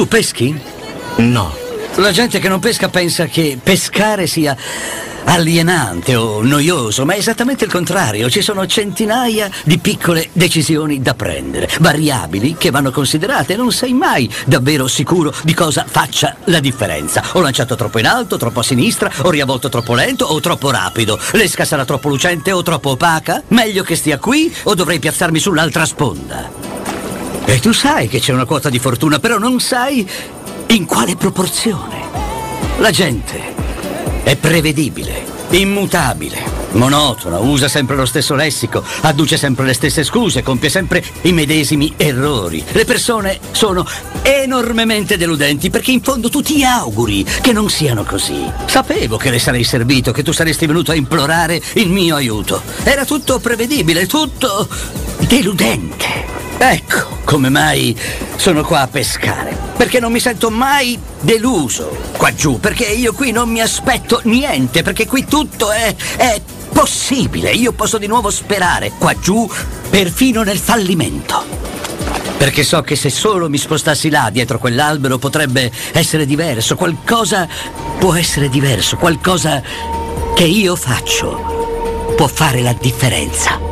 Tu peschi? No. La gente che non pesca pensa che pescare sia alienante o noioso, ma è esattamente il contrario. Ci sono centinaia di piccole decisioni da prendere, variabili che vanno considerate, e non sei mai davvero sicuro di cosa faccia la differenza. Ho lanciato troppo in alto, troppo a sinistra, ho riavvolto troppo lento o troppo rapido. L'esca sarà troppo lucente o troppo opaca? Meglio che stia qui o dovrei piazzarmi sull'altra sponda? E tu sai che c'è una quota di fortuna, però non sai in quale proporzione. La gente è prevedibile, immutabile, monotona, usa sempre lo stesso lessico, adduce sempre le stesse scuse, compie sempre i medesimi errori. Le persone sono enormemente deludenti perché in fondo tu ti auguri che non siano così. Sapevo che le sarei servito, che tu saresti venuto a implorare il mio aiuto. Era tutto prevedibile, tutto deludente. Ecco come mai sono qua a pescare, perché non mi sento mai deluso qua giù, perché io qui non mi aspetto niente, perché qui tutto è possibile. Io posso di nuovo sperare qua giù, perfino nel fallimento, perché so che se solo mi spostassi là dietro quell'albero potrebbe essere diverso, qualcosa può essere diverso, qualcosa che io faccio può fare la differenza.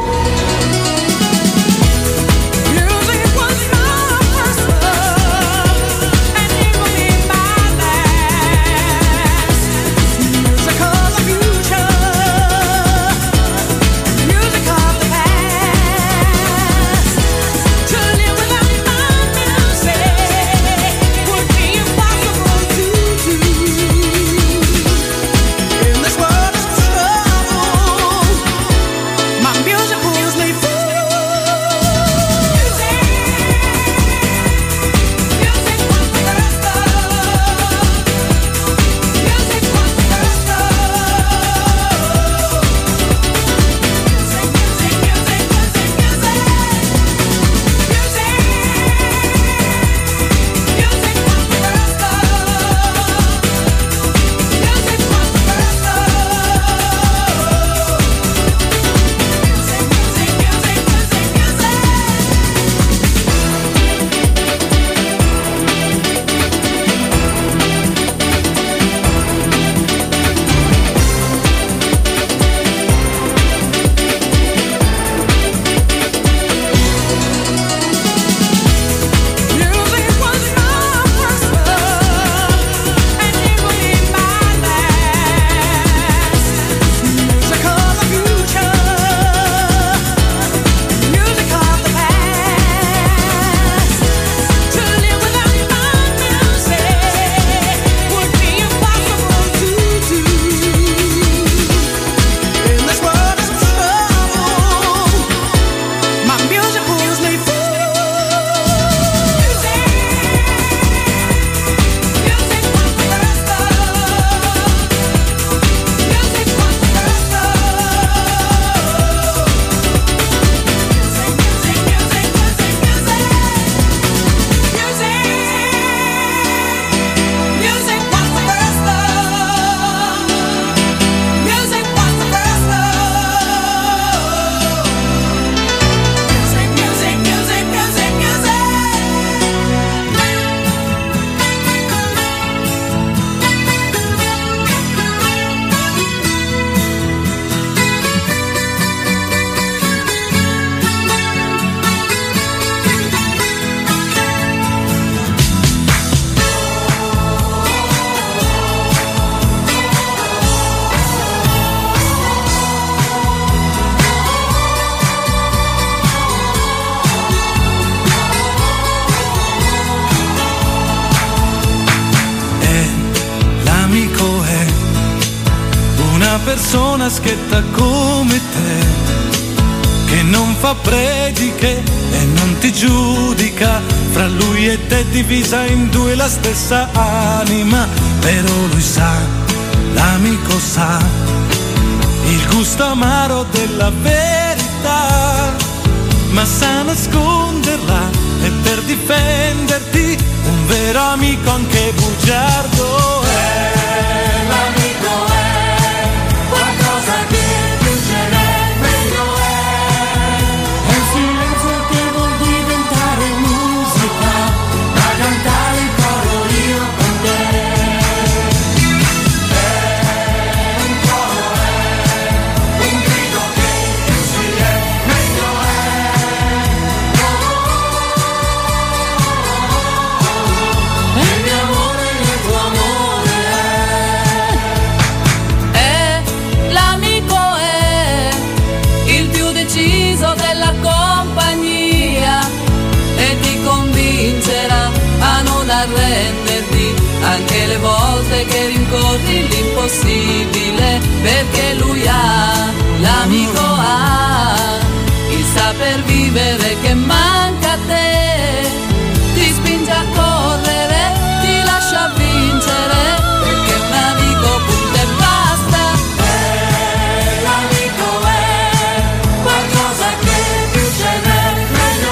Persona schietta come te, che non fa prediche e non ti giudica, fra lui e te divisa in due la stessa anima, però lui sa, l'amico sa, il gusto amaro della verità, ma sa nasconderla e per difenderti un vero amico anche bugiardo è. L'amico è qualcosa che vincerà, meglio è il silenzio che vuol diventare musica, da cantare anche le volte che rincorri l'impossibile, perché lui ha, l'amico ha, il saper vivere che manca a te, ti spinge a correre, ti lascia vincere, perché un amico punto e basta. L'amico è qualcosa che più ce n'è, meglio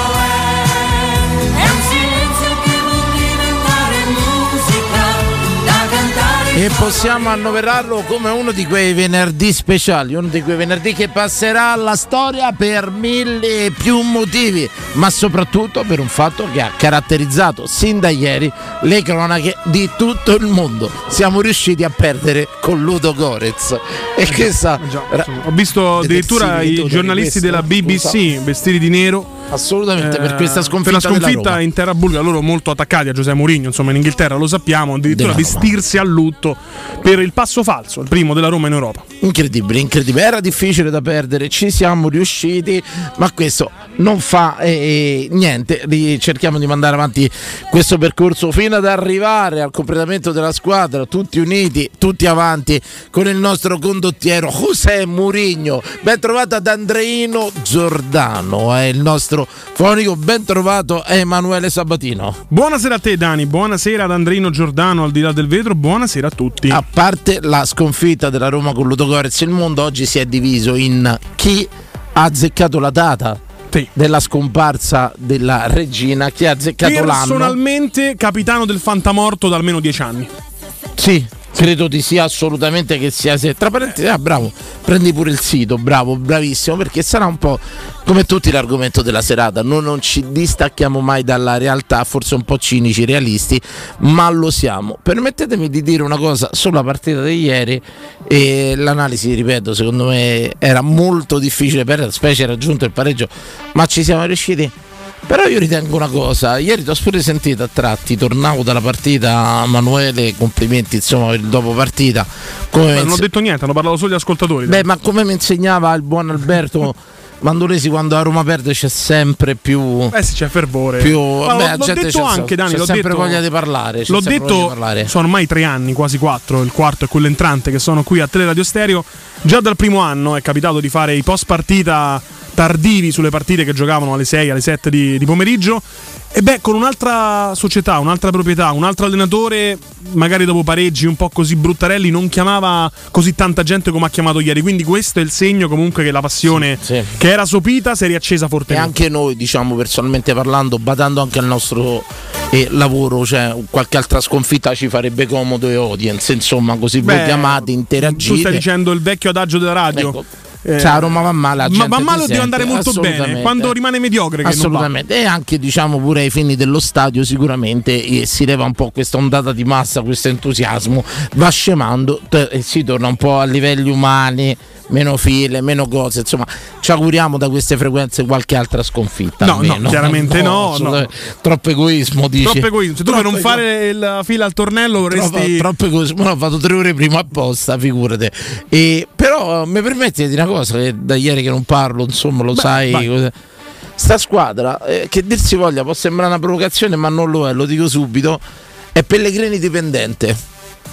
è un silenzio che può diventare musica da cantare. E possiamo annoverarlo come uno di quei venerdì speciali, uno di quei venerdì che passerà alla storia per mille e più motivi, ma soprattutto per un fatto che ha caratterizzato sin da ieri le cronache di tutto il mondo. Siamo riusciti a perdere con Ludogorets. E questa ho visto addirittura i giornalisti della BBC vestiti di nero. Assolutamente, per questa sconfitta, per la sconfitta in terra bulgara. Loro molto attaccati a José Mourinho, insomma, in Inghilterra lo sappiamo, addirittura vestirsi a lutto per il passo falso, il primo della Roma in Europa. Incredibile, incredibile, era difficile da perdere, ci siamo riusciti, ma questo non fa niente, cerchiamo di mandare avanti questo percorso fino ad arrivare al completamento della squadra, tutti uniti, tutti avanti, con il nostro condottiero José Mourinho. Ben trovato ad Andreino Giordano, è il nostro fonico, ben trovato Emanuele Sabatino. Buonasera a te Dani, buonasera ad Andreino Giordano al di là del vetro, buonasera a tutti. A parte la sconfitta della Roma con Ludogorets, il mondo oggi si è diviso in chi ha azzeccato la data della scomparsa della regina, chi ha azzeccato l'anno. Personalmente capitano del fantamorto da almeno 10 anni. Sì, credo di sia assolutamente che sia. Tra parentesi, bravo, prendi pure il sito, bravo, bravissimo, perché sarà un po' come tutti l'argomento della serata. Noi non ci distacchiamo mai dalla realtà, forse un po' cinici, realisti, ma lo siamo. Permettetemi di dire una cosa sulla partita di ieri, e l'analisi, ripeto, secondo me era molto difficile perdere, specie raggiunto il pareggio, ma ci siamo riusciti. Però io ritengo una cosa, ieri ti ho pure sentito a tratti, tornavo dalla partita, Manuele, complimenti insomma per il dopo partita. Non ho detto niente, hanno parlato solo gli ascoltatori. Beh, ma come mi insegnava il buon Alberto Mandolesi, quando la Roma perde c'è sempre più sì, c'è fervore. L'ho detto anche Dani, c'è sempre voglia di parlare. L'ho detto, sono ormai 3 anni, quasi 4, il quarto è quello entrante, che sono qui a Teleradio Stereo. Già dal primo anno è capitato di fare i post partita tardivi sulle partite che giocavano alle 6, alle 7 di pomeriggio, e con un'altra società, un'altra proprietà, un altro allenatore, magari dopo pareggi un po' così bruttarelli, non chiamava così tanta gente come ha chiamato ieri, quindi questo è il segno comunque che la passione che era sopita si è riaccesa fortemente. E anche noi, diciamo, personalmente parlando, badando anche al nostro lavoro, cioè qualche altra sconfitta ci farebbe comodo, e audience, insomma, così voi chiamate, interagite. Tu stai dicendo il vecchio adagio della radio. Ecco. Roma va male, ma va male o deve andare molto bene quando rimane mediocre, che assolutamente non va. E anche, diciamo, pure ai fini dello stadio sicuramente si leva un po' questa ondata di massa, questo entusiasmo va scemando e si torna un po' a livelli umani, meno file, meno cose, insomma ci auguriamo da queste frequenze qualche altra sconfitta. No, chiaramente no. Troppo egoismo, dici. Troppo egoismo. Se tu per non fare la fila al tornello vorresti troppo egoismo. No, ho fatto 3 ore prima apposta, figurate. Però mi permetti di dire una cosa, che da ieri che non parlo, insomma, lo sai. Vai. Sta squadra, che dir si voglia, può sembrare una provocazione, ma non lo è, lo dico subito, è Pellegrini dipendente.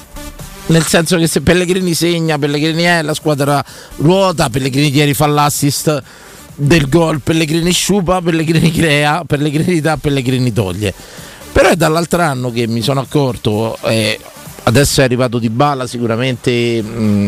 Nel senso che se Pellegrini segna, Pellegrini è, la squadra ruota, Pellegrini ieri fa l'assist del gol, Pellegrini sciupa, Pellegrini crea, Pellegrini dà, Pellegrini toglie. Però è dall'altro anno che mi sono accorto, adesso è arrivato Dybala, sicuramente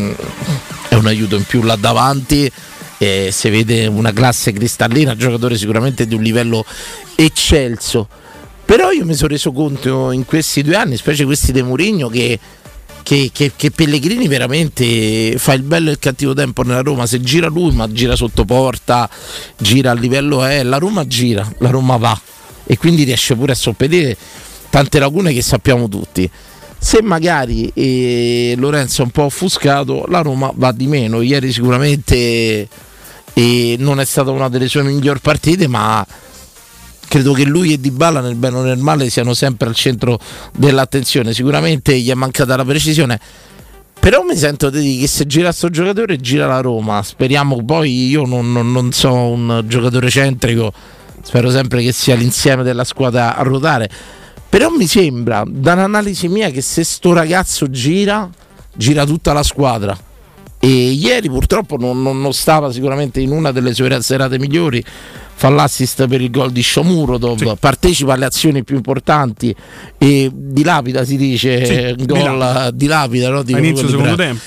è un aiuto in più là davanti, si vede una classe cristallina, giocatore sicuramente di un livello eccelso. Però io mi sono reso conto in questi 2 anni, specie questi di Mourinho, che Pellegrini veramente fa il bello e il cattivo tempo nella Roma. Se gira lui, ma gira sotto porta, gira a livello la Roma gira, la Roma va, e quindi riesce pure a sopperire tante lacune che sappiamo tutti. Se magari Lorenzo è un po' offuscato, la Roma va di meno. Ieri sicuramente non è stata una delle sue migliori partite, ma credo che lui e Dybala, nel bene o nel male, siano sempre al centro dell'attenzione. Sicuramente gli è mancata la precisione, però mi sento di dire che se gira sto giocatore gira la Roma. Speriamo, poi io non sono un giocatore centrico, spero sempre che sia l'insieme della squadra a ruotare, Però mi sembra, dall'analisi mia, che se sto ragazzo gira tutta la squadra. E ieri purtroppo non stava sicuramente in una delle sue serate migliori. Fa l'assist per il gol di Shomurodov, sì. Partecipa alle azioni più importanti e dilapida, si dice, sì, gol dilapida, no? All'inizio del secondo tempo.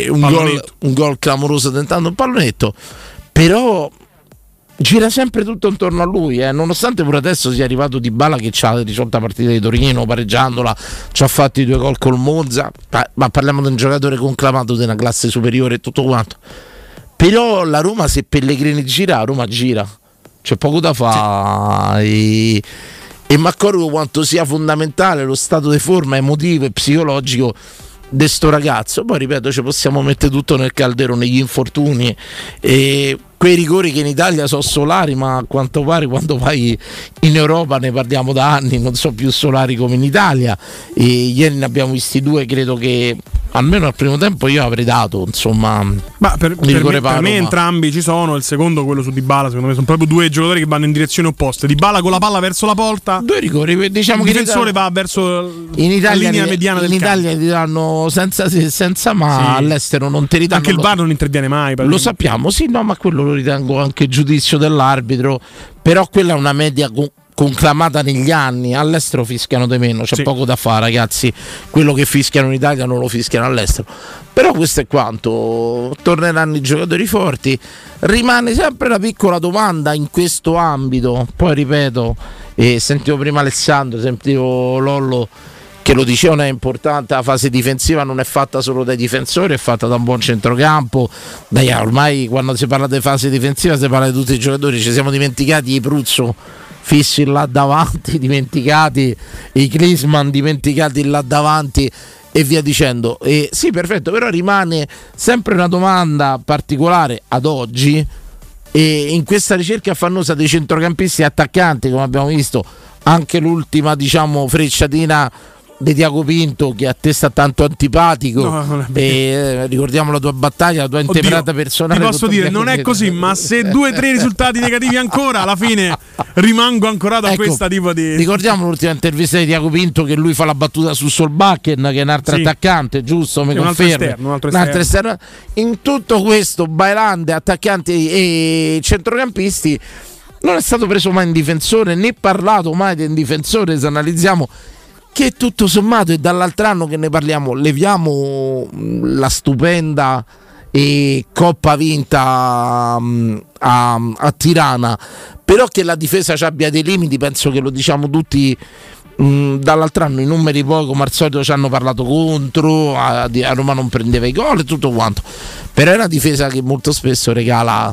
Un gol clamoroso tentando un pallonetto, però gira sempre tutto intorno a lui, nonostante pure adesso sia arrivato Dybala che ha risolto la partita di Torino pareggiandola, ci ha fatto i 2 gol col Monza, ma parliamo di un giocatore conclamato di una classe superiore e tutto quanto. Però la Roma, se Pellegrini gira, la Roma gira, c'è poco da fare. Sì. E mi accorgo quanto sia fondamentale lo stato di forma emotivo e psicologico di sto ragazzo. Poi ripeto, ci possiamo mettere tutto nel calderone, gli infortuni e quei rigori che in Italia sono solari, ma a quanto pare quando vai in Europa, ne parliamo da anni, non sono più solari come in Italia. E ieri ne abbiamo visti 2, credo che almeno al primo tempo io avrei dato, insomma, ma per me entrambi ci sono. Il secondo, quello su Dybala, secondo me sono proprio 2 giocatori che vanno in direzioni opposte. Dybala con la palla verso la porta, 2 rigori, diciamo, il difensore va verso la linea mediana del campo. In Italia ti danno senza ma sì. All'estero non ti ridanno. Anche il VAR non interviene mai, lo sappiamo, sì, no, ma quello lo ritengo anche giudizio dell'arbitro, però quella è una media conclamata negli anni. All'estero fischiano di meno, c'è poco da fare, ragazzi. Quello che fischiano in Italia non lo fischiano all'estero. Però questo è quanto. Torneranno i giocatori forti. Rimane sempre la piccola domanda in questo ambito. Poi ripeto, sentivo prima Alessandro, sentivo Lollo che lo dicevano, è importante. La fase difensiva non è fatta solo dai difensori, è fatta da un buon centrocampo. Ormai quando si parla di fase difensiva si parla di tutti i giocatori. Ci siamo dimenticati i Pruzzo fissi là davanti, dimenticati i Klinsmann, dimenticati là davanti e via dicendo. Sì, perfetto, però rimane sempre una domanda particolare ad oggi, e in questa ricerca affannosa dei centrocampisti attaccanti, come abbiamo visto anche l'ultima, diciamo, frecciatina di Tiago Pinto, che a te sta tanto antipatico, ricordiamo la tua battaglia, la tua integrata personale. Ti posso dire, non è così, ma se 2 o 3 risultati negativi ancora, alla fine rimango ancorato a questa tipo di. Ricordiamo l'ultima intervista di Tiago Pinto, che lui fa la battuta su Solbakken, che è un altro attaccante, giusto? Mi confermi? Un altro esterno. In tutto questo bailante, attaccanti e centrocampisti, non è stato preso mai in difensore, né parlato mai di un difensore, se analizziamo che tutto sommato è dall'altro anno che ne parliamo. Leviamo la stupenda Coppa vinta a Tirana, però che la difesa ci abbia dei limiti, penso che lo diciamo tutti. Dall'altro anno i numeri poi, come al solito, ci hanno parlato contro, a Roma non prendeva i gol e tutto quanto, però è una difesa che molto spesso regala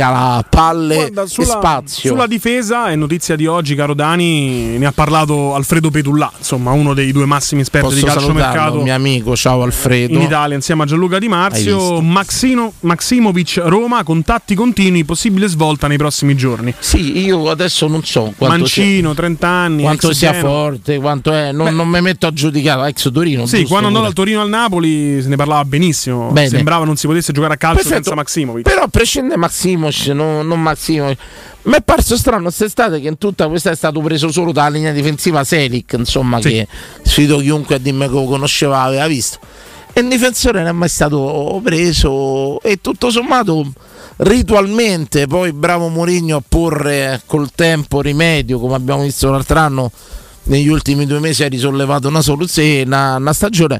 palle e spazio. Sulla difesa è notizia di oggi, caro Dani, ne ha parlato Alfredo Petullà, insomma uno dei 2 massimi esperti di calciomercato, mio amico, ciao Alfredo, in Italia, insieme a Gianluca Di Marzio. Maximovic Roma, contatti continui, possibile svolta nei prossimi giorni. Sì, io adesso non so quanto Mancino, 30 anni, quanto sia forte, quanto è, non mi metto a giudicare. Ex Torino, sì, quando andò dal Torino al Napoli se ne parlava benissimo. Bene. Sembrava non si potesse giocare a calcio senza Maximovic. Però a prescindere Maximovic, non Maximovic, mi è parso strano quest'estate che in tutta questa è stato preso solo dalla linea difensiva Selic, insomma, che sfido chiunque a dirmi che lo conosceva, aveva visto, e il difensore non è mai stato preso, e tutto sommato ritualmente poi bravo Mourinho a porre col tempo rimedio, come abbiamo visto l'altro anno. Negli ultimi 2 mesi ha risollevato una soluzione, una stagione,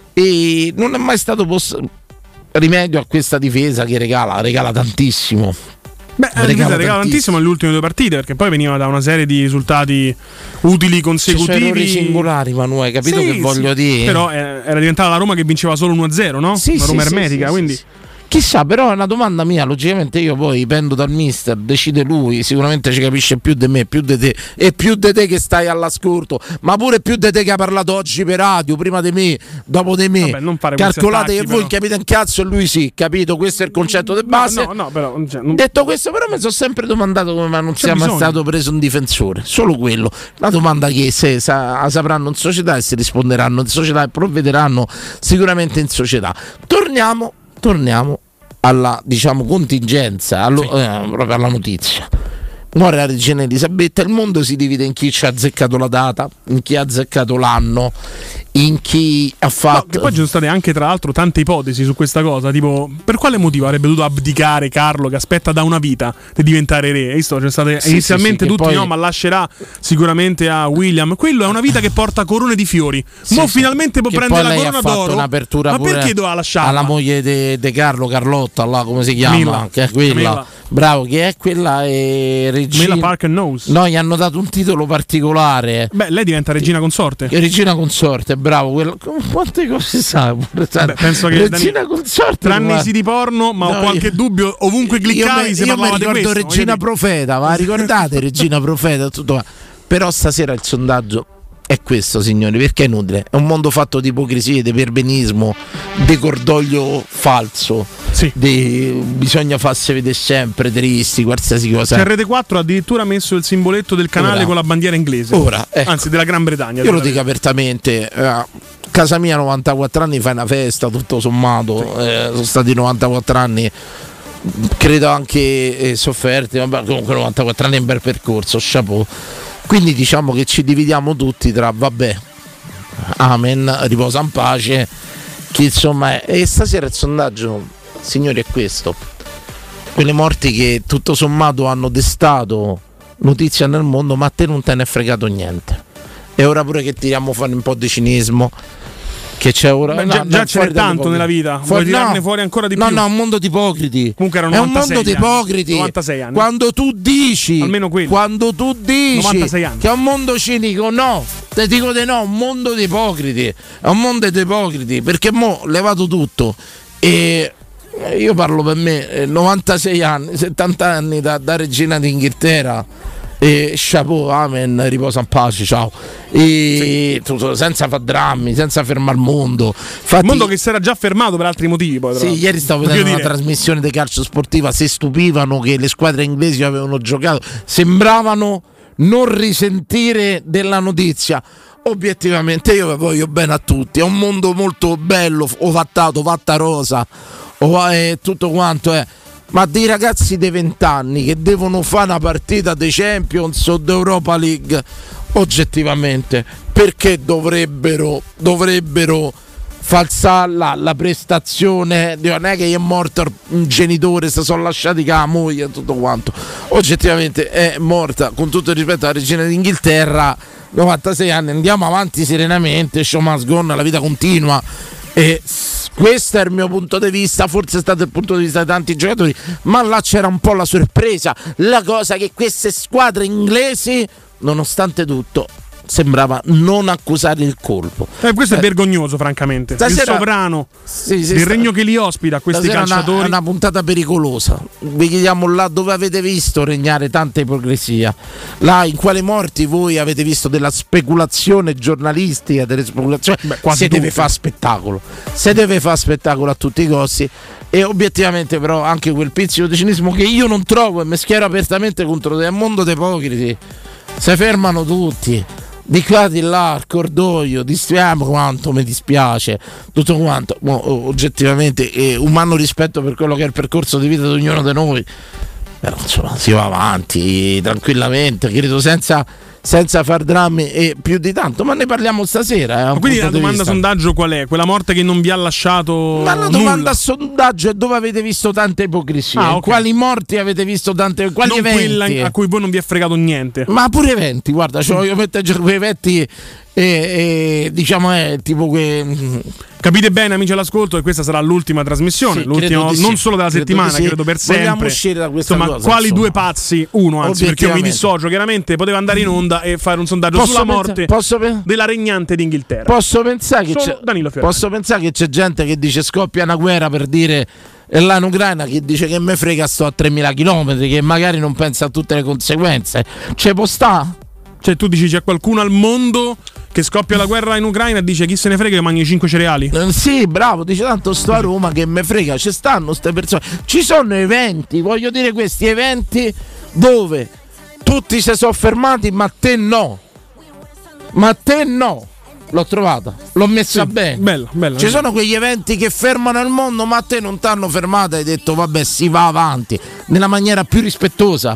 e non è mai stato rimedio a questa difesa che regala tantissimo. Regala tantissimo nelle ultime 2 partite, perché poi veniva da una serie di risultati utili consecutivi. Ci errori singolari, Manuel, capito che voglio dire? Però era diventata la Roma che vinceva solo 1-0, no? Una Roma ermetica, quindi. Chissà, però è una domanda mia, logicamente io poi dipendo dal mister, decide lui, sicuramente ci capisce più di me, più di te, e più di te che stai all'ascolto, ma pure più di te che ha parlato oggi per radio, prima di me, dopo di me. Vabbè, non fare calcolate attacchi, che voi capite un cazzo e lui sì, capito? Questo è il concetto di base. No, però, detto questo, però mi sono sempre domandato come non sia mai stato preso un difensore, solo quello. Una domanda che se sapranno in società e si risponderanno in società e provvederanno sicuramente in società. Torniamo alla, diciamo, contingenza, proprio alla notizia. muore la regina Elisabetta, il mondo si divide in chi ci ha azzeccato la data, in chi ha azzeccato l'anno, in chi ha fatto... No, poi ci sono state anche tra l'altro tante ipotesi su questa cosa, tipo per quale motivo avrebbe dovuto abdicare Carlo che aspetta da una vita di diventare re? Visto, c'è state inizialmente tutti poi... no, ma lascerà sicuramente a William. Quello è una vita che porta corone di fiori. Mo finalmente può prendere la corona d'oro. Un'apertura, ma perché doveva lasciarla? Alla moglie di Carlo, Carlotta, là, come si chiama? Camilla. Che è quella. Camilla. Bravo, che è quella regina. Camilla Parker Knowles. No, gli hanno dato un titolo particolare. Beh, lei diventa regina consorte. Regina consorte, bravo. Quante cose sa? Beh, penso che regina consorte. Tranne i siti porno, ma ho qualche dubbio. Ovunque cliccavi si parlava di questo. Regina Profeta, ma ricordate Regina Profeta? Tutto. Però stasera il sondaggio è questo, signori, perché è inutile. È un mondo fatto di ipocrisie, di perbenismo, di cordoglio falso. Sì. Bisogna farsi vedere sempre, tristi, qualsiasi cosa. C'è Rete 4 addirittura messo il simboletto del canale con la bandiera inglese. Ora, ecco. Anzi, della Gran Bretagna. Io lo dico apertamente. Casa mia 94 anni fai una festa, tutto sommato. Sì. Sono stati 94 anni. Credo anche sofferti. Vabbè, comunque 94 anni è un bel percorso. Chapeau. Quindi diciamo che ci dividiamo tutti tra vabbè, amen, riposa in pace, che insomma è. E stasera il sondaggio, signori, è questo: quelle morti che tutto sommato hanno destato notizia nel mondo, ma a te non te ne è fregato niente. E ora pure che tiriamo fuori un po' di cinismo, che c'è ora. Beh, già ce n'è tanto nella vita. Vuoi tirarne fuori ancora di più? No, è un mondo di ipocriti. Comunque erano è un mondo di ipocriti. 96 anni. Quando tu dici, almeno quelli. Quando tu dici 96 anni. che è un mondo cinico, no, te dico di no, un mondo di ipocriti. È un mondo di ipocriti, perché mo levato tutto. E io parlo per me, 96 anni, 70 anni da regina d'Inghilterra. E chapeau, amen, riposa in pace, ciao. E tutto, senza far drammi, senza fermare il mondo. Infatti, il mondo che si era già fermato per altri motivi. Poi, sì, ieri stavo vedendo una trasmissione di calcio sportiva. Si stupivano che le squadre inglesi avevano giocato, sembravano non risentire della notizia. Obiettivamente io voglio bene a tutti. È un mondo molto bello, ovattato, fatta rosa, tutto quanto è. Ma dei ragazzi dei 20 anni che devono fare una partita dei Champions o d'Europa League, oggettivamente, perché dovrebbero falsare la prestazione? Non è che gli è morto un genitore, si sono lasciati con la moglie e tutto quanto. Oggettivamente è morta, con tutto il rispetto alla regina d'Inghilterra, 96 anni, andiamo avanti serenamente, show must go on, la vita continua. E questo è il mio punto di vista, forse è stato il punto di vista di tanti giocatori, ma là c'era un po' la sorpresa, la cosa che queste squadre inglesi, nonostante tutto, sembrava non accusare il colpo. Questo è vergognoso, francamente. Stasera, il sovrano del regno che li ospita, questi calciatori. È una puntata pericolosa. Vi chiediamo là dove avete visto regnare tanta ipocrisia. Là in quale morti voi avete visto della speculazione giornalistica, delle speculazioni. Si deve fare spettacolo. Si deve fare spettacolo a tutti i costi. E obiettivamente però anche quel pizzico di cinismo che io non trovo, e mi schiero apertamente contro il mondo dei ipocriti. Si fermano tutti. Di qua di là, al cordoglio, dispiamo quanto mi dispiace, tutto quanto. Oggettivamente umano rispetto per quello che è il percorso di vita di ognuno di noi, però insomma si va avanti tranquillamente, credo senza far drammi e più di tanto, ma ne parliamo stasera. Quindi la domanda sondaggio qual è? Quella morte che non vi ha lasciato ma la domanda sondaggio è dove avete visto tante ipocrisie, okay. Quali morti avete visto tante, quali non eventi quella a cui voi non vi è fregato niente, ma pure eventi, guarda, io metto quei eventi e diciamo è tipo che capite bene, amici all'ascolto, che questa sarà l'ultima trasmissione, l'ultima non solo della settimana, credo per sempre. Vogliamo uscire da questa cosa, quali due pazzi? Uno, anzi, perché io mi dissocio, chiaramente poteva andare in onda e fare un sondaggio sulla morte della regnante d'Inghilterra. Posso pensare che c'è gente che dice scoppia una guerra per dire, e là in Ucraina che dice che me frega, sto a 3.000 chilometri, che magari non pensa a tutte le conseguenze. C'è può sta? Cioè tu dici c'è qualcuno al mondo che scoppia la guerra in Ucraina e dice chi se ne frega che mangi 5 cereali? Sì, bravo, dice tanto sto a Roma che me frega, ci stanno queste persone. Ci sono eventi, voglio dire, questi eventi dove tutti si sono fermati ma te no. L'ho trovata, l'ho messa bene. Bella. Ci sono quegli eventi che fermano il mondo, ma a te non t'hanno fermata, hai detto vabbè, si va avanti nella maniera più rispettosa.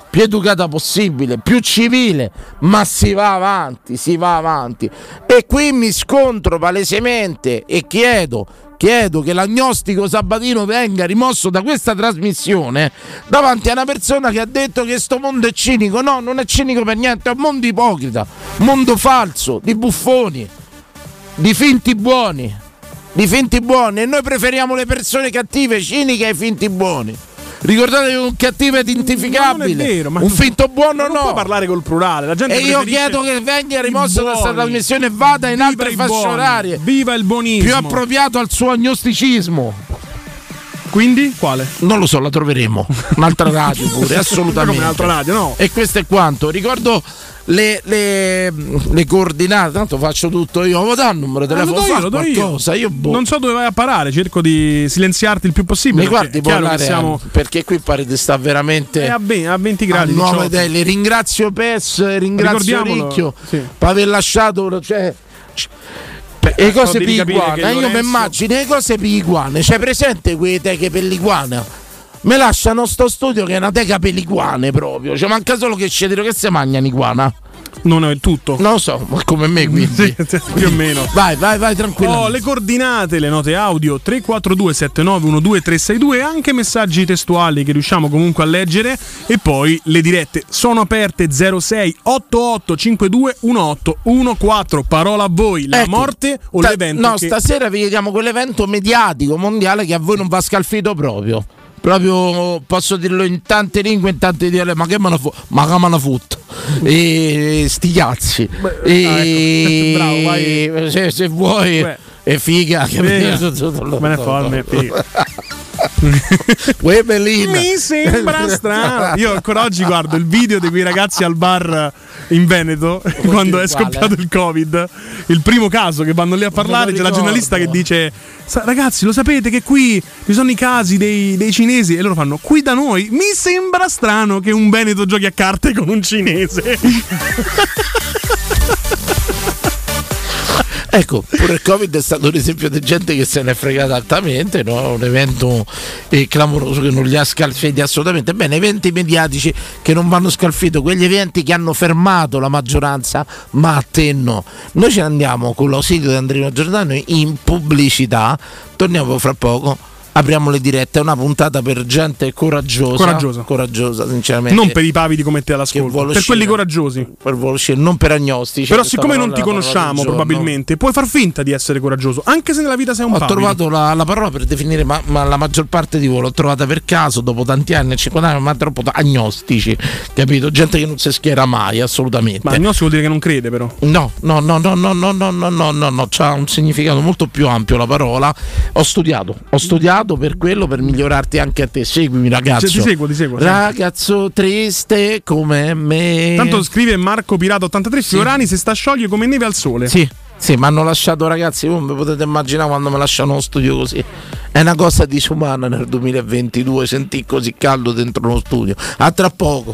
più educata possibile, più civile, ma si va avanti. E qui mi scontro palesemente e chiedo che l'agnostico Sabatino venga rimosso da questa trasmissione davanti a una persona che ha detto che sto mondo è cinico. No, non è cinico per niente, è un mondo ipocrita, un mondo falso, di buffoni, di finti buoni, e noi preferiamo le persone cattive, ciniche ai finti buoni. Ricordatevi, un cattivo è identificabile, non è vero, ma un finto buono non può parlare col plurale. La gente e io chiedo che venga rimosso da questa trasmissione e vada in altre fasce orarie. Viva il buonismo, più appropriato al suo agnosticismo. Quindi quale? Non lo so, la troveremo. Un'altra radio pure, assolutamente. Come un'altra radio, no? E questo è quanto. Ricordo le coordinate, tanto faccio tutto io. Lo dà il numero di telefono, lo do qualcosa. Io non so dove vai a parare, cerco di silenziarti il più possibile. Mi guardi parlare, perché qui pare di sta veramente a 20 gradi. Nuove idee. Le ringrazio Pes, ringrazio Ricchio per aver lasciato, cioè, le cose piguane. Io mi immagino le cose piguane, cioè presente quelle teche per l'iguana. Me lasciano sto studio che è una teca per l'iguane proprio. Cioè manca solo che scegliere che si mangia l'iguana. Non è tutto. Non lo so, ma come me quindi. Sì, più o meno. Vai tranquillo. Le coordinate, le note audio 342 7912 362 e anche messaggi testuali che riusciamo comunque a leggere. E poi le dirette sono aperte 06 88 52 1814. Parola a voi, la morte o l'evento? No, stasera vi chiediamo quell'evento mediatico mondiale che a voi non va scalfito proprio. Proprio posso dirlo in tante lingue, in tante dialetti, ma che me ne fotto. E sti cazzi. Ecco. Bravo, vai. Se vuoi. È figa, che me ne fa a me figa. Mi sembra strano. Io ancora oggi guardo il video di quei ragazzi al bar in Veneto quando è scoppiato il Covid, il primo caso, che vanno lì a parlare. C'è la giornalista che dice: ragazzi, lo sapete che qui ci sono i casi dei cinesi? E loro fanno: qui da noi mi sembra strano che un veneto giochi a carte con un cinese. Ecco, pure il Covid è stato un esempio di gente che se ne è fregata altamente, no? Un evento clamoroso che non li ha scalfiti assolutamente. Bene, eventi mediatici che non vanno scalfiti, quegli eventi che hanno fermato la maggioranza, ma a te no. Noi ce ne andiamo con l'ausilio di Andrino Giordano in pubblicità, torniamo fra poco. Apriamo le dirette, è una puntata per gente coraggiosa sinceramente. Non per i pavidi come te all'ascolto, per quelli coraggiosi. Non per agnostici. Però siccome non ti conosciamo probabilmente, puoi far finta di essere coraggioso, anche se nella vita sei un pavido. Ho trovato la parola per definire, ma la maggior parte di voi l'ho trovata per caso, dopo tanti anni, 50 anni, ma troppo agnostici, capito? Gente che non si schiera mai, assolutamente. Ma agnostico vuol dire che non crede, però. No, c'ha un significato molto più ampio la parola. Ho studiato per quello, per migliorarti anche a te. Seguimi, ragazzo. Ti seguo. Ragazzo triste come me. Tanto scrive Marco Pirata 83, Fiorani se sta a scioglie come neve al sole. Sì, mi hanno lasciato, ragazzi, voi potete immaginare quando mi lasciano uno studio così. È una cosa disumana nel 2022 sentì così caldo dentro uno studio. A tra poco.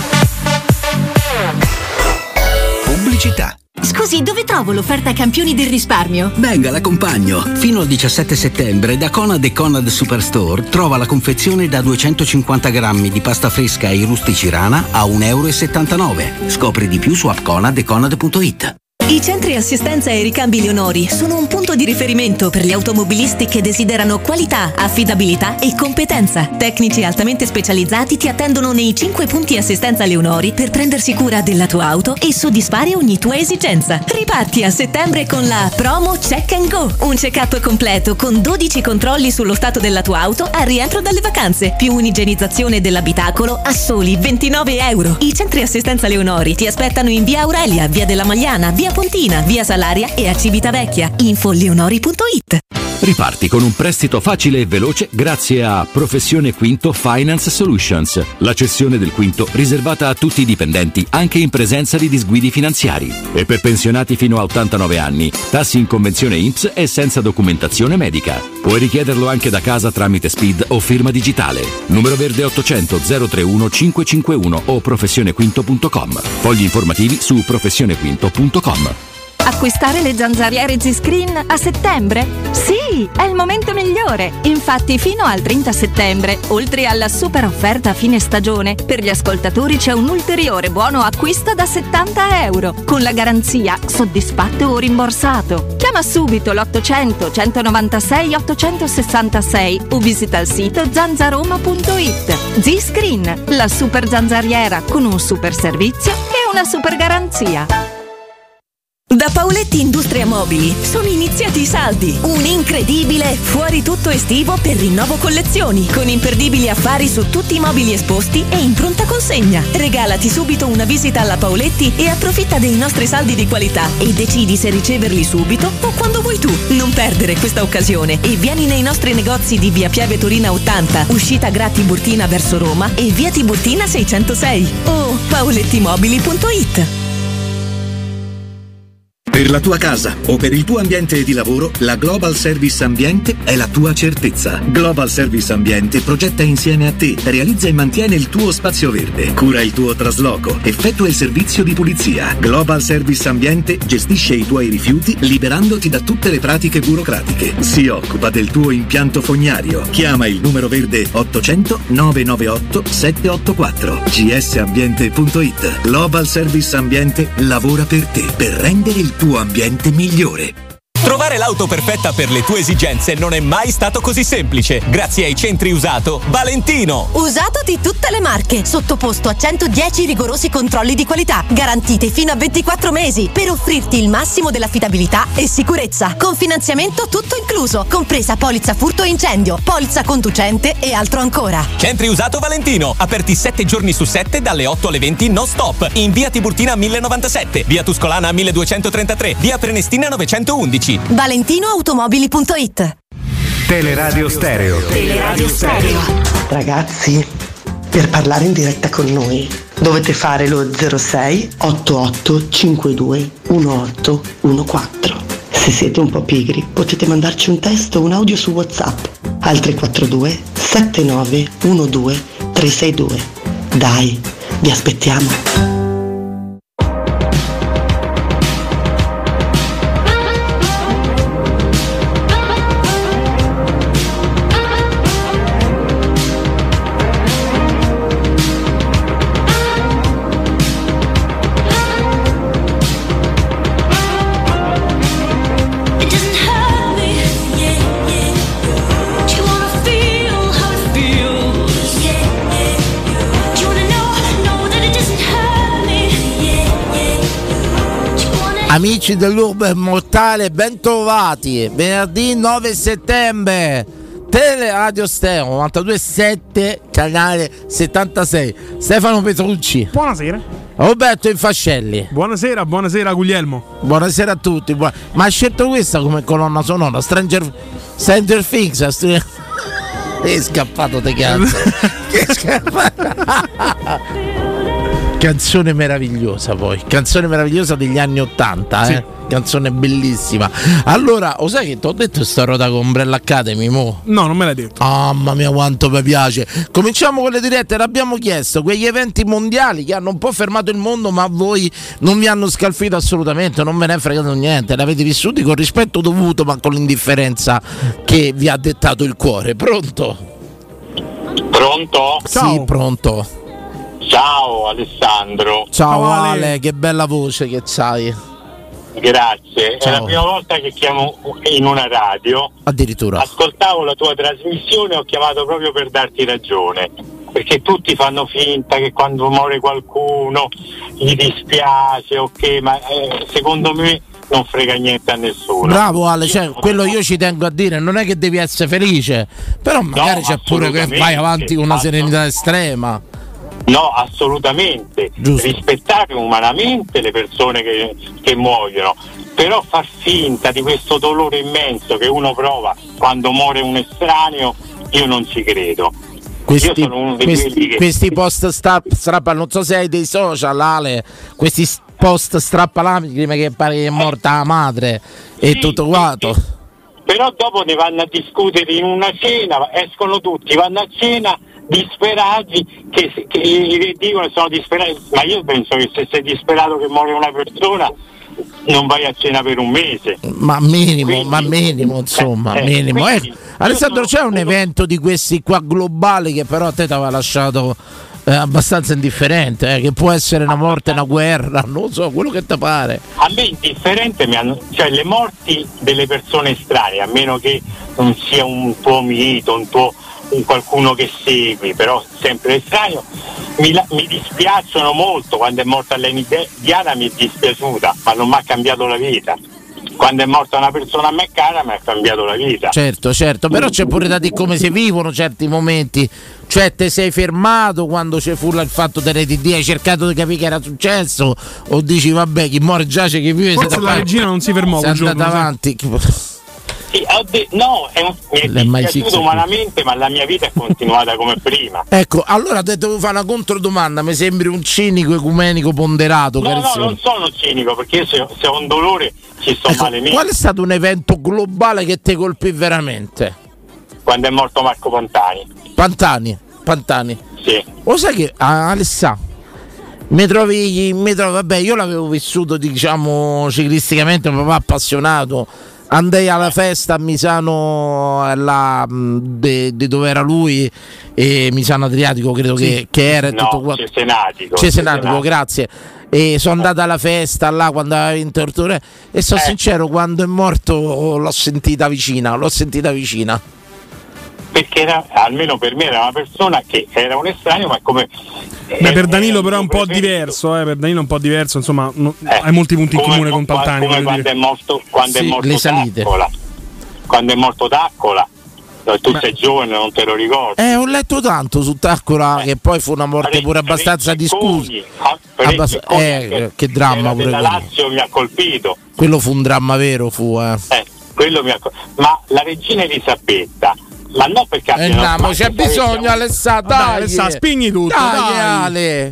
Pubblicità. Scusi, dove trovo l'offerta campioni del risparmio? Venga, l'accompagno. Fino al 17 settembre da Conad e Conad Superstore trova la confezione da 250 grammi di pasta fresca ai rustici rana a €1,79. Scopri di più su appconad e conad.it. I centri assistenza e ricambi Leonori sono un punto di riferimento per gli automobilisti che desiderano qualità, affidabilità e competenza. Tecnici altamente specializzati ti attendono nei 5 punti assistenza Leonori per prendersi cura della tua auto e soddisfare ogni tua esigenza. Riparti a settembre con la promo Check and Go, un check-up completo con 12 controlli sullo stato della tua auto al rientro dalle vacanze, più un'igienizzazione dell'abitacolo a soli €29. I centri assistenza Leonori ti aspettano in via Aurelia, via della Magliana, via Pontina, via Salaria e a Civitavecchia. Info leonori.it. Riparti con un prestito facile e veloce grazie a Professione Quinto Finance Solutions, la cessione del quinto riservata a tutti i dipendenti anche in presenza di disguidi finanziari, e per pensionati fino a 89 anni, tassi in convenzione INPS e senza documentazione medica. Puoi richiederlo anche da casa tramite SPID o firma digitale. Numero verde 800 031 551 o professionequinto.com. Fogli informativi su professionequinto.com. Acquistare le zanzariere Z-Screen a settembre? Sì, è il momento migliore. Infatti fino al 30 settembre, oltre alla super offerta a fine stagione, per gli ascoltatori c'è un ulteriore buono acquisto da €70 con la garanzia soddisfatto o rimborsato. Chiama subito l'800 196 866 o visita il sito zanzaroma.it. Z-Screen, la super zanzariera con un super servizio e una super garanzia. Da Paoletti Industria Mobili sono iniziati i saldi. Un incredibile fuori tutto estivo per rinnovo collezioni, con imperdibili affari su tutti i mobili esposti e in pronta consegna. Regalati subito una visita alla Paoletti e approfitta dei nostri saldi di qualità e decidi se riceverli subito o quando vuoi tu. Non perdere questa occasione e vieni nei nostri negozi di via Pieve Torina 80, uscita Gra Tiburtina verso Roma e via Tiburtina 606 o paolettimobili.it. Per la tua casa o per il tuo ambiente di lavoro, la Global Service Ambiente è la tua certezza. Global Service Ambiente progetta insieme a te, realizza e mantiene il tuo spazio verde, cura il tuo trasloco, effettua il servizio di pulizia. Global Service Ambiente gestisce i tuoi rifiuti liberandoti da tutte le pratiche burocratiche. Si occupa del tuo impianto fognario. Chiama il numero verde 800 998 784. gsambiente.it. Global Service Ambiente lavora per te, per rendere il tuo ambiente migliore. Trovare l'auto perfetta per le tue esigenze non è mai stato così semplice. Grazie ai centri usato Valentino. Usato di tutte le marche, sottoposto a 110 rigorosi controlli di qualità, garantiti fino a 24 mesi, per offrirti il massimo dell'affidabilità e sicurezza. Con finanziamento tutto incluso, compresa polizza furto e incendio, polizza conducente e altro ancora. Centri usato Valentino, aperti 7 giorni su 7 dalle 8 alle 20 non stop. In via Tiburtina 1097, via Tuscolana 1233, via Prenestina 911. ValentinoAutomobili.it. Teleradio Stereo. Teleradio Stereo. Ragazzi, per parlare in diretta con noi dovete fare lo 06 88 52 1814. Se siete un po' pigri potete mandarci un testo o un audio su WhatsApp al 342 79 12 362. Dai, vi aspettiamo. Amici dell'Urbo Immortale, ben trovati. Venerdì 9 settembre, Teleradio Stereo 92.7, canale 76. Stefano Petrucci. Buonasera. Roberto Infascelli. Buonasera Guglielmo. Buonasera a tutti. Ma ha scelto questa come colonna sonora? Stranger Things. È scappato te cazzo. Che è scappato. Canzone meravigliosa, poi canzone meravigliosa degli anni '80, sì. Canzone bellissima. Allora, lo sai che ti ho detto sta roba con Umbrella Academy, mo? No, non me l'hai detto. Mamma mia quanto mi piace. Cominciamo con le dirette. L'abbiamo chiesto, quegli eventi mondiali che hanno un po' fermato il mondo, ma a voi non vi hanno scalfito assolutamente, non ve ne è fregato niente, l'avete vissuti con rispetto dovuto ma con l'indifferenza che vi ha dettato il cuore. Pronto? Pronto? Ciao. Sì, pronto. Ciao Alessandro. Ciao Ale, che bella voce che c'hai. Grazie, Ciao. È la prima volta che chiamo in una radio. Addirittura. Ascoltavo la tua trasmissione e ho chiamato proprio per darti ragione. Perché tutti fanno finta che quando muore qualcuno gli dispiace, ok, ma secondo me non frega niente a nessuno. Bravo Ale, cioè, quello io ci tengo a dire, non è che devi essere felice, però magari c'è pure che vai avanti con una serenità estrema. No, assolutamente. Giusto. Rispettare umanamente le persone che muoiono, però far finta di questo dolore immenso che uno prova quando muore un estraneo, io non ci credo. Io sono uno di quelli che... questi post strappa, non so se hai dei social Ale, questi post strappalacrime che pare che è morta la madre e sì, tutto quanto. Però dopo ne vanno a discutere in una cena, escono tutti, vanno a cena disperati che dicono che sono disperati, ma io penso che se sei disperato che muore una persona non vai a cena per un mese. Ma minimo, insomma, minimo. Alessandro, c'è un evento di questi qua globali che però a te ti aveva lasciato abbastanza indifferente, che può essere una morte, una guerra, non so, quello che ti pare. A me indifferente cioè le morti delle persone estranee, a meno che non sia un tuo mito, un qualcuno che segui, però sempre estraneo, mi dispiacciono molto. Quando è morta Leni Diana mi è dispiaciuta, ma non mi ha cambiato la vita. Quando è morta una persona a me cara mi ha cambiato la vita. Certo, però c'è pure da dire come si vivono certi momenti. Cioè te sei fermato quando c'è fu il fatto dell'ETD, hai cercato di capire che era successo, o dici vabbè chi muore giace, chi vive. Forse la regina non si fermò quel giorno, avanti. Sì, mi è dispiaciuto umanamente, ma la mia vita è continuata come prima. Ecco, allora te devo fare una controdomanda. Mi sembri un cinico ecumenico ponderato. No, non sono cinico, perché io se ho un dolore ci sto male mio. Qual è stato un evento globale che ti colpì veramente? Quando è morto Marco Pantani. Sì. Lo sai che Alessà mi trovi, vabbè, io l'avevo vissuto, diciamo, ciclisticamente, papà appassionato. Andai alla festa a Misano di dove era lui, e Misano Adriatico credo che era tutto qua. Cesenatico, grazie. E sono andata alla festa là quando aveva vinto il Tour, e sono sincero, quando è morto l'ho sentita vicina. Perché almeno per me era una persona che era un estraneo, ma come... per Danilo però è un po' diverso, per Danilo è un po' diverso, insomma, hai molti punti in comune con Pantani. Come quando è morto D'Accola. Quando è morto D'Accola, tu sei giovane, non te lo ricordi. Ho letto tanto su D'Accola, che poi fu una morte pure abbastanza discussa. Che dramma pure quello. Lazio mi ha colpito. Quello fu un dramma vero, quello ma la regina Elisabetta, ma no, perché ma c'è bisogno, Alessà, dai, Alessà, spigni tutto, dai. Ale.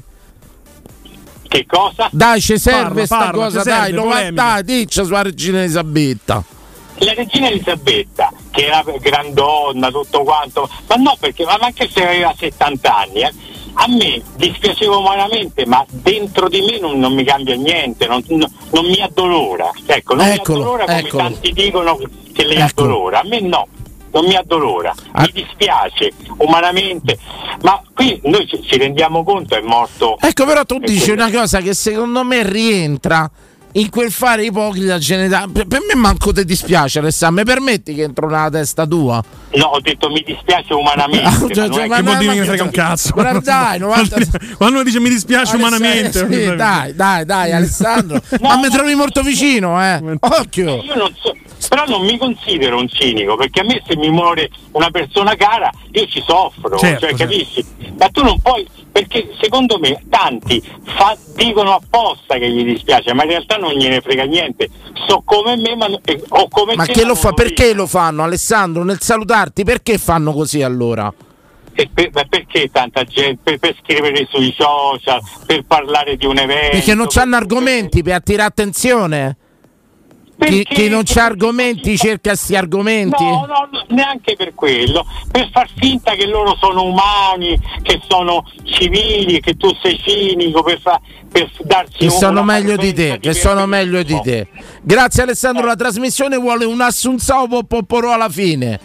Che cosa? Dai, ci serve sta cosa, dai, dici sulla regina Elisabetta. La regina Elisabetta, che era grandonna, tutto quanto, ma no, perché ma anche se aveva 70 anni, a me dispiaceva umanamente, ma dentro di me non mi cambia niente, non mi addolora. Ecco, non mi addolora come tanti dicono che lei addolora. A me no, non mi addolora, mi dispiace umanamente, ma qui noi ci rendiamo conto, è morto. Ecco, però tu dici una cosa che secondo me rientra in quel fare ipocrita generale. Per me manco ti dispiace, Alessandro, mi permetti che entro nella testa tua? No, ho detto mi dispiace umanamente. Che vuol dire che mi frega un cazzo? Dai, quando uno dice mi dispiace umanamente, sì, dai Alessandro, no, ma mi trovi molto vicino, occhio. Io non so, però non mi considero un cinico, perché a me se mi muore una persona cara io ci soffro, capisci? Ma tu non puoi, perché secondo me tanti dicono apposta che gli dispiace, ma in realtà non gliene frega niente. So come me, o come ma che lo fa? Perché lo fanno, Alessandro? Nel salutarti, perché fanno così allora? Perché tanta gente per scrivere sui social, per parlare di un evento? Perché non c'hanno argomenti per attirare attenzione? Chi non c'ha argomenti cerca sti argomenti? No, neanche per quello, per far finta che loro sono umani, che sono civili, che tu sei cinico, per darsi che sono meglio di te, Grazie Alessandro, la trasmissione vuole un Assunzao Popporò alla fine.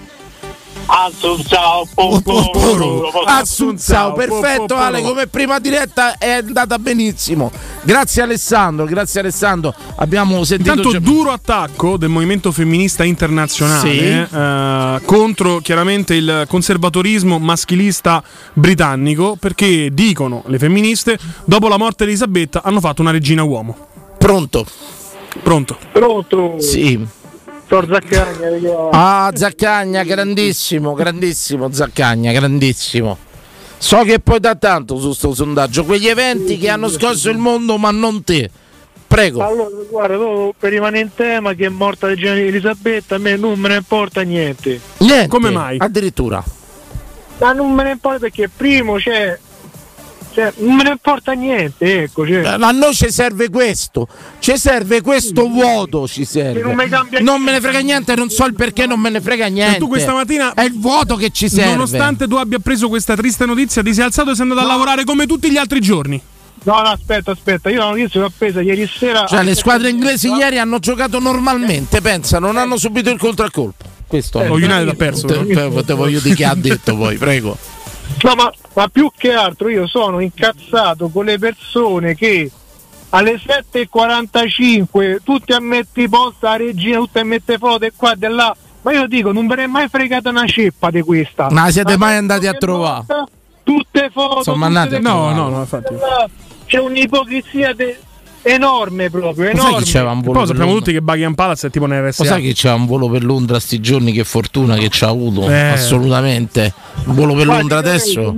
Assunzao, perfetto Ale, come prima diretta è andata benissimo. Grazie Alessandro. Abbiamo sentito tanto duro attacco del movimento femminista internazionale contro chiaramente il conservatorismo maschilista britannico, perché dicono le femministe dopo la morte di Elisabetta hanno fatto una regina uomo. Pronto? Sì. Zaccagna, grandissimo Zaccagna, grandissimo. So che poi da tanto su sto sondaggio, quegli eventi che hanno scosso il mondo, ma non te. Prego. Allora, guarda, per rimanere in tema che è morta la regina Elisabetta, a me non me ne importa niente. Come mai? Addirittura. Ma non me ne importa, perché primo c'è cioè, non me ne importa niente, ecco. Cioè. A noi ci serve questo vuoto, ci serve. Non me ne frega niente, non so il perché, non me ne frega niente. Tu questa mattina è il vuoto che ci serve. Nonostante tu abbia preso questa triste notizia, ti sei alzato e sei andato a lavorare come tutti gli altri giorni. No, aspetta, io la notizia l'ho appesa ieri sera. Cioè, le squadre inglesi ieri hanno giocato normalmente, pensa, non hanno subito il contraccolpo. Questo lo United ha perso. Te voglio dire che ha detto poi, prego. No, ma più che altro io sono incazzato con le persone che alle 7:45 tutti a mettere posta la regina, tutti a mettere foto e qua e là. Ma io dico, non ve ne è mai fregata una ceppa di questa. Ma siete mai andati a trovare? Tutte foto. Sono andati no, infatti. C'è un'ipocrisia enorme proprio, enorme. Sai che c'era un volo? Poi sappiamo tutti che Buckingham Palace è tipo un'RSA. Lo sai che c'era un volo per Londra sti giorni? Che fortuna che c'ha avuto, assolutamente. Un volo per Londra adesso.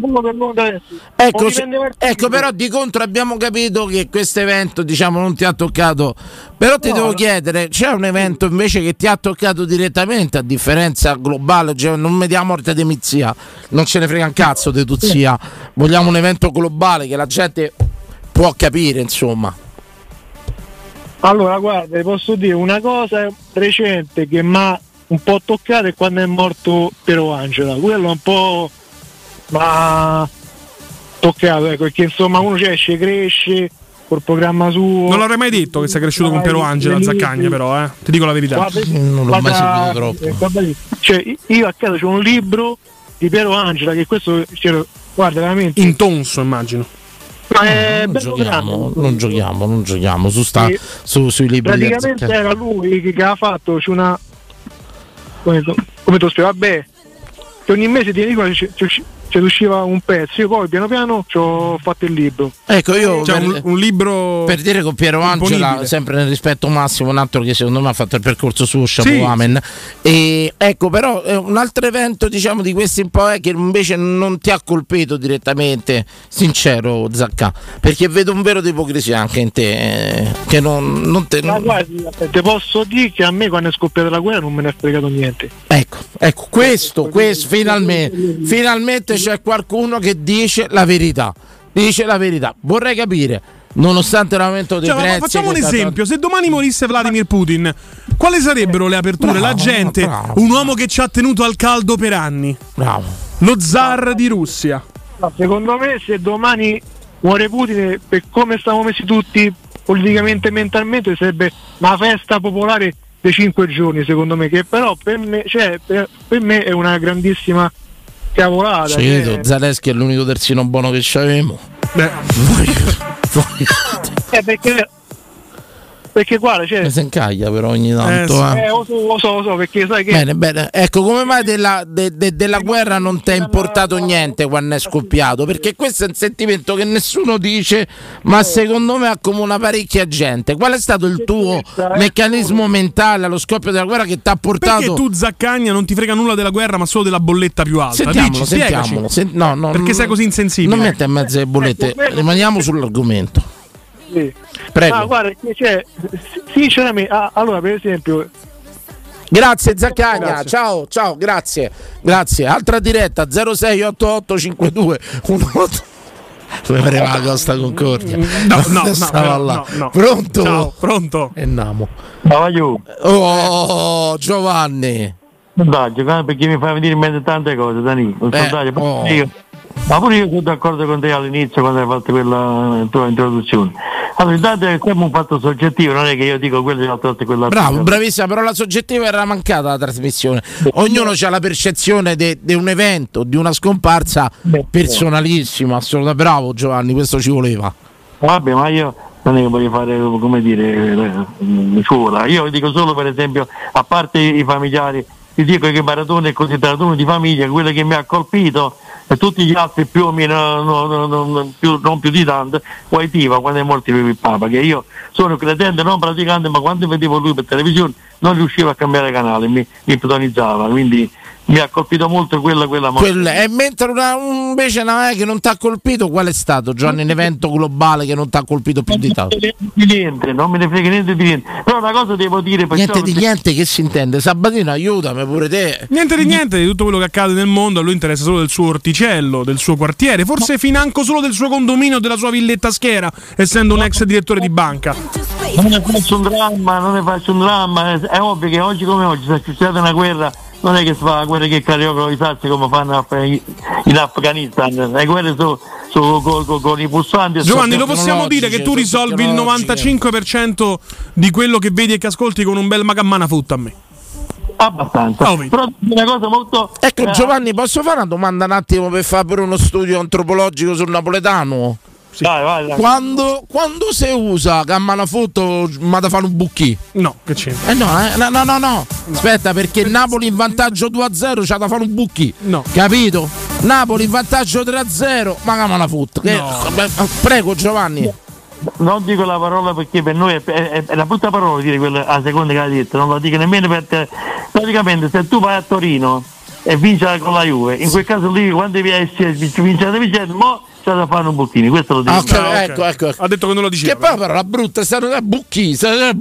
Ecco, però di contro abbiamo capito che questo evento, diciamo, non ti ha toccato. Però ti devo chiedere, c'è un evento invece che ti ha toccato direttamente, a differenza globale, cioè non vediamo morte di Mizia, non ce ne frega un cazzo di Tuzia. Vogliamo un evento globale che la gente può capire, insomma. Allora, guarda, posso dire una cosa recente che mi ha un po' toccato è quando è morto Piero Angela. Quello un po' mi ha toccato, ecco, perché insomma uno esce, cresce col programma suo. Non l'avrei mai detto che sei cresciuto con Piero Angela Zaccagna, però, ti dico la verità. Non l'ho mai seguito troppo. Cioè, io a casa c'ho un libro di Piero Angela che questo, guarda, veramente intonso, immagino. Non giochiamo sui libri. Praticamente era lui che ha fatto una, come te lo spiego, vabbè, che ogni mese ci usciva un pezzo. Io poi piano piano ci ho fatto il libro. Ecco, io un libro per dire con Piero Angela, sempre nel rispetto massimo, un altro che secondo me ha fatto il percorso suo, Chapeau Amen. E ecco, però un altro evento, diciamo, di questi un po' che invece non ti ha colpito direttamente, sincero Zacca, perché vedo un vero di ipocrisia anche in te, che non te. Ma guardi, te posso dire che a me quando è scoppiata la guerra non me ne è fregato niente. Ecco, questo finalmente c'è qualcuno che dice la verità. Vorrei capire, nonostante l'aumento dei prezzi. Facciamo un esempio: se domani morisse Vladimir Putin, quali sarebbero le aperture? La gente, un uomo che ci ha tenuto al caldo per anni, lo zar di Russia. Secondo me, se domani muore Putin, per come stiamo messi tutti politicamente e mentalmente, sarebbe una festa popolare dei 5 giorni, secondo me, che però per me è una grandissima cavolata. Zaleschi è l'unico terzino buono che c'avevamo. Perché guarda, mi si incaglia però ogni tanto. Lo so, perché sai che. Bene. Ecco, come mai della guerra non ti è importato niente quando è scoppiato? Perché questo è un sentimento che nessuno dice, ma secondo me accomuna parecchia gente. Qual è stato il tuo meccanismo mentale allo scoppio della guerra che ti ha portato? Perché tu, Zaccagna, non ti frega nulla della guerra, ma solo della bolletta più alta? Sentiamolo. No, perché sei così insensibile? Non mette in mezzo le bollette, rimaniamo sull'argomento. Prego. Guarda, sinceramente, allora per esempio. Grazie Zaccagna, ciao, grazie. Altra diretta 068852 come pareva la Costa Concordia. No. Pronto? Ciao, pronto. E andiamo. Giovanni. Dai, giocare perché mi fai venire in mente tante cose, Danilo. Ma pure io sono d'accordo con te all'inizio quando hai fatto quella tua introduzione. Allora, intanto è sempre un fatto soggettivo, non è che io dico quello e l'altro quello. Bravo, bravissima, però la soggettiva era mancata la trasmissione. Ognuno ha la percezione di un evento, di una scomparsa personalissima, assolutamente. Bravo Giovanni, questo ci voleva. Vabbè, ma io non è che voglio fare, come dire, scuola. Io dico solo, per esempio, a parte i familiari, ti dico che Maradona è considerato uno di famiglia, quello che mi ha colpito, e tutti gli altri più o meno non più di tanto, Waitiva quando è morto il Papa, che io sono credente non praticante, ma quando vedevo lui per televisione non riuscivo a cambiare canale, mi ipnotizzava, quindi mi ha colpito molto quella morte. E mentre invece che non ti ha colpito, qual è stato, Gianni, un evento globale che non ti ha colpito più di tanto? Non me ne frega niente di niente. Però una cosa devo dire, niente di niente, che si intende? Sabatino, aiutami pure te. Niente di niente di tutto quello che accade nel mondo. A lui interessa solo del suo orticello, del suo quartiere, forse financo solo del suo condominio, della sua villetta a Schera, essendo un ex direttore di banca. Non ne faccio un dramma, è ovvio che oggi come oggi, se c'è stata una guerra, non è che si fa la guerra che carioca i sassi come fanno in Afghanistan, le guerre con i pulsanti. Giovanni, lo possiamo dire che tu risolvi il 95% di quello che vedi e che ascolti con un bel Macammana Foot a me? Abbastanza. Però una cosa molto. Ecco, Giovanni, posso fare una domanda un attimo per fare pure uno studio antropologico sul napoletano? Sì. Vai. Quando si usa Cammana Foto, ma da fare un bucchì? No, che c'è? No. Aspetta, perché Napoli in vantaggio 2-0 c'ha da fare un bucchi. No. Capito? Napoli in vantaggio 3-0, ma Cammana Foto. Prego, Giovanni. Non dico la parola perché per noi è la brutta parola dire quella a seconda che hai detto, non la dico nemmeno perché praticamente se tu vai a Torino e vinci con la Juve, in quel caso lì quando devi vincere mo c'è da fare un bucchini, questo lo dico. Ecco. Ha detto che non lo diceva. Che poi però la brutta è stata Bucchi.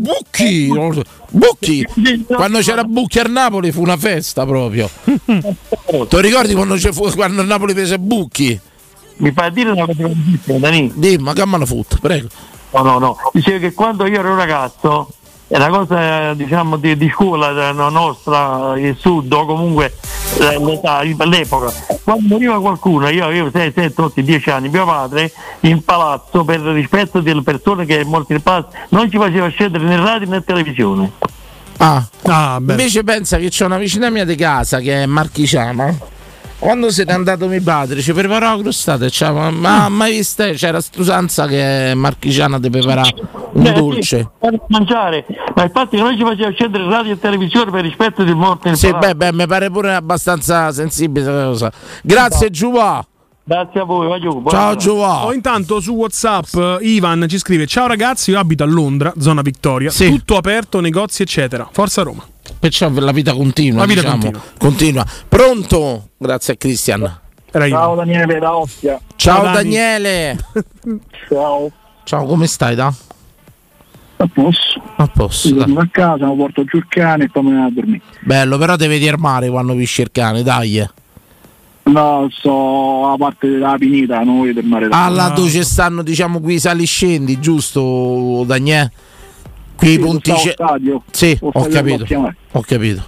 Quando c'era Bucchi a Napoli fu una festa proprio. Ti ricordi quando il Napoli prese Bucchi? Mi fai dire una cosa bellissima, Dani? Dimma, Cammana Foot, prego. No. Dicevo che quando io ero un ragazzo, è una cosa diciamo di scuola nostra, il sud o comunque l'epoca, quando moriva qualcuno, io avevo 6, 7, 8, 10 anni, mio padre in palazzo, per rispetto delle persone che è morto in palazzo, non ci faceva scendere né radio né televisione. Invece pensa che c'è una vicina mia di casa che è marchigiana. Quando se n'è andato mio padre ci preparò la crostata, ma mai vista, c'era st'usanza che è marchigiana di preparare un dolce per mangiare, ma infatti noi ci faceva scendere radio e televisione per rispetto del morto in palazzo. Mi pare pure abbastanza sensibile questa cosa. Grazie Giova. Grazie a voi, ciao Giova. Intanto su WhatsApp Ivan ci scrive: ciao ragazzi, io abito a Londra, zona Vittoria, tutto aperto, negozi eccetera, forza Roma. Perciò la vita continua, continua. Pronto? Grazie a Cristian. Ciao Daniele da Ostia. Ciao Daniele. Ciao, come stai? A posto. Sono a casa, mi porto giù il cane e poi me ne vado a dormire. Bello, però devi dire mare quando visci il cane, dai. No, so a parte della Pineta, non voglio del mare. Là dove ci stanno, diciamo, qui sali scendi, giusto, Daniele? Qui i punti sì, ho capito.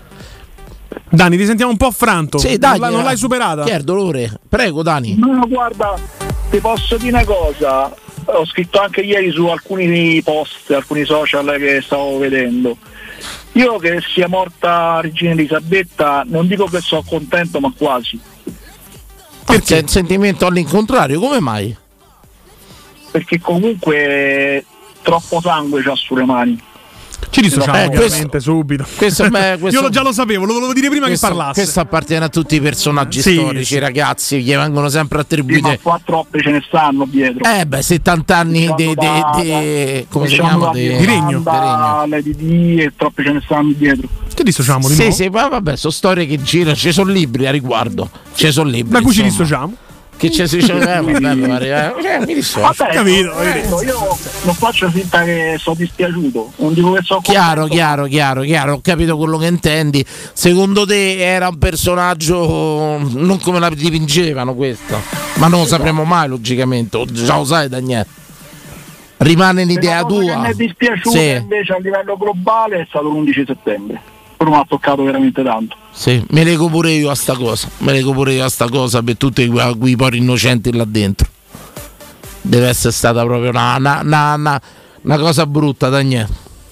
Dani, ti sentiamo un po' affranto. Sì, dai, non l'hai superata? Che è il dolore? Prego, Dani. No, guarda, ti posso dire una cosa. Ho scritto anche ieri su alcuni post, alcuni social che stavo vedendo. Io che sia morta Regina Elisabetta, non dico che sono contento, ma quasi. Perché il sentimento all'incontrario, come mai? Perché comunque troppo sangue c'ha sulle mani. Ci dissociamo ovviamente subito. Io già lo sapevo, lo volevo dire prima che parlasse. Questo appartiene a tutti i personaggi storici, ragazzi, gli vengono sempre attribuite. Ma qua troppe ce ne stanno dietro. 70 anni di come si chiama? Di regno. E troppe ce ne stanno dietro. Che dissociamo? Sì, vabbè, sono storie che girano, ci sono libri a riguardo. Ci sono libri. Da cui ci dissociamo? Che c'è mi dissocio. Capito? Io non faccio finta che sono dispiaciuto, non dico che so. Chiaro, ho capito quello che intendi. Secondo te era un personaggio non come la dipingevano questo? Ma non lo sapremo mai, logicamente. Già lo sai, Daniele. Rimane un'idea tua. Che mi è dispiaciuto invece a livello globale è stato l'11 settembre. Però mi ha toccato veramente tanto. Sì, me lego pure io a sta cosa per tutti quei pori innocenti là dentro. Deve essere stata proprio una cosa brutta, Daniele.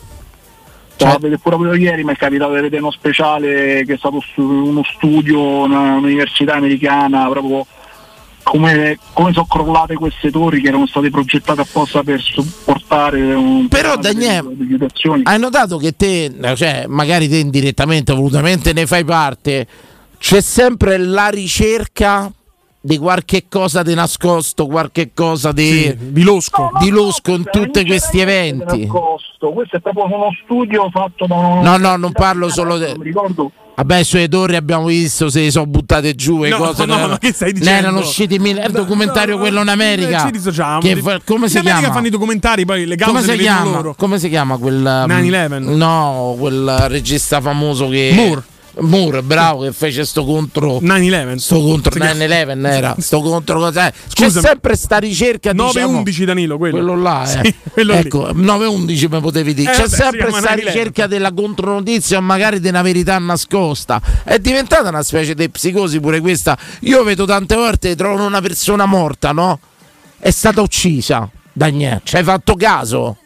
Proprio ieri mi è capitato di vedere uno speciale che è stato su uno studio, un'università americana, proprio come sono crollate queste torri che erano state progettate apposta per supportare però Daniele, hai notato che te, magari te indirettamente, volutamente ne fai parte, c'è sempre la ricerca di qualche cosa di nascosto, qualche cosa di losco in tutti questi eventi. Questo è proprio uno studio fatto da no, non parlo solo Vabbè, i suoi torri abbiamo visto, se li sono buttate giù e cose. Ma che stai dicendo? Ne erano usciti mille. Il documentario quello in America. Ci dissociamo. Come si in America chiama? fanno i documentari, poi le cause le vedono loro. Come si chiama quel 9/11? No, quel regista famoso che Moore, bravo, che fece sto contro 9/11. Sto contro 9/11 era. Sto contro cos'è? C'è sempre sta ricerca 9/11 Danilo, quello là, sì, quello ecco, 9/11 mi potevi dire. C'è sempre sta ricerca della contronotizia o magari di una verità nascosta. È diventata una specie di psicosi pure questa. Io vedo tante volte trovano una persona morta, no? È stata uccisa da niente. Ci hai fatto caso?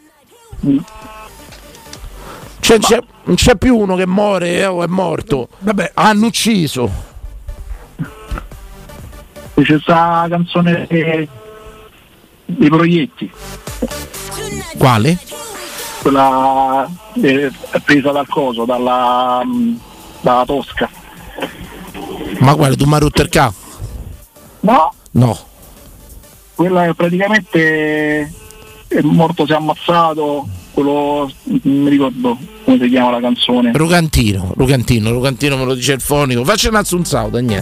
Non c'è più uno che muore o è morto. Vabbè. Hanno ucciso. C'è sta canzone dei Proietti. Quale? Quella presa dal coso, dalla Tosca. Ma guarda, tu mi hai rotto il capo? No. Quella è praticamente è morto, si è ammazzato. Quello non mi ricordo come si chiama la canzone. Rugantino me lo dice il fonico. Faccia un assunzao, Daniele,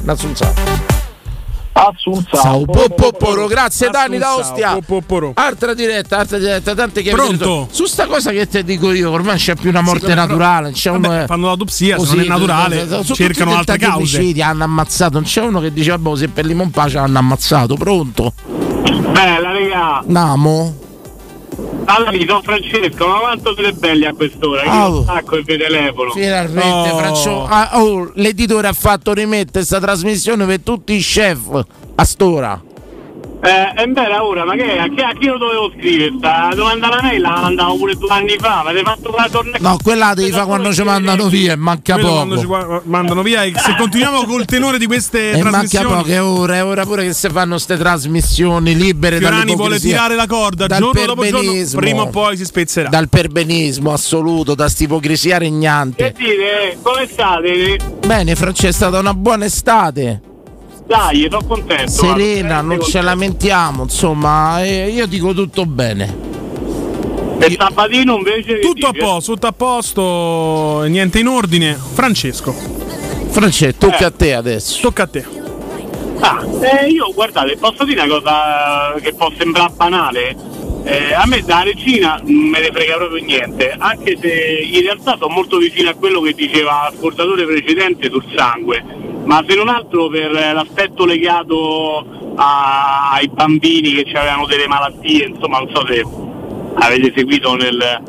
Popporo, grazie Dani da Ostia. Altra diretta, tante che pronto su sta cosa che te dico io, ormai c'è più una morte naturale, c'è uno fanno l'autopsia, se non è naturale cercano altre cause. Hanno ammazzato, non c'è uno che dice vabbè, se per l'imon pace hanno ammazzato. Pronto? Bella regà. Namo. Allora, sono Francesco, ma quanto siete belli a quest'ora? Io stacco il mio telefono. Finalmente, l'editore ha fatto rimettere questa trasmissione per tutti i chef a st'ora. È bella ora, ma che a chi lo dovevo scrivere? Sta domanda la mail la mandavo pure 2 anni fa, ma avete fatto la tornata. No, quella devi fare quando ci mandano via, e manca quello poco. Quando ci mandano via, e se continuiamo col tenore di queste trasmissioni. Manca poco, è ora pure che si fanno queste trasmissioni libere dall'ipocrisia. Vuole tirare la corda giorno dopo giorno, prima o poi si spezzerà. Dal perbenismo assoluto, da st'ipocrisia regnante. Che dite? Come state? Bene, Francesco, è stata una buona estate. Dai, sono contento. Serena, non ce lamentiamo, insomma, io dico tutto bene. E Sabatino invece tutto a posto, niente in ordine. Francesco, tocca a te adesso. Tocca a te. Io guardate, posso dire una cosa che può sembrare banale? A me da Regina non me ne frega proprio niente, anche se in realtà sono molto vicino a quello che diceva l'ascoltatore precedente sul sangue, ma se non altro per l'aspetto legato ai bambini che avevano delle malattie, insomma non so se avete seguito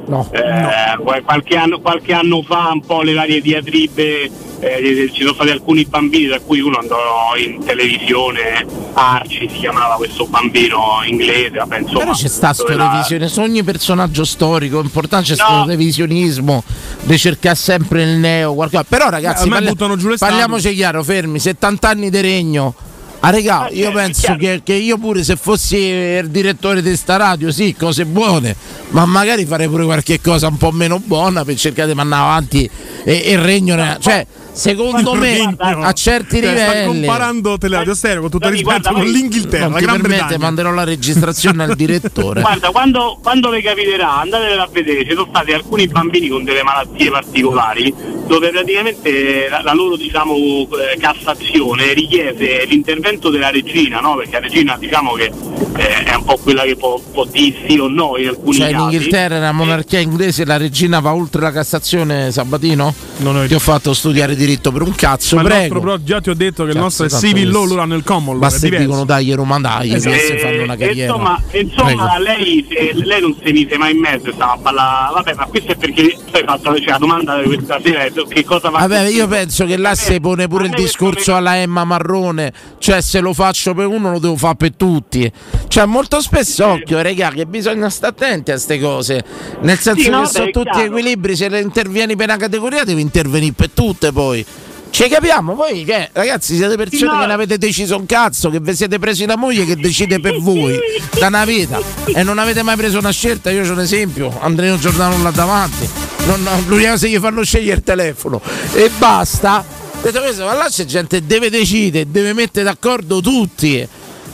qualche anno fa un po' le varie diatribe, ci sono stati alcuni bambini tra cui uno andò in televisione, Arci si chiamava questo bambino inglese, vabbè, insomma. Però c'è sta revisione, su ogni personaggio storico importante c'è stato revisionismo di cercare sempre il neo qualcosa. Però ragazzi, parliamoci chiaro, fermi, 70 anni di regno. Regà, io penso che io pure se fossi il direttore di sta radio, sì, cose buone, ma magari farei pure qualche cosa un po' meno buona per cercare di mandare avanti e il regno, cioè secondo me a certi livelli. Stai comparando Teleradio Stereo con tutto il rispetto con l'Inghilterra, non la ti Gran permette, Bretagna. manderò la registrazione al direttore. Guarda, quando vi capiterà, andatevela a vedere, ci sono stati alcuni bambini con delle malattie particolari dove praticamente la loro Cassazione richiese l'intervento della regina, no? Perché la regina diciamo che è un po' quella che può dire sì o no in alcuni casi. In Inghilterra, la monarchia inglese, la regina va oltre la Cassazione, Sabatino? Ti ho fatto studiare diritto per un cazzo, ma prego. Già ti ho detto che il nostro è civil law, loro hanno il common law. Ma se dicono dai Roma dai, se fanno una carriera. Insomma lei non si mise mai in mezzo, stava a parlare. Vabbè, ma questo è perché tu hai fatto la domanda di questa sera, che cosa fa? Vabbè, io penso che là si pone pure il discorso alla Emma Marrone, cioè se lo faccio per uno lo devo fare per tutti. Cioè molto spesso occhio, regà, che bisogna stare attenti a queste cose. Nel senso che sono tutti equilibri, se le intervieni per una categoria devi intervenire per tutte poi. Ci capiamo voi che ragazzi siete persone che ne avete deciso un cazzo, che vi siete presi una moglie che decide per voi da una vita e non avete mai preso una scelta. Io c'ho un esempio, Andrea Giordano là davanti, l'unica cosa gli fanno scegliere il telefono e basta. Detto questo, ma là c'è gente che deve decidere, deve mettere d'accordo tutti.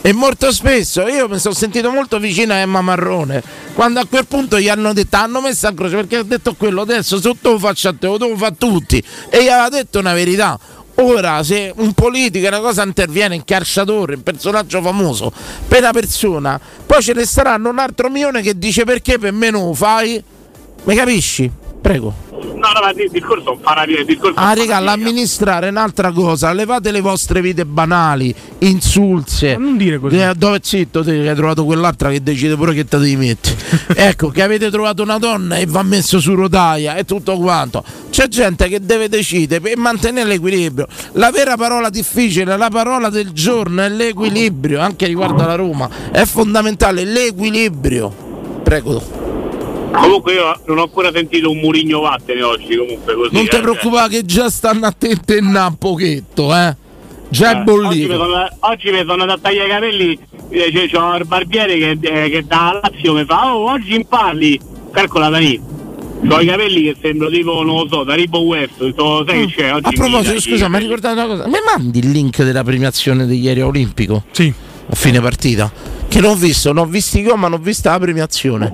E molto spesso io mi sono sentito molto vicino a Emma Marrone quando a quel punto gli hanno detto, hanno messo a croce perché ha detto quello, adesso sotto lo faccio a te, lo devo fare a tutti, e gli aveva detto una verità. Ora se un politico una cosa interviene, un calciatore, un personaggio famoso per una persona, poi ce ne saranno un altro milione che dice perché per me non lo fai, mi capisci? Prego. No, ma il discorso non farà il discorso. Raga, l'amministrare è un'altra cosa, levate le vostre vite banali, insulse. Non dire così. Dove zitto te che hai trovato quell'altra che decide pure che te devi mettere. Ecco, che avete trovato una donna e va messo su rotaia e tutto quanto. C'è gente che deve decidere per mantenere l'equilibrio. La vera parola difficile, la parola del giorno è l'equilibrio, anche riguardo alla Roma. È fondamentale l'equilibrio. Prego. Comunque io non ho ancora sentito un Mourinho vattene oggi, comunque così. Non ti preoccupare che già stanno a tentennare un pochetto, Già è bollito. Oggi mi sono andato a tagliare i capelli, c'ho il barbiere che da Lazio mi fa, oggi imparli, calcola Dani. Ho i capelli che sembro tipo, non lo so, da Ribo West, sai che c'è oggi. A proposito, scusa, mi ha ricordato una cosa. Mi mandi il link della premiazione di ieri olimpico? Sì. A fine partita? Che non ho visto, non ho visti i gol, ma non ho vista la premiazione.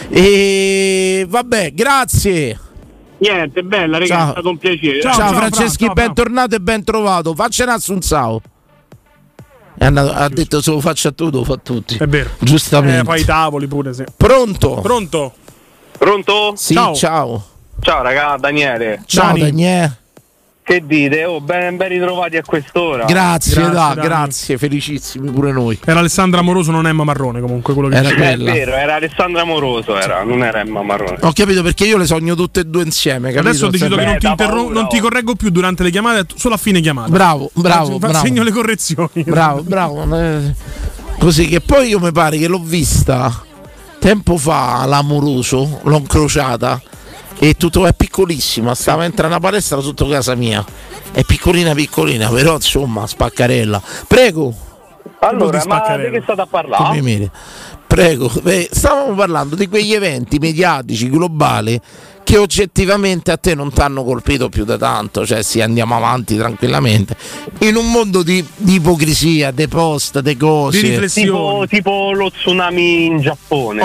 E vabbè, grazie. Niente, bella, ragazzi, è stato un piacere. Ciao Franceschi, bentornato e ben trovato. Faccene Assunzao. Ha detto se lo faccio a tu, lo fa a tutti. È vero. Giustamente. Poi i tavoli pure, sì. Pronto? Pronto? Sì, ciao. Ciao raga, Daniele. Ciao Daniele. Che dite? Ben ritrovati a quest'ora. Grazie, felicissimi pure noi. Era Alessandra Amoroso, non Emma Marrone, comunque quello che era quella. È vero, era Alessandra Amoroso, non era Emma Marrone. Ho capito, perché io le sogno tutte e due insieme, capito? Adesso ho deciso che non ti correggo più durante le chiamate, solo a fine chiamata. Bravo. Segno le correzioni. Bravo. Così che poi io mi pare che l'ho vista tempo fa l'Amoroso, l'ho incrociata. E tutto è piccolissima, stava entrando una palestra sotto casa mia. È piccolina, però insomma, spaccarella. Prego. Allora, ma di che state a parlare? Prego. Stavamo parlando di quegli eventi mediatici globali che oggettivamente a te non ti hanno colpito più da tanto, cioè sì, andiamo avanti tranquillamente in un mondo di ipocrisia, di post, di cose, di riflessioni, tipo lo tsunami in Giappone.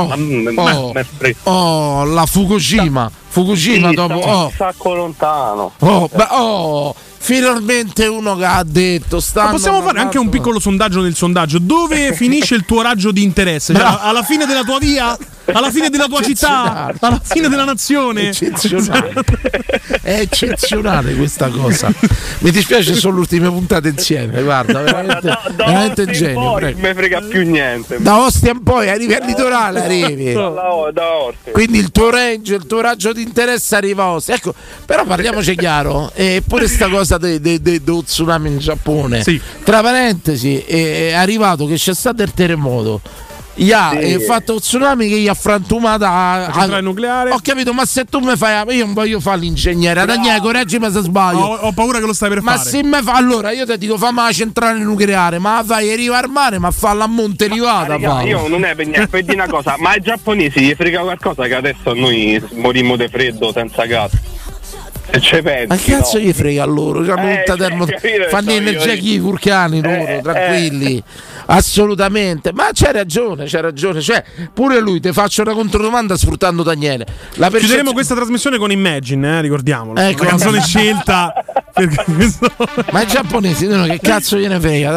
La Fukushima sì, dopo un sacco lontano. Finalmente uno che ha detto ma possiamo fare anche un piccolo sondaggio nel sondaggio. Dove finisce il tuo raggio di interesse? Cioè, alla fine della tua via? Alla fine della tua città? Alla fine della nazione? È eccezionale questa cosa. Mi dispiace, sono le ultime puntate insieme. Guarda, veramente genio. Non mi frega più niente. Da Ostia in poi arrivi al litorale, arrivi. Quindi il tuo range, il tuo raggio di interesse arriva a Ostia. Ecco, però parliamoci chiaro. Eppure sta cosa dello tsunami in Giappone, sì. Tra parentesi, è arrivato che c'è stato il terremoto. È fatto un tsunami che gli ha frantumata la centrale nucleare. Ho capito, ma se tu mi fai, io non voglio fare l'ingegnere, Daniele, correggimi se sbaglio. Ho paura che lo stai per fare. Ma se me fa, allora io ti dico fammi la centrale nucleare, ma fai arriva al mare, ma falla a monte rivata. Io non è per niente, per dire una cosa, ma ai giapponesi gli frega qualcosa che adesso noi morimmo di freddo senza gas. Se ci pensi, ma che cazzo gli frega a loro? Fanno energia chi i vulcani loro, tranquilli. Assolutamente, ma c'hai ragione, cioè pure lui, te faccio una controdomanda sfruttando Daniele. Chiuderemo questa trasmissione con Imagine, ricordiamolo. Ecco. Una canzone scelta ma i giapponesi che cazzo gliene frega,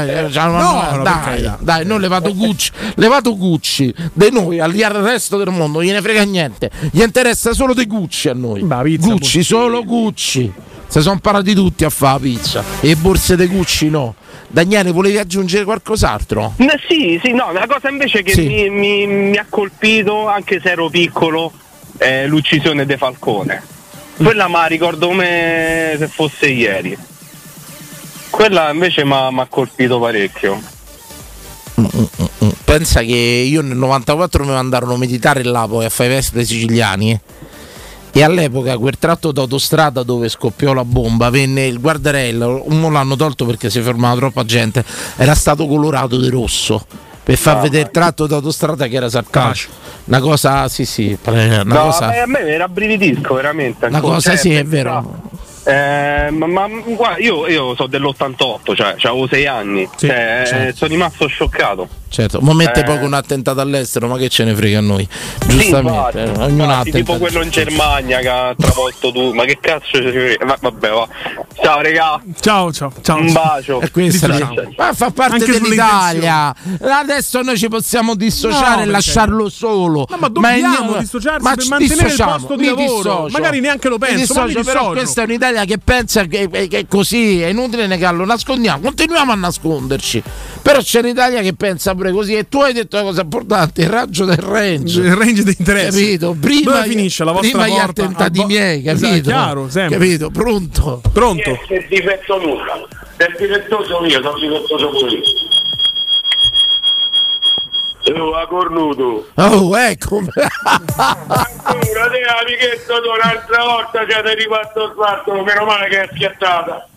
dai, noi levato Gucci di noi al resto del mondo gliene frega niente, gli interessa solo dei Gucci a noi. Gucci, solo Gucci. Si sono parati tutti a fare la pizza e borse dei Gucci no. Daniele, volevi aggiungere qualcos'altro? Sì, no, una cosa invece che mi ha colpito, anche se ero piccolo, è l'uccisione di Falcone. Quella ma ricordo come se fosse ieri. Quella invece mi ha colpito parecchio. Pensa che io nel 94 mi mandarono a meditare là poi a fare i vespri siciliani. E all'epoca quel tratto d'autostrada dove scoppiò la bomba venne il guardarello, non l'hanno tolto perché si fermava troppa gente, era stato colorato di rosso per far vedere il tratto d'autostrada che era saltato. Una cosa, sì, una cosa. A me era brividisco veramente. Una cosa, sì, è vero. Ma guarda, io so dell'88, cioè avevo 6 anni, certo. Sono rimasto scioccato. Certo, ma mette poco un attentato all'estero, ma che ce ne frega a noi? Giustamente, infatti, tipo quello in Germania che ha travolto tu, ma che cazzo ce ne frega? Vabbè, va. Ciao regà. Ciao. Un bacio. E questa ma fa parte Anche dell'Italia. Adesso noi ci possiamo dissociare e lasciarlo solo. No, ma dobbiamo dissociarsi per mantenere il posto di lavoro. Magari neanche lo penso, ma però questa è un'Italia che pensa che è così, è inutile negarlo, nascondiamo, continuiamo a nasconderci. Però c'è un'Italia che pensa pure così, e tu hai detto una cosa importante, il raggio del range. Il range di interesse. Capito? Prima finisce la vostra prima porta? gli attentati miei, capito? Esatto, chiaro, sempre. Capito? Pronto? Non è difetto nulla. Del difettoso io, sono difettoso pure io. A cornuto. Oh, ecco. Ancora te amichetto tu un'altra volta ci hai rifatto sbarco, meno male che è schiattata.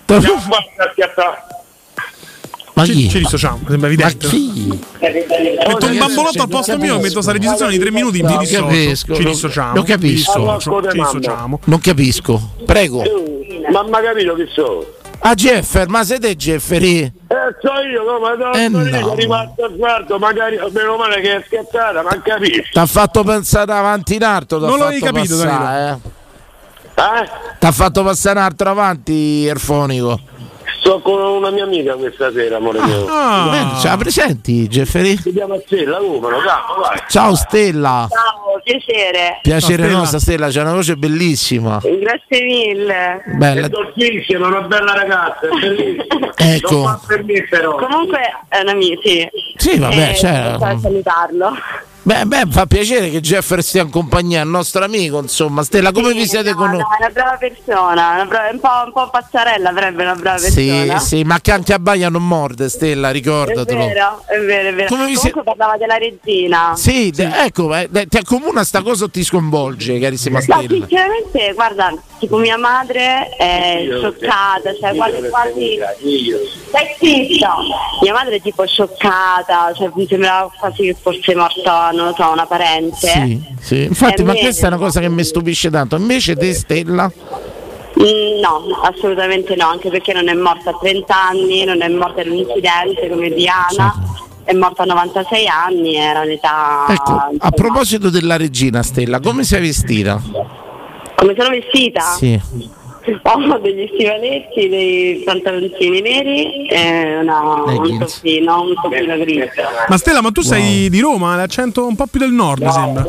Ma chi? Ci dissociamo, sembra evidente. Ma chi? Metto un bambolotto al posto mio, metto questa registrazione di 3 minuti, mi dissocio. Ci dissociamo. Non capisco. Ci dissociamo. Non capisco. Prego. Mamma capito chi sono? Ah, Jeffer, ma siete Jefferi? So io, no, è rimasto a sguardo, magari meno male che è schiattata, ma capisci? T'ha fatto pensare avanti in alto, Non l'avevi capito, Danilo. T'ha fatto passare un altro avanti, Erfonico. Sto con una mia amica questa sera, amore mio. Ce la presenti, Jefferi? Si chiama Stella, come lo capo, vai. Ciao Stella. Ciao, piacere. Piacere nostra, Stella, c'è una voce bellissima. Grazie mille. Bella. È dolcissima, una bella ragazza, è bellissima. Ecco. Non fa per me, però. Comunque è una mia, sì. Sì, vabbè, certo. Salutarlo. Beh, fa piacere che Jeffer stia in compagnia, il nostro amico, insomma. Stella, come vi siete conosciuti? È una brava persona, un po' pazzarella, avrebbe una brava persona. Sì, ma canti a baia non morde, Stella, ricordatelo. È vero. Comunque parlava della regina. Sì. Ecco, ti accomuna sta cosa o ti sconvolge, carissima Stella? No, sinceramente, guarda, tipo mia madre è scioccata, cioè quasi stai zitta. Mia madre è tipo scioccata, cioè mi sembrava quasi che fosse morta, non lo so, una parente. Sì. Infatti, ma questa è una cosa che mi stupisce tanto. Invece te, Stella? No, assolutamente no, anche perché non è morta a 30 anni, non è morta in un incidente come Diana, è morta a 96 anni, era un'età... Ecco, a proposito della regina, Stella, come sei vestita? Come sono vestita? Sì. Ho degli stivaletti, dei pantaloncini neri e un toppino grigio. Ma Stella, ma tu sei di Roma, l'accento un po' più del nord, sembra.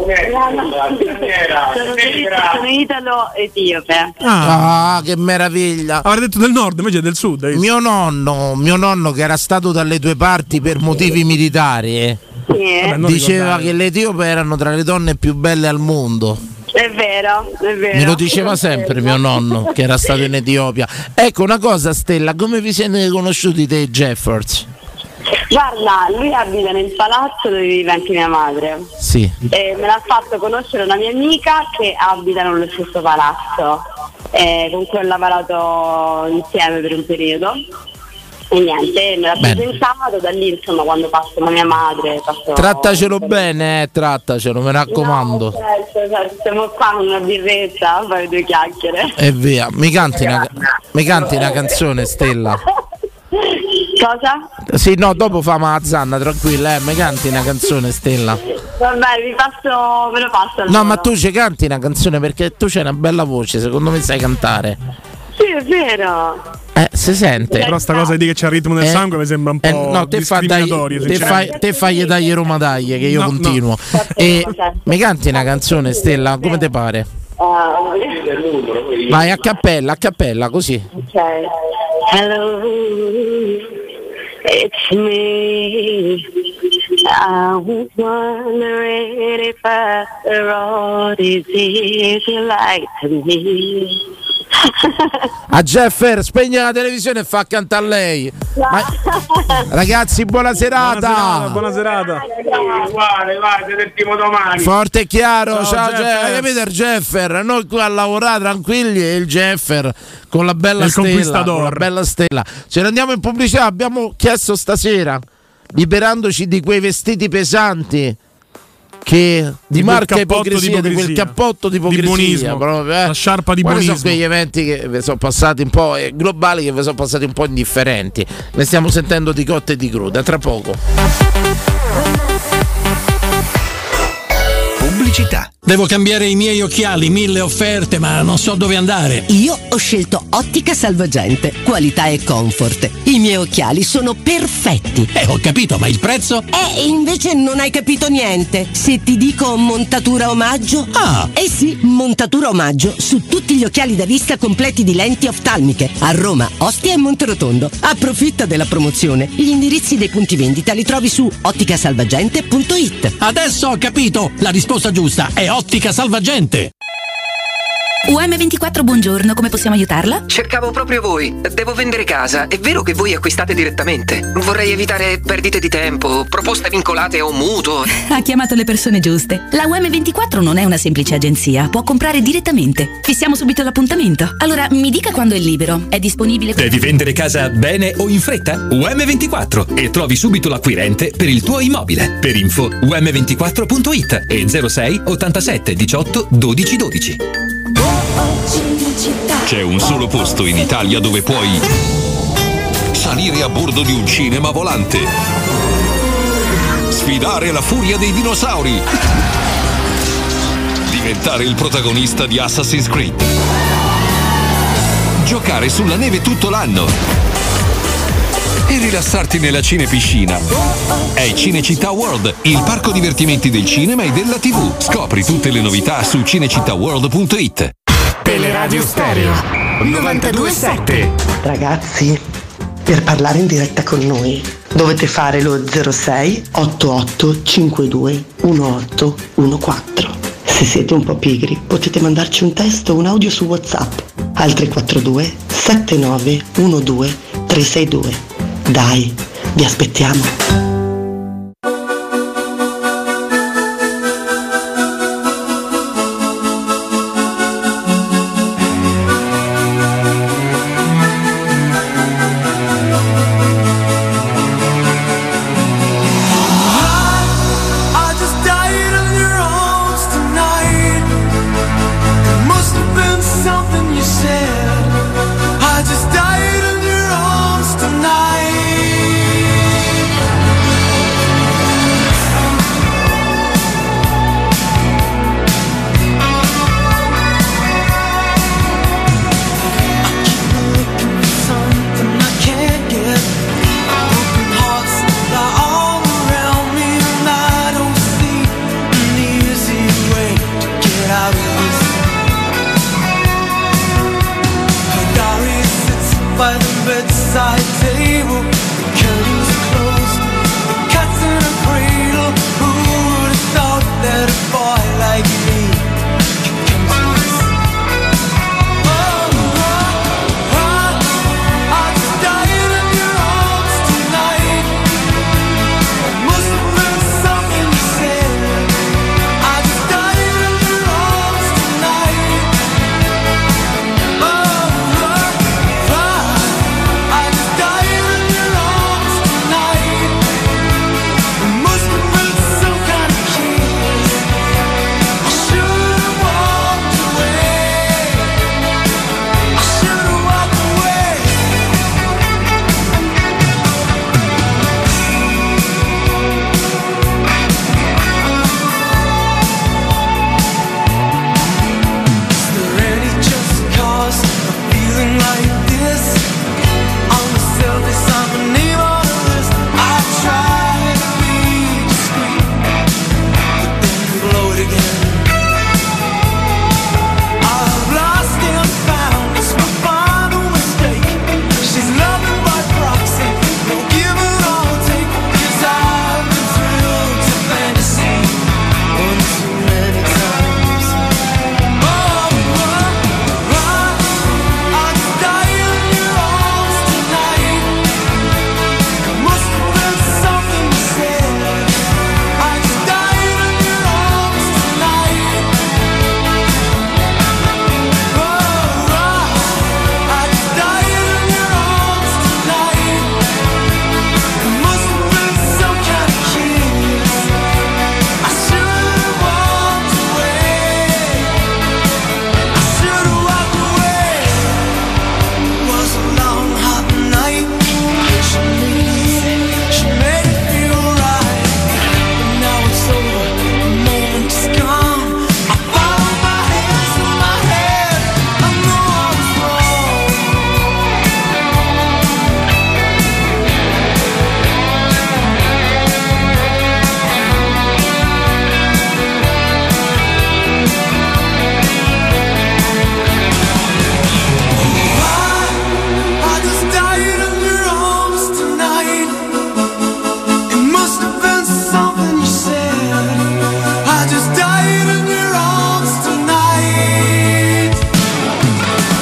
Sono italo-etiope. Che meraviglia! Avrei detto del nord, invece del sud. Mio nonno, che era stato dalle tue parti per motivi militari, diceva che le etiope erano tra le donne più belle al mondo. È vero. Me lo diceva sempre mio nonno, che era stato in Etiopia. Ecco una cosa, Stella, come vi siete conosciuti te e Jeffords? Guarda, lui abita nel palazzo dove vive anche mia madre. Sì. E me l'ha fatto conoscere una mia amica che abita nello stesso palazzo, con cui ho lavorato insieme per un periodo. E niente, me l'ha presentato, da lì insomma quando passo da mia madre Trattacelo bene, trattacelo, mi raccomando. No, certo, siamo qua con una birretta a fare 2 chiacchiere. E via, mi canti una canzone, Stella? Cosa? Sì, no, dopo famo la zanna, tranquilla, mi canti una canzone, Stella? Vabbè, me lo passo. No, ma tu ci canti una canzone perché tu c'hai una bella voce, secondo me sai cantare. Sì, è vero. Si sente. Però sta cosa di che c'è il ritmo del sangue mi sembra un po' discriminatorio. Te fai dagli Roma dagli, che io continuo. E mi canti una canzone, Stella, come te pare? Vai a cappella, così. Ok. Hello, it's me. I was wondering if after all this years you like me. A Jeffer spegne la televisione e fa cantare lei. Ragazzi, buona serata. Buona serata. Vai, ti sentiamo domani. Forte e chiaro. Ciao Jeffer. Hai capito il Jeffer? Noi qua a lavorare tranquilli e il Jeffer con la bella stella. Ce ne andiamo in pubblicità. Abbiamo chiesto stasera, liberandoci di quei vestiti pesanti, che di marca cappotto ipocrisia, di quel cappotto di ipocrisia, buonismo, proprio, la sciarpa di Quali buonismo. sono quegli eventi che vi sono passati un po' globali, che vi sono passati un po' indifferenti? Ne stiamo sentendo di cotte e di cruda tra poco. Pubblicità. Devo cambiare i miei occhiali, 1000 offerte, ma non so dove andare. Io ho scelto Ottica Salvagente, qualità e comfort. I miei occhiali sono perfetti. Ho capito, ma il prezzo? Invece non hai capito niente. Se ti dico montatura omaggio? Sì, montatura omaggio su tutti gli occhiali da vista completi di lenti oftalmiche. A Roma, Ostia e Monterotondo. Approfitta della promozione. Gli indirizzi dei punti vendita li trovi su otticasalvagente.it. Adesso ho capito! La risposta giusta è Ottica Salvagente. UM24, buongiorno, come possiamo aiutarla? Cercavo proprio voi. Devo vendere casa. È vero che voi acquistate direttamente? Vorrei evitare perdite di tempo, proposte vincolate o mutuo. Ha chiamato le persone giuste. La UM24 non è una semplice agenzia, può comprare direttamente. Fissiamo subito l'appuntamento. Allora, mi dica quando è libero. È disponibile? Devi vendere casa bene o in fretta? UM24 e trovi subito l'acquirente per il tuo immobile. Per info um24.it e 06 87 18 12 12. C'è un solo posto in Italia dove puoi salire a bordo di un cinema volante, sfidare la furia dei dinosauri, diventare il protagonista di Assassin's Creed, giocare sulla neve tutto l'anno e rilassarti nella cinepiscina. È Cinecittà World, il parco divertimenti del cinema e della TV. Scopri tutte le novità su cinecittàworld.it. Teleradio Stereo 92.7. Ragazzi, per parlare in diretta con noi dovete fare lo 06 88 52 1814. Se siete un po' pigri potete mandarci un testo o un audio su WhatsApp al 342 79 12 362. Dai, vi aspettiamo. Die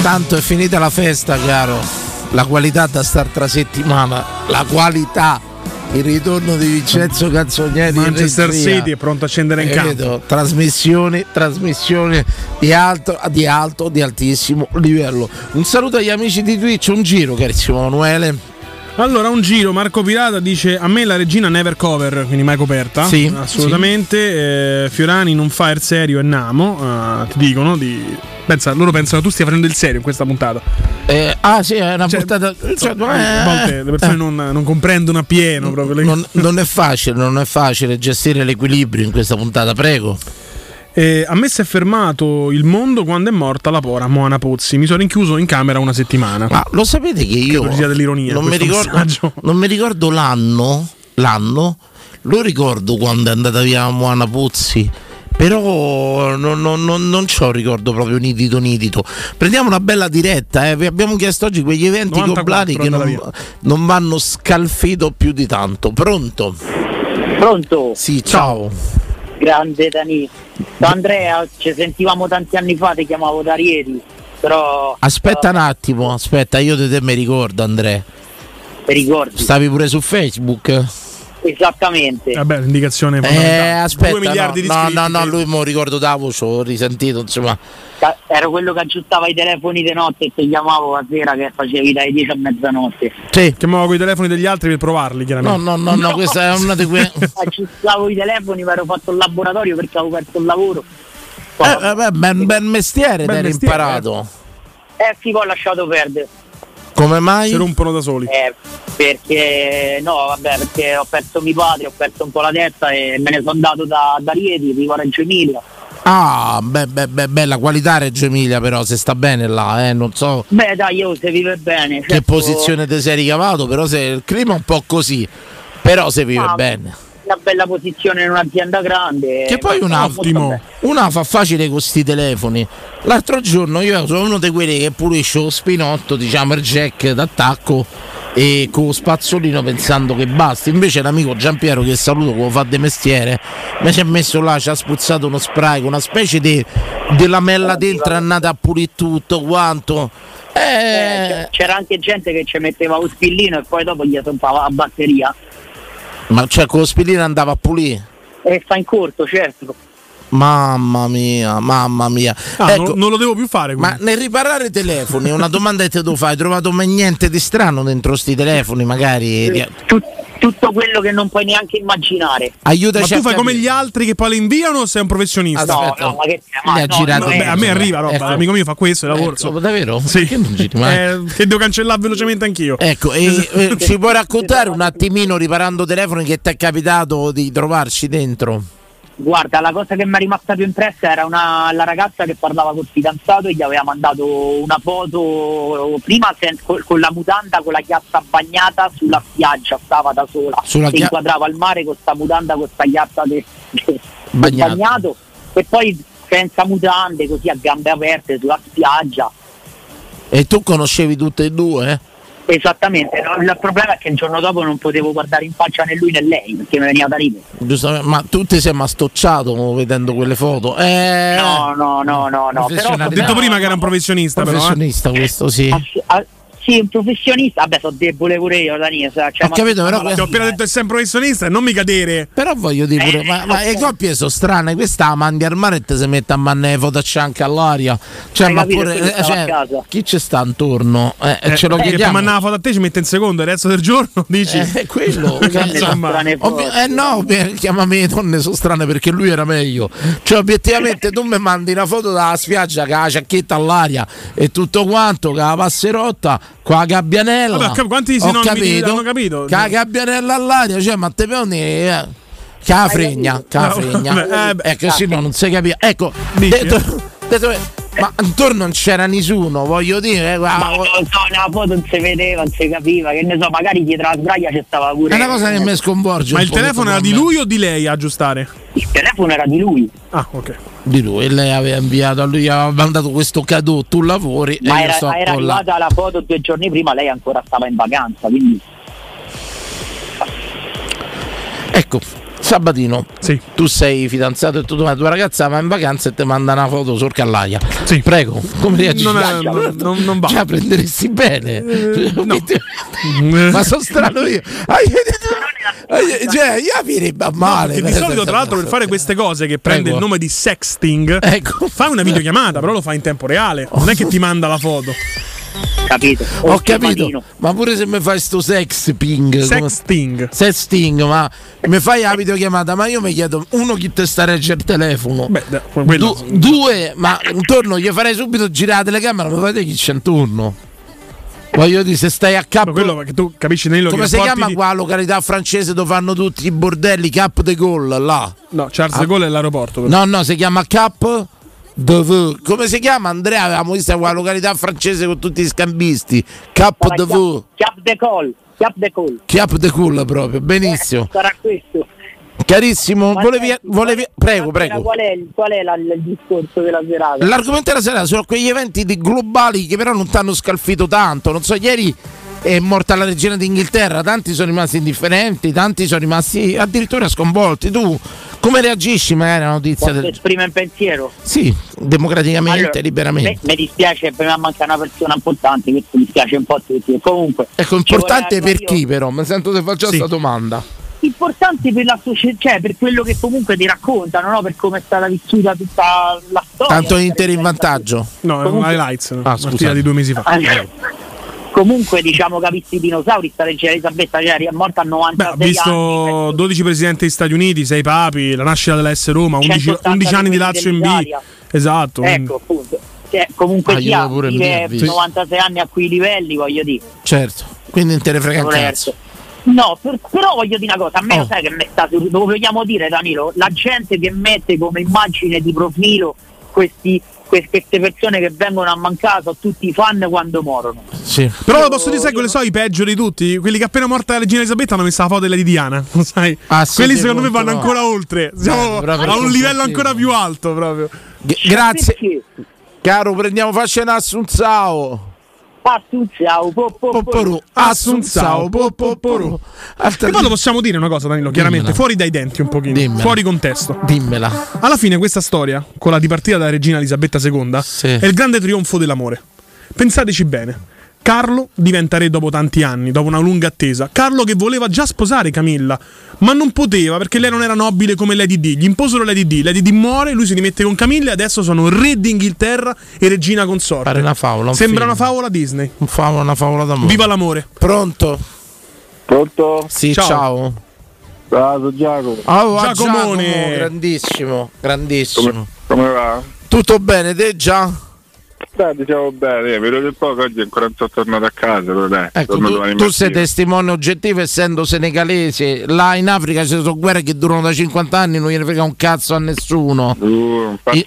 tanto è finita la festa, caro. La qualità da startra settimana, la qualità, il ritorno di Vincenzo Canzonieri, Manchester City è pronto a scendere in campo. Trasmissioni di altissimo livello. Un saluto agli amici di Twitch, un giro, carissimo Emanuele. Allora, un giro, Marco Pirata dice: a me la regina never cover, quindi mai coperta. Sì, assolutamente. Sì. Fiorani non fa il serio e Namo, ti dicono loro pensano tu stia facendo il serio in questa puntata. Sì, è una puntata. A volte le persone non comprendono appieno proprio. Non è facile gestire l'equilibrio in questa puntata, prego. A me si è fermato il mondo quando è morta la pora Moana Pozzi. Mi sono rinchiuso in camera una settimana. Ma lo sapete che io dell'ironia, non mi ricordo l'anno. Lo ricordo quando è andata via Moana Pozzi, però non c'ho ricordo proprio nitido. Prendiamo una bella diretta, vi abbiamo chiesto oggi quegli eventi coblani che non vanno scalfito più di tanto. Pronto? Sì, ciao. Grande Dani. Andrea, ci sentivamo tanti anni fa, ti chiamavo da ieri, però... Aspetta un attimo, io di te mi ricordo, Andrea. Ti ricordi? Stavi pure su Facebook? Esattamente. Vabbè, l'indicazione fondamentale. Aspetta, 2 miliardi di iscritti. No, lui me lo ricordo da voce, ho risentito, insomma. Ero quello che aggiustava i telefoni di notte e ti chiamavo a sera che facevi dai 10 a mezzanotte. Sì. Chiamavo con i telefoni degli altri per provarli, chiaramente. No, questa è una di quelle. Aggiustavo i telefoni, mi ero fatto il laboratorio perché avevo perso il lavoro. Ben mestiere ti eri imparato. Sì, poi ho lasciato perdere. Come mai? Si rompono da soli. Perché ho perso mio padre, ho perso un po' la testa e me ne sono andato da Rieti, vivo a Reggio Emilia. Bella qualità Reggio Emilia, però se sta bene là, non so. Beh dai, io se vive bene. Che posizione ti sei ricavato, però se il clima è un po' così, però se vive bene. Una bella posizione in un'azienda grande. Che poi una fa facile con sti telefoni. L'altro giorno io sono uno di quelli che pulisce lo spinotto, diciamo il jack d'attacco e con lo spazzolino pensando che basti. Invece l'amico Giampiero, che saluto, che lo fa di mestiere, mi si è messo là, ci ha spruzzato uno spray con una specie di lamella dentro, è andata a pulire tutto quanto. C'era anche gente che ci metteva lo spillino e poi dopo gli rompava la batteria. Ma cioè con lo spillino andava a pulire? E fa in corto, certo. Mamma mia. Ecco, non lo devo più fare. Ma nel riparare telefoni, una domanda che te devo fare: hai trovato mai niente di strano dentro sti telefoni? Magari tutto quello che non puoi neanche immaginare. Aiutaci. Ma tu fai come gli altri che poi le inviano o sei un professionista? No, ma che a me arriva roba, l'amico mio fa questo e lavoro. Davvero? Sì. Che non giri mai? Che devo cancellare velocemente anch'io. Ecco, ci puoi raccontare un attimino, riparando telefoni, che ti è capitato di trovarci dentro? Guarda, la cosa che mi è rimasta più impressa era la ragazza che parlava col fidanzato e gli aveva mandato una foto prima con la mutanda, con la chiazza bagnata sulla spiaggia, stava da sola, si inquadrava al mare con sta mutanda, con sta chiazza bagnato, e poi senza mutande, così a gambe aperte sulla spiaggia. E tu conoscevi tutte e due? Esattamente, no? Il problema è che il giorno dopo non potevo guardare in faccia né lui né lei perché mi veniva da ridere. Giustamente, ma tu ti sei mastocciato vedendo quelle foto? No. Però ho detto prima che era un professionista. Professionista però, questo, sì. Sì, un professionista, vabbè, sono debole pure io, Daniele. Cioè, ho capito, però ti ho appena detto che sei un professionista e non mi cadere. Però voglio dire pure, ma le coppie sono strane, questa la mandi al mare e te si mette a manne foto anche all'aria. Cioè, ma pure chi ci sta intorno? Ce lo chiediamo. Che mandava la foto a te ci mette in secondo il resto del giorno, dici? È quello. No, chiamami le donne sono strane perché lui era meglio. Cioè, obiettivamente tu mi mandi una foto dalla spiaggia con la ciacchetta all'aria e tutto quanto, con la passerotta, con la gabbianella. Vabbè, quanti sinonimi hanno capito? Con la gabbianella all'aria, cioè, ma te peoni che la fregna. Ecco, sì, no, non si capiva. Ecco, detto, ma intorno non c'era nessuno, voglio dire. Ma nella foto non si vedeva, non si capiva, che ne so, magari dietro la sdraia c'è stava pure. È una cosa che mi sconvolge. Ma il telefono era di lui o di lei a aggiustare? Il telefono era di lui. Ah, ok. Di lui, e lei aveva inviato a lui, aveva mandato questo cadeau, tu lavori. Ma e era arrivata la foto 2 giorni prima, lei ancora stava in vacanza, quindi. Ecco, Sabatino, sì. Tu sei fidanzato e la tua ragazza va in vacanza e ti manda una foto sul Callaia. Sì. Prego, come reagisci? Non va. Cioè, prenderesti bene. No. Ma sono strano io. Cioè, io mi riba male. No, di solito, tra l'altro, per fare queste cose che prende il nome di sexting, fai una videochiamata, però lo fai in tempo reale. Non è che ti manda la foto. Capito? Ho capito, ma pure se mi fai sto sexting, ma mi fai la videochiamata, ma io mi chiedo, uno, chi te sta a reggere il telefono? Due, ma intorno gli farei subito girare la telecamera, mi fate chi c'è intorno? Voglio dire, se stai a capo, quello che tu capisci, Danilo, come che si chiama qua la località francese dove fanno tutti i bordelli, Cap de Gaulle là? No, Charles de Gaulle è l'aeroporto però. No, si chiama Cap de, come si chiama, Andrea? Avevamo visto quella località francese con tutti gli scambisti. Cap de Cap de Gaulle proprio, benissimo. Sarà questo. Carissimo, volevi prego. Qual è il discorso della serata? L'argomento della serata sono quegli eventi globali che però non ti hanno scalfito tanto. Non so, ieri è morta la regina d'Inghilterra, tanti sono rimasti indifferenti, tanti sono rimasti addirittura sconvolti. Tu come reagisci magari alla notizia? Esprime un pensiero? Sì, democraticamente, allora, liberamente. Mi dispiace, per me manca una persona importante, questo mi dispiace un po' tutti. Comunque, ecco, importante per chi però? Mi sento di fare già questa domanda. Importante per la società, cioè per quello che comunque ti raccontano, no? Per come è stata vissuta tutta la storia. Tanto Inter in vantaggio? No, è un highlights, scusa, di 2 mesi fa. Comunque, diciamo, che ha visto i dinosauri, sta regina Elisabetta, cioè è morta a 96 anni. Ha visto 12 presidenti degli Stati Uniti, 6 papi, la nascita dell'AS Roma, 11 anni di Lazio in B. Esatto. Ecco, appunto. Comunque vive 96 anni a quei livelli, voglio dire. Certo, quindi non te ne frega un cazzo. No, però voglio dire una cosa, a me sai che lo vogliamo dire, Danilo, la gente che mette come immagine di profilo queste persone che vengono a mancare sono tutti i fan quando morono. Sì. Però lo posso dire, sai quali sono i peggio di tutti? Quelli che appena morta la regina Elisabetta hanno messo la foto della di Diana, sai? Quelli secondo me vanno ancora oltre. Siamo a un livello ancora più alto proprio. Grazie. Caro, prendiamo faccia in Assunzao. Assunzao. E poi lo possiamo dire una cosa, Danilo, chiaramente, fuori dai denti un pochino, fuori contesto. Dimmela. Alla fine questa storia, con la dipartita della regina Elisabetta II, è il grande trionfo dell'amore. Pensateci bene. Carlo diventa re dopo tanti anni, dopo una lunga attesa. Carlo che voleva già sposare Camilla, ma non poteva perché lei non era nobile come Lady D. Gli imposero Lady D. Lady D muore, lui si rimette con Camilla e adesso sono re d'Inghilterra e regina consorte. Pare una favola. Sembra una favola Disney. Una favola d'amore. Viva l'amore. Pronto? Sì, ciao. Ciao Giacomo. Giacomone. Grandissimo. Come va? Tutto bene, te già? Diciamo bene, vedo che poco oggi ancora non sono tornato a casa, però dai. Ecco, tu sei testimone oggettivo, essendo senegalese. Là in Africa ci sono guerre che durano da 50 anni, non gliene frega un cazzo a nessuno. Infatti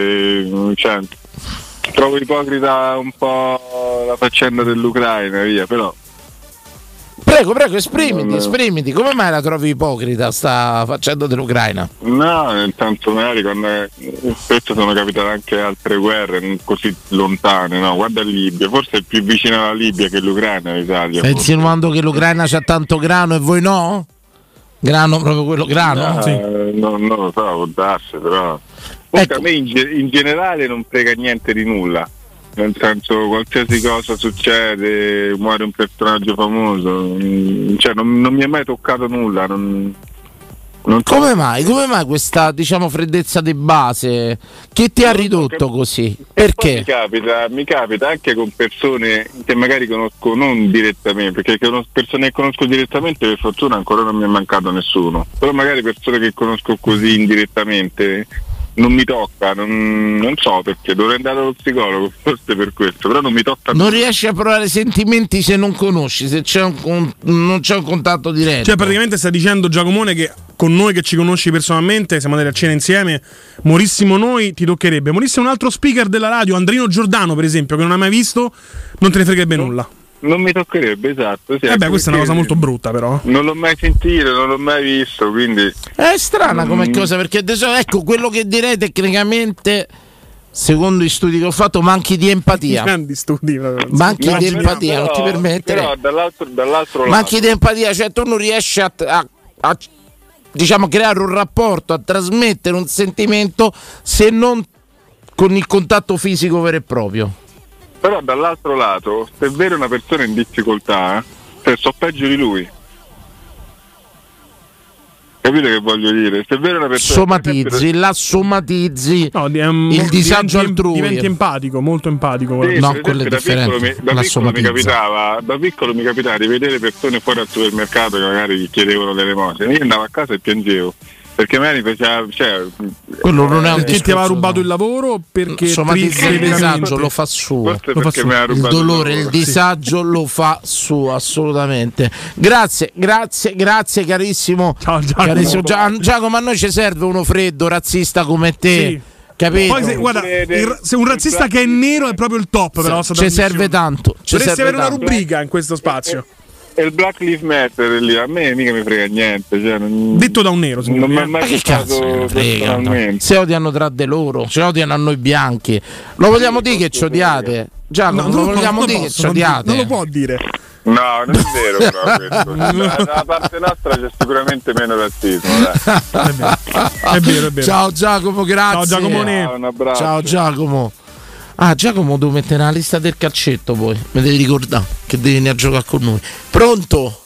trovo ipocrita un po' la faccenda dell'Ucraina, via, però. Prego, esprimiti. Come mai la trovi ipocrita sta faccenda dell'Ucraina? No, intanto magari quando spesso sono capitate anche altre guerre non così lontane, no? Guarda la Libia, forse è più vicina alla Libia che l'Ucraina, l'Italia. Stai insinuando che l'Ucraina c'ha tanto grano e voi no? Grano, proprio quello grano? No, sì. Non lo so, può darsi, però. Ecco. A me in generale non frega niente di nulla. Nel senso, qualsiasi cosa succede, muore un personaggio famoso, cioè non mi è mai toccato nulla. Non so. Come mai questa, diciamo, freddezza di base? Che ti ha ridotto così? Perché? Mi capita anche con persone che magari conosco non direttamente, perché persone che conosco direttamente per fortuna ancora non mi è mancato nessuno, però magari persone che conosco così indirettamente non mi tocca, non so perché, dovrei andare allo psicologo, forse per questo, però non mi tocca. Non riesci a provare sentimenti se non conosci, se non c'è un contatto diretto. Cioè praticamente stai dicendo, Giacomone, che con noi che ci conosci personalmente, siamo andati a cena insieme, morissimo noi ti toccherebbe, morissimo un altro speaker della radio, Andrino Giordano per esempio, che non hai mai visto, non te ne fregherebbe nulla. Non mi toccherebbe, esatto. Sì, questa è una cosa molto brutta, però. Non l'ho mai sentito, non l'ho mai visto, quindi. È strana come cosa, perché adesso, ecco, quello che direi tecnicamente, secondo gli studi che ho fatto, manchi di empatia. Grandi studi, manchi di empatia, non ti permettere. Però dall'altro lato. Manchi di empatia, cioè tu non riesci a diciamo creare un rapporto, a trasmettere un sentimento, se non con il contatto fisico vero e proprio. Però dall'altro lato, se è vero una persona in difficoltà, so peggio di lui. Capite che voglio dire? Se è vero una persona somatizzi il disagio altrui. Diventi empatico, molto empatico. Sì, no, quello è differente. Da piccolo mi capitava di vedere persone fuori al supermercato che magari gli chiedevano dell'elemosina. Io andavo a casa e piangevo. Perché magari faceva, quello non è un perché ti aveva rubato il lavoro, perché il disagio lo fa suo, il dolore, il disagio lo fa suo, assolutamente. Grazie carissimo. Ciao Giacomo. Giacomo, a noi ci serve uno freddo razzista come te. Sì. Capito? Poi se un razzista che è nero è proprio il top per la nostra ci serve tanto. Dovresti avere una rubrica in questo spazio. E il Black Lives Matter lì, a me mica mi frega niente. Detto da un nero, non mi ha mai che cazzo frega, se odiano tra di loro, se odiano a noi bianchi. Lo vogliamo dire che ci odiate? Giacomo, lo vogliamo dire che ci odiate? Non lo può dire. No, non è vero però questo. Da parte nostra c'è sicuramente meno razzismo. È vero. Ciao Giacomo, grazie. Ciao Giacomo. Un abbraccio. Ciao Giacomo. Giacomo devo mettere nella lista del calcetto, poi mi devi ricordare che devi venire a giocare con noi. Pronto?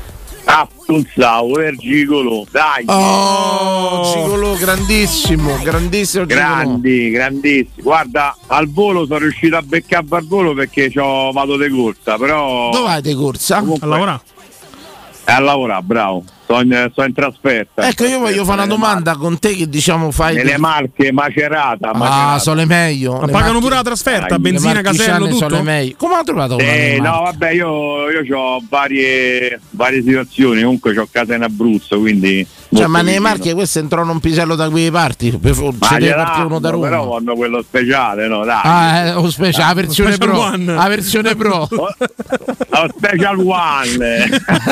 Punzavo per Gigolo, dai. Gigolo, grandissimo. Grandissimo. Guarda, al volo sono riuscito a beccare al volo perché vado di corsa, però. Dove vai di corsa? A lavorare. A lavorare, bravo. Sto in trasferta. Ecco, io voglio fare una domanda con te che fai nelle Marche Macerata. Sono le meglio. Ma pagano pure la trasferta, benzina, casello, tutto. Sono le meglio. Come ha trovato no, vabbè, io ho varie situazioni, comunque ho casa in Abruzzo, quindi ma nelle Marche questo entrò in un pisello da quei parti, ce deve partire uno da Roma. Però hanno quello speciale, no? Dai. Lo speciale, la versione Pro. La versione Pro. Lo Special One.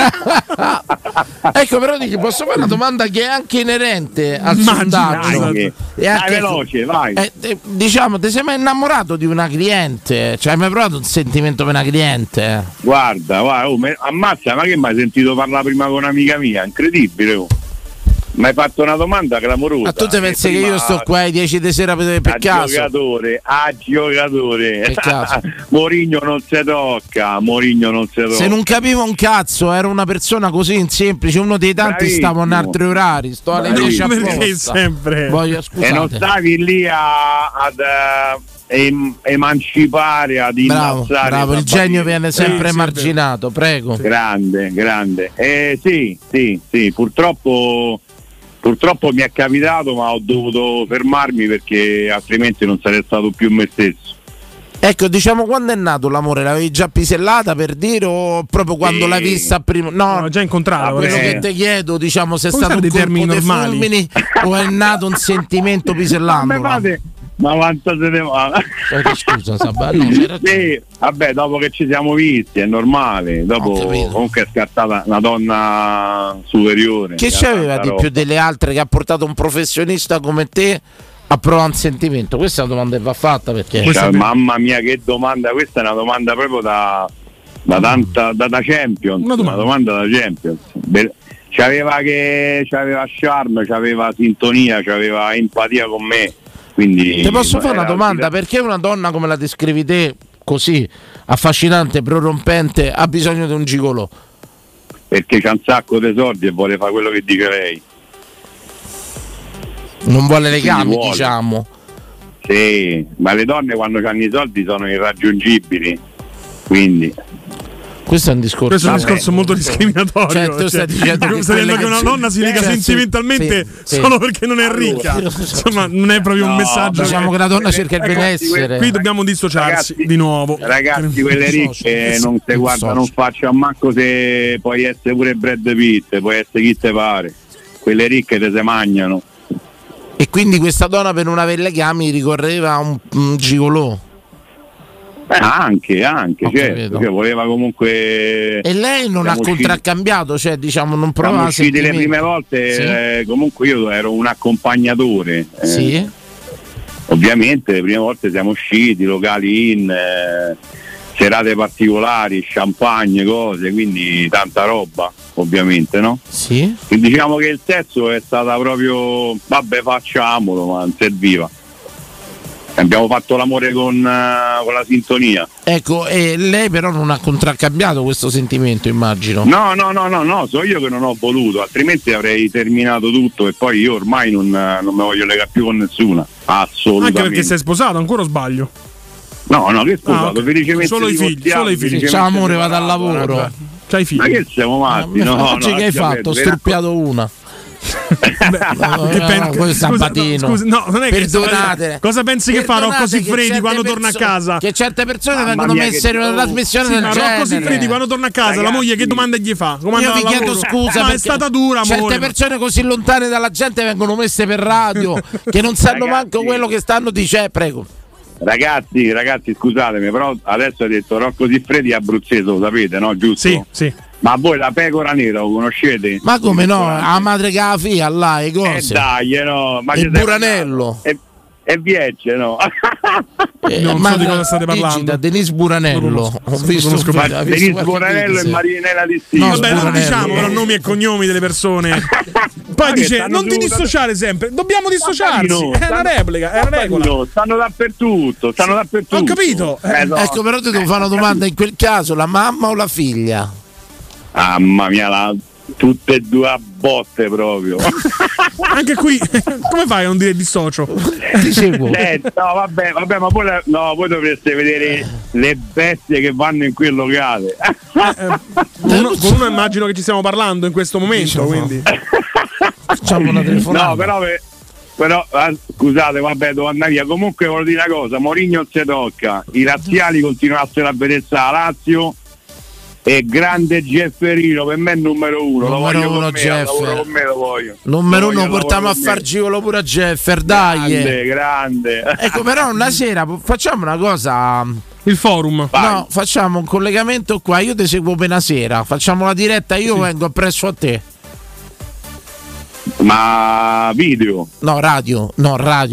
Ecco, però posso fare una domanda che è anche inerente al sondaggio. Dai, veloce, vai. Diciamo, ti sei mai innamorato di una cliente? Cioè, hai mai provato un sentimento per una cliente? Guarda, ammazza, ma che mai sentito parlare prima con un'amica mia? Incredibile. Mi hai fatto una domanda clamorosa. Ma tu te pensi che io sto qua alle 10 di sera per caso? A giocatore. Mourinho non si tocca. Se non capivo un cazzo, ero una persona così semplice, uno dei tanti. Bravissimo. Stavo in altri orari, sto alle 10 perché sempre? Voglio, scusate. E non stavi lì ad emancipare, ad innazzare. Bravo, il genio viene sempre emarginato, prego. Grande. Sì, Purtroppo mi è capitato, ma ho dovuto fermarmi perché altrimenti non sarei stato più me stesso. Ecco, diciamo, quando è nato l'amore? L'avevi già pisellata, per dire, o proprio quando l'hai vista prima? No, già incontrato. Quello che ti chiedo, diciamo, se è stato un colpo dei fulmini o è nato un sentimento pisellando. Ma quanto se ne va? Scusa, sì, vabbè, dopo che ci siamo visti è normale. Dopo comunque è scattata una donna superiore. Che c'aveva di più delle altre che ha portato un professionista come te a provare un sentimento? Questa è una domanda che va fatta, perché mamma mia, che domanda! Questa è una domanda proprio da Champions. Una domanda da Champions. C'aveva charme, c'aveva sintonia, c'aveva empatia con me. Quindi, ti posso fare una domanda? Perché una donna come la descrivi te, così affascinante, prorompente, ha bisogno di un gigolò? Perché c'ha un sacco di soldi e vuole fare quello che dice lei. Non vuole legami, diciamo. Sì, ma le donne quando hanno i soldi sono irraggiungibili, quindi questo è un discorso molto discriminatorio. Cioè, tu stai dicendo che una donna si lega sentimentalmente solo perché non è ricca. Insomma, non è proprio un messaggio. Diciamo che la donna cerca il benessere. Qui dobbiamo dissociarsi di nuovo. Ragazzi, quelle ricche non si guardano, non faccio manco se puoi essere pure Brad Pitt, puoi essere chi te pare. Quelle ricche te se mangiano. E quindi questa donna, per non avere legami, ricorreva a un gigolò. Anche certo, cioè, voleva comunque. E lei non ha contraccambiato, cioè diciamo non provava. Siamo usciti le prime volte, comunque io ero un accompagnatore. Sì. Ovviamente le prime volte siamo usciti, locali in. serate particolari, champagne, cose, quindi tanta roba, ovviamente, no? Sì. Quindi diciamo che il sesso è stata proprio, vabbè, facciamolo, ma non serviva. Abbiamo fatto l'amore con la sintonia. Ecco, e lei però non ha contraccambiato questo sentimento, immagino. No, so io che non ho voluto, altrimenti avrei terminato tutto e poi io ormai non mi voglio legare più con nessuna. Assolutamente. Anche perché sei sposato, ancora o sbaglio? No, che sposato, okay. felicemente solo i figli. Ciao amore, vado al lavoro. C'hai i figli. Ma che siamo matti? Oggi che hai fatto? Ho struppiato una. Sabatino. Scusa, no, non è perdonate. Che cosa pensi che fa Rocco Siffredi quando torna a casa? Che certe persone vengono messe in una trasmissione del genere. Rocco Siffredi quando torna a casa, la moglie che domanda gli fa? Io vi chiedo scusa, ma è stata dura, certe amore. persone così lontane dalla gente vengono messe per radio che non sanno manco quello che stanno dicendo. Prego. Ragazzi, scusatemi, però adesso hai detto Rocco Siffredi è abruzzese, lo sapete, no? Giusto? Sì. Ma voi la pecora nera lo conoscete? Ma come no? La madre che ha la figlia là, le cose. Dai, no. Ma il Buranello. E Viecce, no? Non so di cosa state parlando. Denise Buranello. Ho visto Denise Buranello e Marinella Dissino. No, vabbè, non diciamo però nomi e cognomi delle persone. Poi dice non ti dissociare sempre. Dobbiamo dissociarsi. È una replica, è una regola. Stanno dappertutto. Ho capito. Ecco, però ti devo fare una domanda in quel caso, la mamma o la figlia? Mamma mia, tutte e due a botte proprio. Anche qui, come fai a non dire dissocio? Ti seguo. No, vabbè, ma voi dovreste vedere le bestie che vanno in quel locale. Con uno immagino che ci stiamo parlando in questo momento, quindi facciamo una telefonata. No, però scusate, vabbè, devo andare via. Comunque voglio dire una cosa, Mourinho non si tocca, i razziali continuassero a vedersi a Lazio. E grande Gefferino, per me è numero uno. Numero uno, Jeffer. Lo voglio. Numero uno, portiamo a far gigolo pure a Jeffer, dai. Grande. Ecco, però una sera facciamo una cosa. Il forum. Vai. No, facciamo un collegamento qua. Io ti seguo appena sera. Facciamo la diretta, io vengo appresso a te. Ma video? No, radio. Vabbè.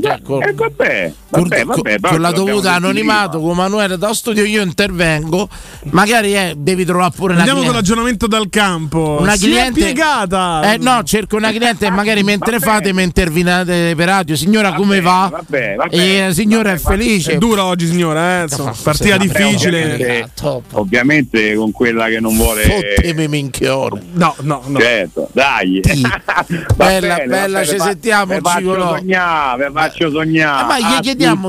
Con la dovuta anonimato con Manuele da studio io intervengo. Magari devi trovare pure una cliente. Andiamo con l'aggiornamento dal campo. Una cliente piegata. No, cerco una cliente e magari mentre fate mi intervenite per radio. Signora, come va? Signora è felice. È dura oggi, signora, partita difficile. Ovviamente con quella che non vuole. Fottemi minchione. No. Certo, dai. Bella, ci sentiamo. Vi faccio sognare. Ma gli chiediamo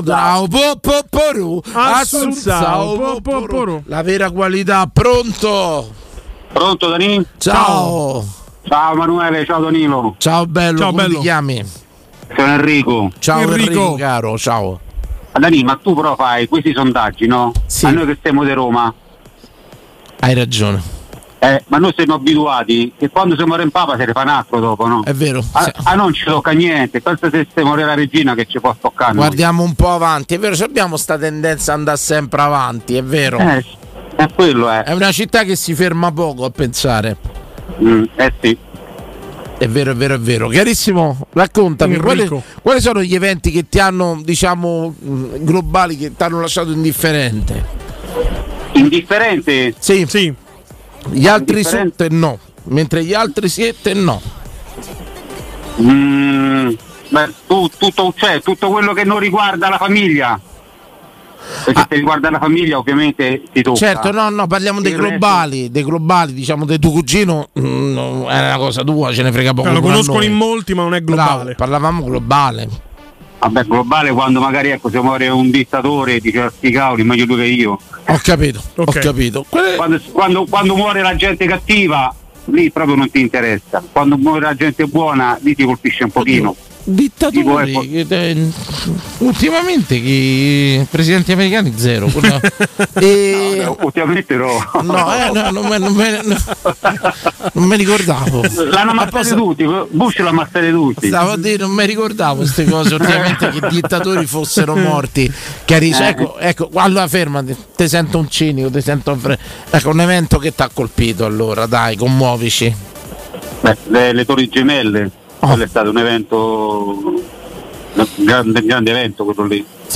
la vera qualità. Pronto Danilo? Ciao Manuele, ciao Danilo. Ciao bello, come ti chiami? Sono Enrico. Ciao Enrico caro, ciao. Danilo, ma tu però fai questi sondaggi, no? Sì. A noi che siamo di Roma. Hai ragione. Ma noi siamo abituati che quando siamo in papa se ne fa un altro dopo, no? È vero. Non ci tocca niente, pensa se stiamo la regina che ci può toccare. Guardiamo un po' avanti, è vero, abbiamo sta tendenza ad andare sempre avanti, è vero. È quello, È una città che si ferma poco a pensare. Sì. È vero. Chiarissimo, raccontami, quali sono gli eventi che ti hanno, diciamo, globali, che ti hanno lasciato indifferente? Indifferente? Sì. Gli altri 7 no, mentre gli altri 7 no. Tutto quello che non riguarda la famiglia. Perché se riguarda la famiglia ovviamente ti tocca. Certo, no, parliamo dei globali, diciamo di tuo cugino, è una cosa tua, ce ne frega poco. Lo conoscono in molti, ma non è globale. Bravo, parlavamo globale. Vabbè, globale quando magari se muore un dittatore dice sti cavoli, meglio tu che io. Ho capito. Quando muore la gente cattiva, lì proprio non ti interessa. Quando muore la gente buona, lì ti colpisce un pochino. Dittatori ultimamente i presidenti americani zero. Ultimamente no. Non mi ricordavo. L'hanno ammazzati tutti, Bush l'ha ammazzati tutti. Stavo a dire, non mi ricordavo queste cose ultimamente, che i dittatori fossero morti. Ecco, allora fermati, ti sento un cinico, ecco un evento che ti ha colpito, allora dai, commuovici. Le Torri Gemelle. Quello è stato un evento, un grande evento quello lì. Sì,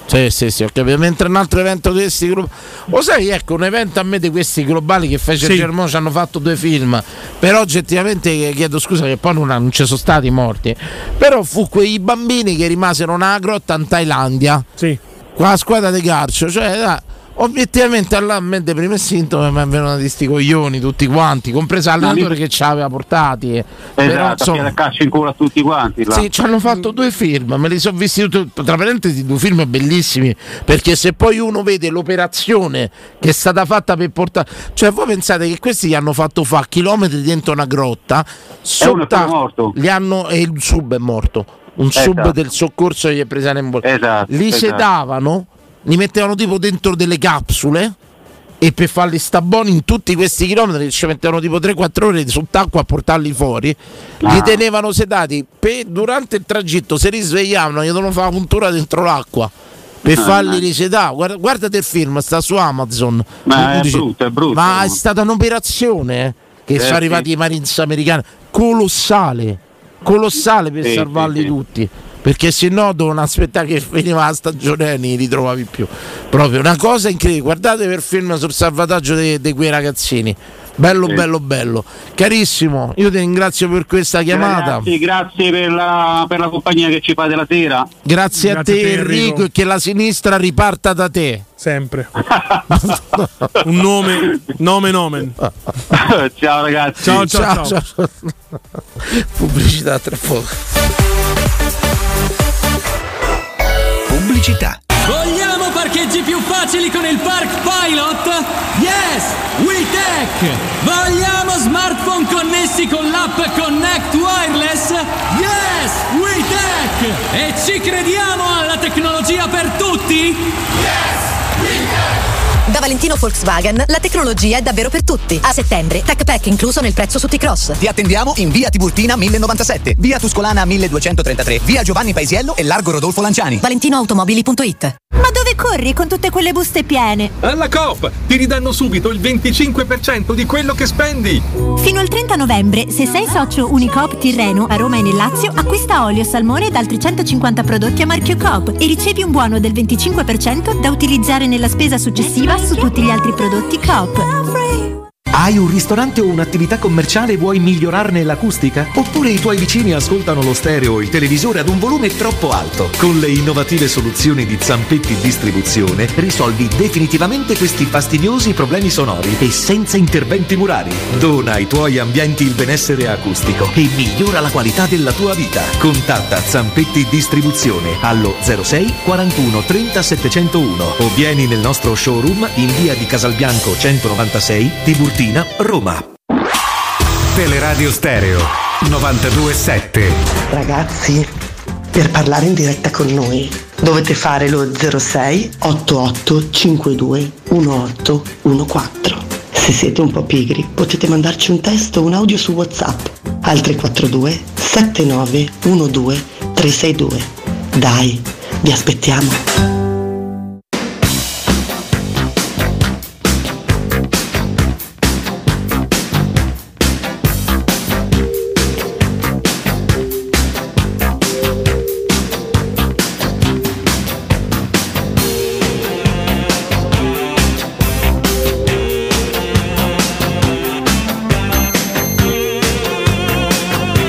Sì, ho capito. Mentre un altro evento di questi globali, lo sai, ecco, un evento a me di questi globali che fece Germano, ci hanno fatto 2 film, però oggettivamente chiedo scusa che poi non ci sono stati morti, però fu quei bambini che rimasero nella grotta in Thailandia con la squadra di calcio, cioè obiettivamente a me dei primi sintomi mi avevano di sti coglioni tutti quanti, compreso l'allenatore che ci aveva portati. Esatto, però, calcio in culo a tutti quanti là. Sì, ci hanno fatto 2 film, me li sono visti tra parentesi, 2 film bellissimi, perché se poi uno vede l'operazione che è stata fatta per portare, cioè voi pensate che questi gli hanno fatto fare chilometri dentro una grotta, morto. E il sub è morto, un sub del soccorso gli è presa in bolla, li sedavano, li mettevano tipo dentro delle capsule e per farli sta buoni in tutti questi chilometri ci mettevano tipo 3-4 ore sott'acqua a portarli fuori, li tenevano sedati durante il tragitto, se risvegliavano gli dovevano fare la puntura dentro l'acqua per farli risedare. Guardate il film, sta su Amazon. Ma è brutto. Ma è stata un'operazione che sono arrivati i Marines americani, colossale per salvarli tutti, perché se no dovevano aspettare che finiva la stagione e non li ritrovavi più. Proprio una cosa incredibile. Guardate per film sul salvataggio di quei ragazzini, bello. Carissimo, io ti ringrazio per questa chiamata. Grazie per la compagnia che ci fate la sera. Grazie a te Enrico, e che la sinistra riparta da te sempre. Un nome. Ciao ragazzi. Ciao. Pubblicità tra poco. Pubblicità. Vogliamo parcheggi più facili con il Park Pilot? Yes! WeTech! Vogliamo smartphone connessi con l'app Connect Wireless? Yes! WeTech! E ci crediamo alla tecnologia per tutti? Yes! WeTech! Da Valentino Volkswagen la tecnologia è davvero per tutti. A settembre, Tech Pack incluso nel prezzo su T-Cross. Ti attendiamo in via Tiburtina 1097, via Tuscolana 1233, via Giovanni Paisiello e largo Rodolfo Lanciani. ValentinoAutomobili.it. Ma dove corri con tutte quelle buste piene? Alla Coop ti ridanno subito il 25% di quello che spendi. Fino al 30 novembre, se sei socio Unicoop Tirreno a Roma e nel Lazio, acquista olio, salmone ed altri 150 prodotti a marchio Coop e ricevi un buono del 25% da utilizzare nella spesa successiva su tutti gli altri prodotti Coop. Hai un ristorante o un'attività commerciale e vuoi migliorarne l'acustica? Oppure i tuoi vicini ascoltano lo stereo o il televisore ad un volume troppo alto? Con le innovative soluzioni di Zampetti Distribuzione risolvi definitivamente questi fastidiosi problemi sonori e senza interventi murari. Dona ai tuoi ambienti il benessere acustico e migliora la qualità della tua vita. Contatta Zampetti Distribuzione allo 06 41 30 701 o vieni nel nostro showroom in via di Casalbianco 196 Tiburtina, Roma. Teleradio Stereo 92.7. Ragazzi, per parlare in diretta con noi dovete fare lo 06 88 52 1814. Se siete un po' pigri potete mandarci un testo o un audio su WhatsApp al 342 79 12 362. Dai, vi aspettiamo.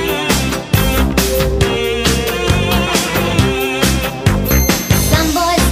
Some boys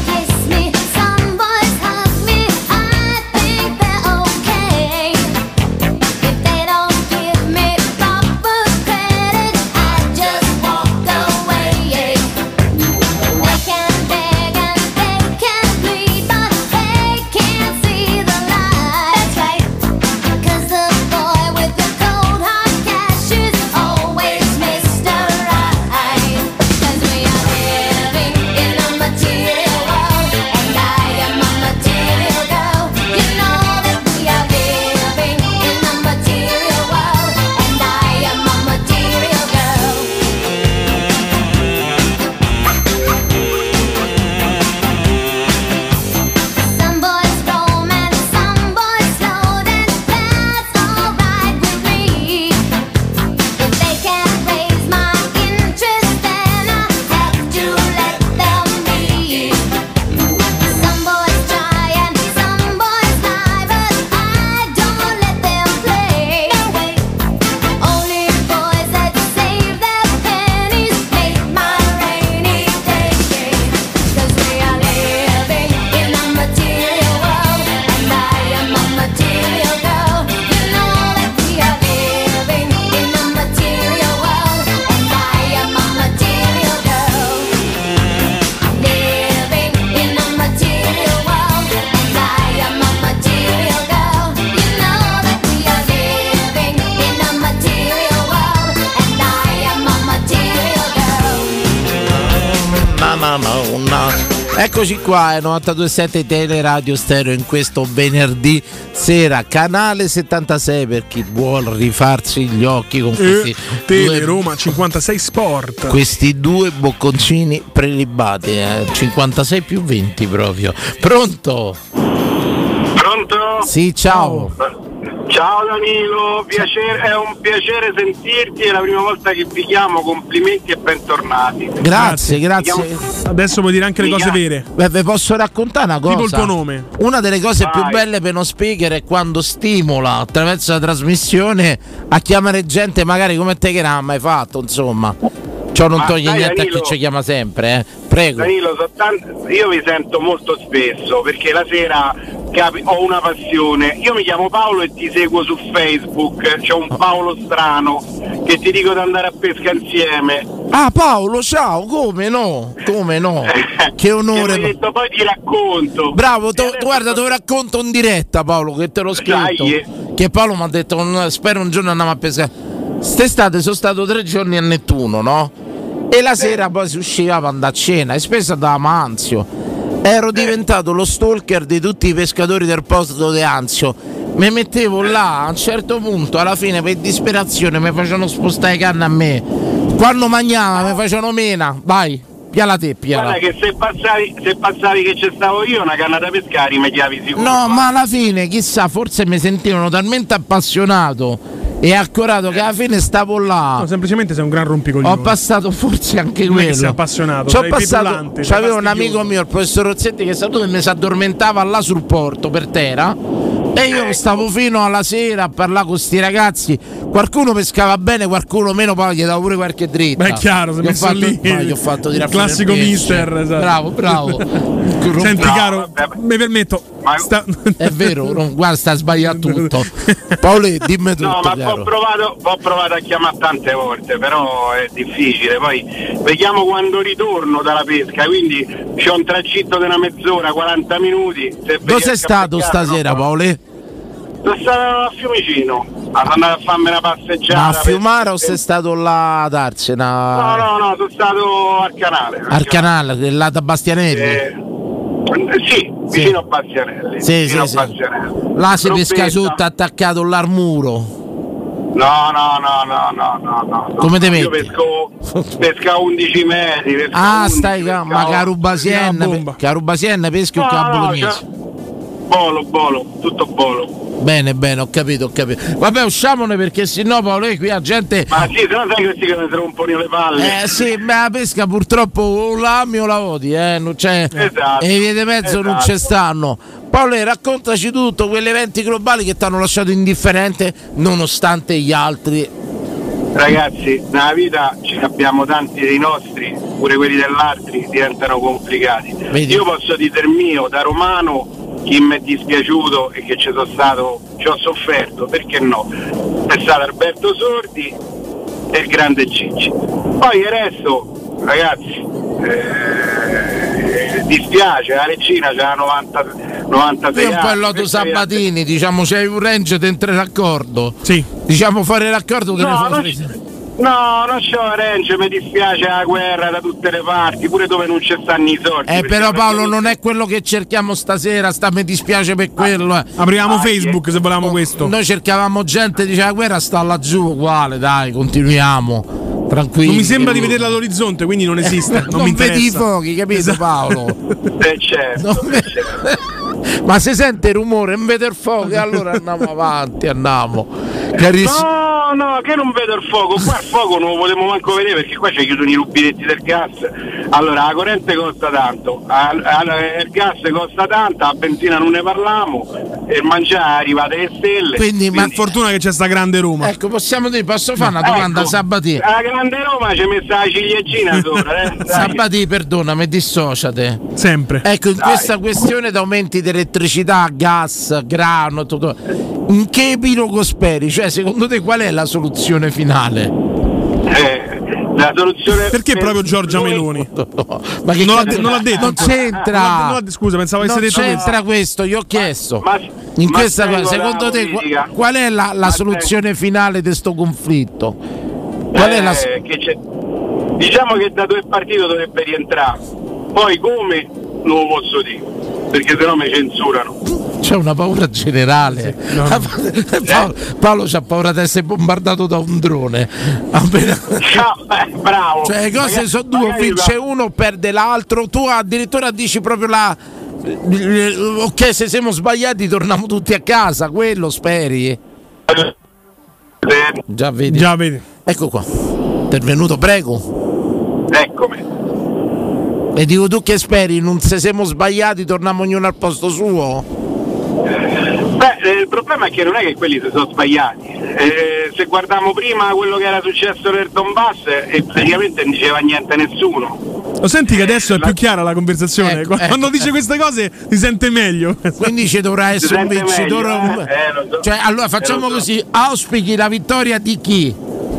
Eccoci qua, 92.7 Teleradio Stereo in questo venerdì sera, canale 76 per chi vuole rifarsi gli occhi con questi Tele Roma 56 Sport. Questi due bocconcini prelibati, 56 più 20 proprio. Pronto? Pronto? Sì, ciao. Ciao Danilo, è un piacere sentirti, è la prima volta che vi chiamo, complimenti e bentornati. Grazie. Adesso puoi dire anche le cose vere. Beh, vi posso raccontare una cosa? Tipo il tuo nome. Una delle cose più belle per uno speaker è quando stimola attraverso la trasmissione a chiamare gente magari come te che non ha mai fatto, insomma. Ciò non toglie niente Danilo, a chi ci chiama sempre, Prego. Danilo, io vi sento molto spesso perché la sera ho una passione. Io mi chiamo Paolo e ti seguo su Facebook. C'è un Paolo strano che ti dico di andare a pesca insieme. Ah, Paolo, ciao, come no? Che onore. Mi hai detto poi ti racconto. Bravo, guarda, te lo racconto in diretta, Paolo, che te l'ho scritto. Che Paolo mi ha detto spero un giorno andiamo a pescare. St'estate sono stato 3 giorni a Nettuno, no? E la sera poi si usciva per andare a cena e spesso andavamo a Anzio. Ero diventato lo stalker di tutti i pescatori del posto di Anzio. Mi mettevo là, a un certo punto, alla fine per disperazione mi facevano spostare canne a me. Quando mangiava mi facevano mena. Vai, piala te, piala. Guarda che se passavi che c'è stavo io, una canna da pescare mi chiavi sicuro. No, ma alla fine, chissà, forse mi sentivano talmente appassionato e accorato che alla fine stavo là. No, semplicemente sei un gran rompicoglione. Ho passato forse anche non quello. È che sei appassionato. C'avevo un amico mio, il professor Rozzetti, che saluto, e mi si addormentava là sul porto per terra. E io stavo fino alla sera a parlare con sti ragazzi. Qualcuno pescava bene, qualcuno meno, poi gli davo pure qualche dritta. Beh, è chiaro, se messo lì. Gli ho fatto tirare il classico mister, esatto. Bravo. Senti, caro, mi permetto. È vero, guarda, sta sbagliando tutto. Paolo, dimmi tutto. No, ma ho provato a chiamare tante volte, però è difficile. Poi vediamo quando ritorno dalla pesca, quindi c'ho un tragitto di una mezz'ora, 40 minuti. Dove sei stato stasera, Paolo? Sono stato a Fiumicino, sono andato a farmi una passeggiata. Ma a Fiumara o sei stato là ad Arsena? No, sono stato al canale. Al canale, là da Bastianelli? Sì, vicino a Bastianelli. Sì. Là si pesca sotto attaccato là al muro. No. Come te metti? Io pesca 11 metri. Stai ma Carubasienne peschi o Bolognese? Bolo, tutto bolo. Bene, ho capito. Vabbè, usciamone perché sennò Paolo qui la gente. Ma sì, se no sai questi che mi rompono le palle. Sì, ma la pesca purtroppo o la ami o la odi, non c'è. Esatto. E vie di mezzo non ci stanno. Paolo, raccontaci tutto, quegli eventi globali che ti hanno lasciato indifferente nonostante gli altri. Ragazzi, nella vita ce ne abbiamo tanti dei nostri, pure quelli dell'altri diventano complicati. Vedi? Io posso dire il mio, da romano, chi mi è dispiaciuto e che ci ho sofferto, perché no? È stato Alberto Sordi e il grande Cicci. Poi il resto, ragazzi, dispiace, la Reggina c'ha 96 anni. Un po' il Loto Sabatini, diciamo, c'hai un range, ti entri d'accordo? Sì. Diciamo fare l'accordo che No, non c'ho range, mi dispiace la guerra da tutte le parti, pure dove non ci stanno i soldi. Però Paolo non è quello che cerchiamo stasera, mi dispiace per quello. Apriamo Facebook se volevamo questo. Noi cercavamo gente, dice la guerra sta laggiù, uguale, dai, continuiamo. Tranquilli. Non mi sembra di vederla all'orizzonte, quindi non esiste. Non mi interessa. Vedi i fuochi, capito, esatto. Paolo? Certo. Ma se sente il rumore, non vede il fuoco, allora andiamo avanti, Carissimo. No, che non vedo il fuoco, qua il fuoco non lo potremmo manco vedere perché qua ci chiudono i rubinetti del gas. Allora la corrente costa tanto, il gas costa tanto, la benzina non ne parliamo, e il mangiare arriva alle stelle. Quindi ma fortuna che c'è sta grande Roma. Ecco, posso fare una domanda, Sabatì? La grande Roma ci è messa la ciliegina sopra, Sabatì, perdonami, dissociate. Sempre. Ecco, in questa questione d'aumenti di elettricità, gas, grano, tutto, in che epilogo speri? Cioè, secondo te qual è la soluzione finale? La soluzione perché proprio Giorgia Meloni? Ma che non l'ha detto? Non c'entra. Scusa, pensavo avesse detto questo. Non c'entra questo, io ho chiesto. In questa cosa, secondo te qual è la soluzione finale di sto conflitto? Qual è diciamo che da dove è partito dovrebbe rientrare. Poi come non lo posso dire, perché sennò mi censurano. C'è una paura generale. Paolo c'ha paura di essere bombardato da un drone. Bravo. Cioè le cose sono due, vince uno o perde l'altro. Tu addirittura dici proprio ok, se siamo sbagliati torniamo tutti a casa, quello speri? Già vedi. Ecco qua. Intervenuto, prego. Eccomi. E dico, tu che speri? Non se siamo sbagliati torniamo ognuno al posto suo? Il problema è che non è che quelli si sono sbagliati. Se guardiamo prima quello che era successo nel Donbass, praticamente non diceva niente nessuno. Lo senti che adesso è più chiara la conversazione? Quando dice queste cose si sente meglio. Quindi ci dovrà essere un vincitore. Cioè, allora facciamo così: auspichi la vittoria di chi?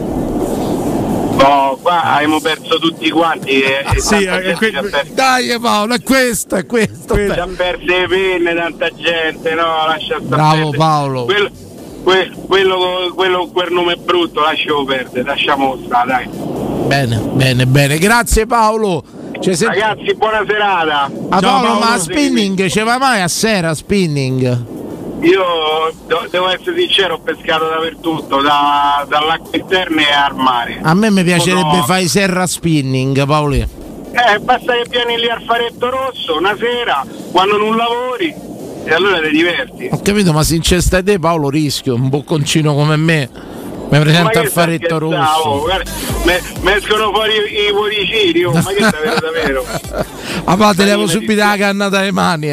No, qua abbiamo perso tutti quanti. Dai Paolo, è questo. Ci hanno perso le penne, tanta gente, no, lascia stare. Bravo Paolo. Quello con quel nome brutto lasciamo perdere, lasciamo stare, dai. Bene, grazie Paolo. Ragazzi, buona serata. Paolo, ma a spinning ci va mai a sera spinning? Io devo essere sincero, ho pescato dappertutto, dall'acqua interna e al mare. A me mi piacerebbe fare serra spinning, Paolo. Basta che vieni lì al Faretto Rosso una sera, quando non lavori, e allora ti diverti. Ho capito, ma se in cesta te, Paolo, rischio, un bocconcino come me. Mi presenta al Faretto Rosso. Mi escono fuori i cuoricini, ma che davvero? Ma te levo subito la canna dalle mani,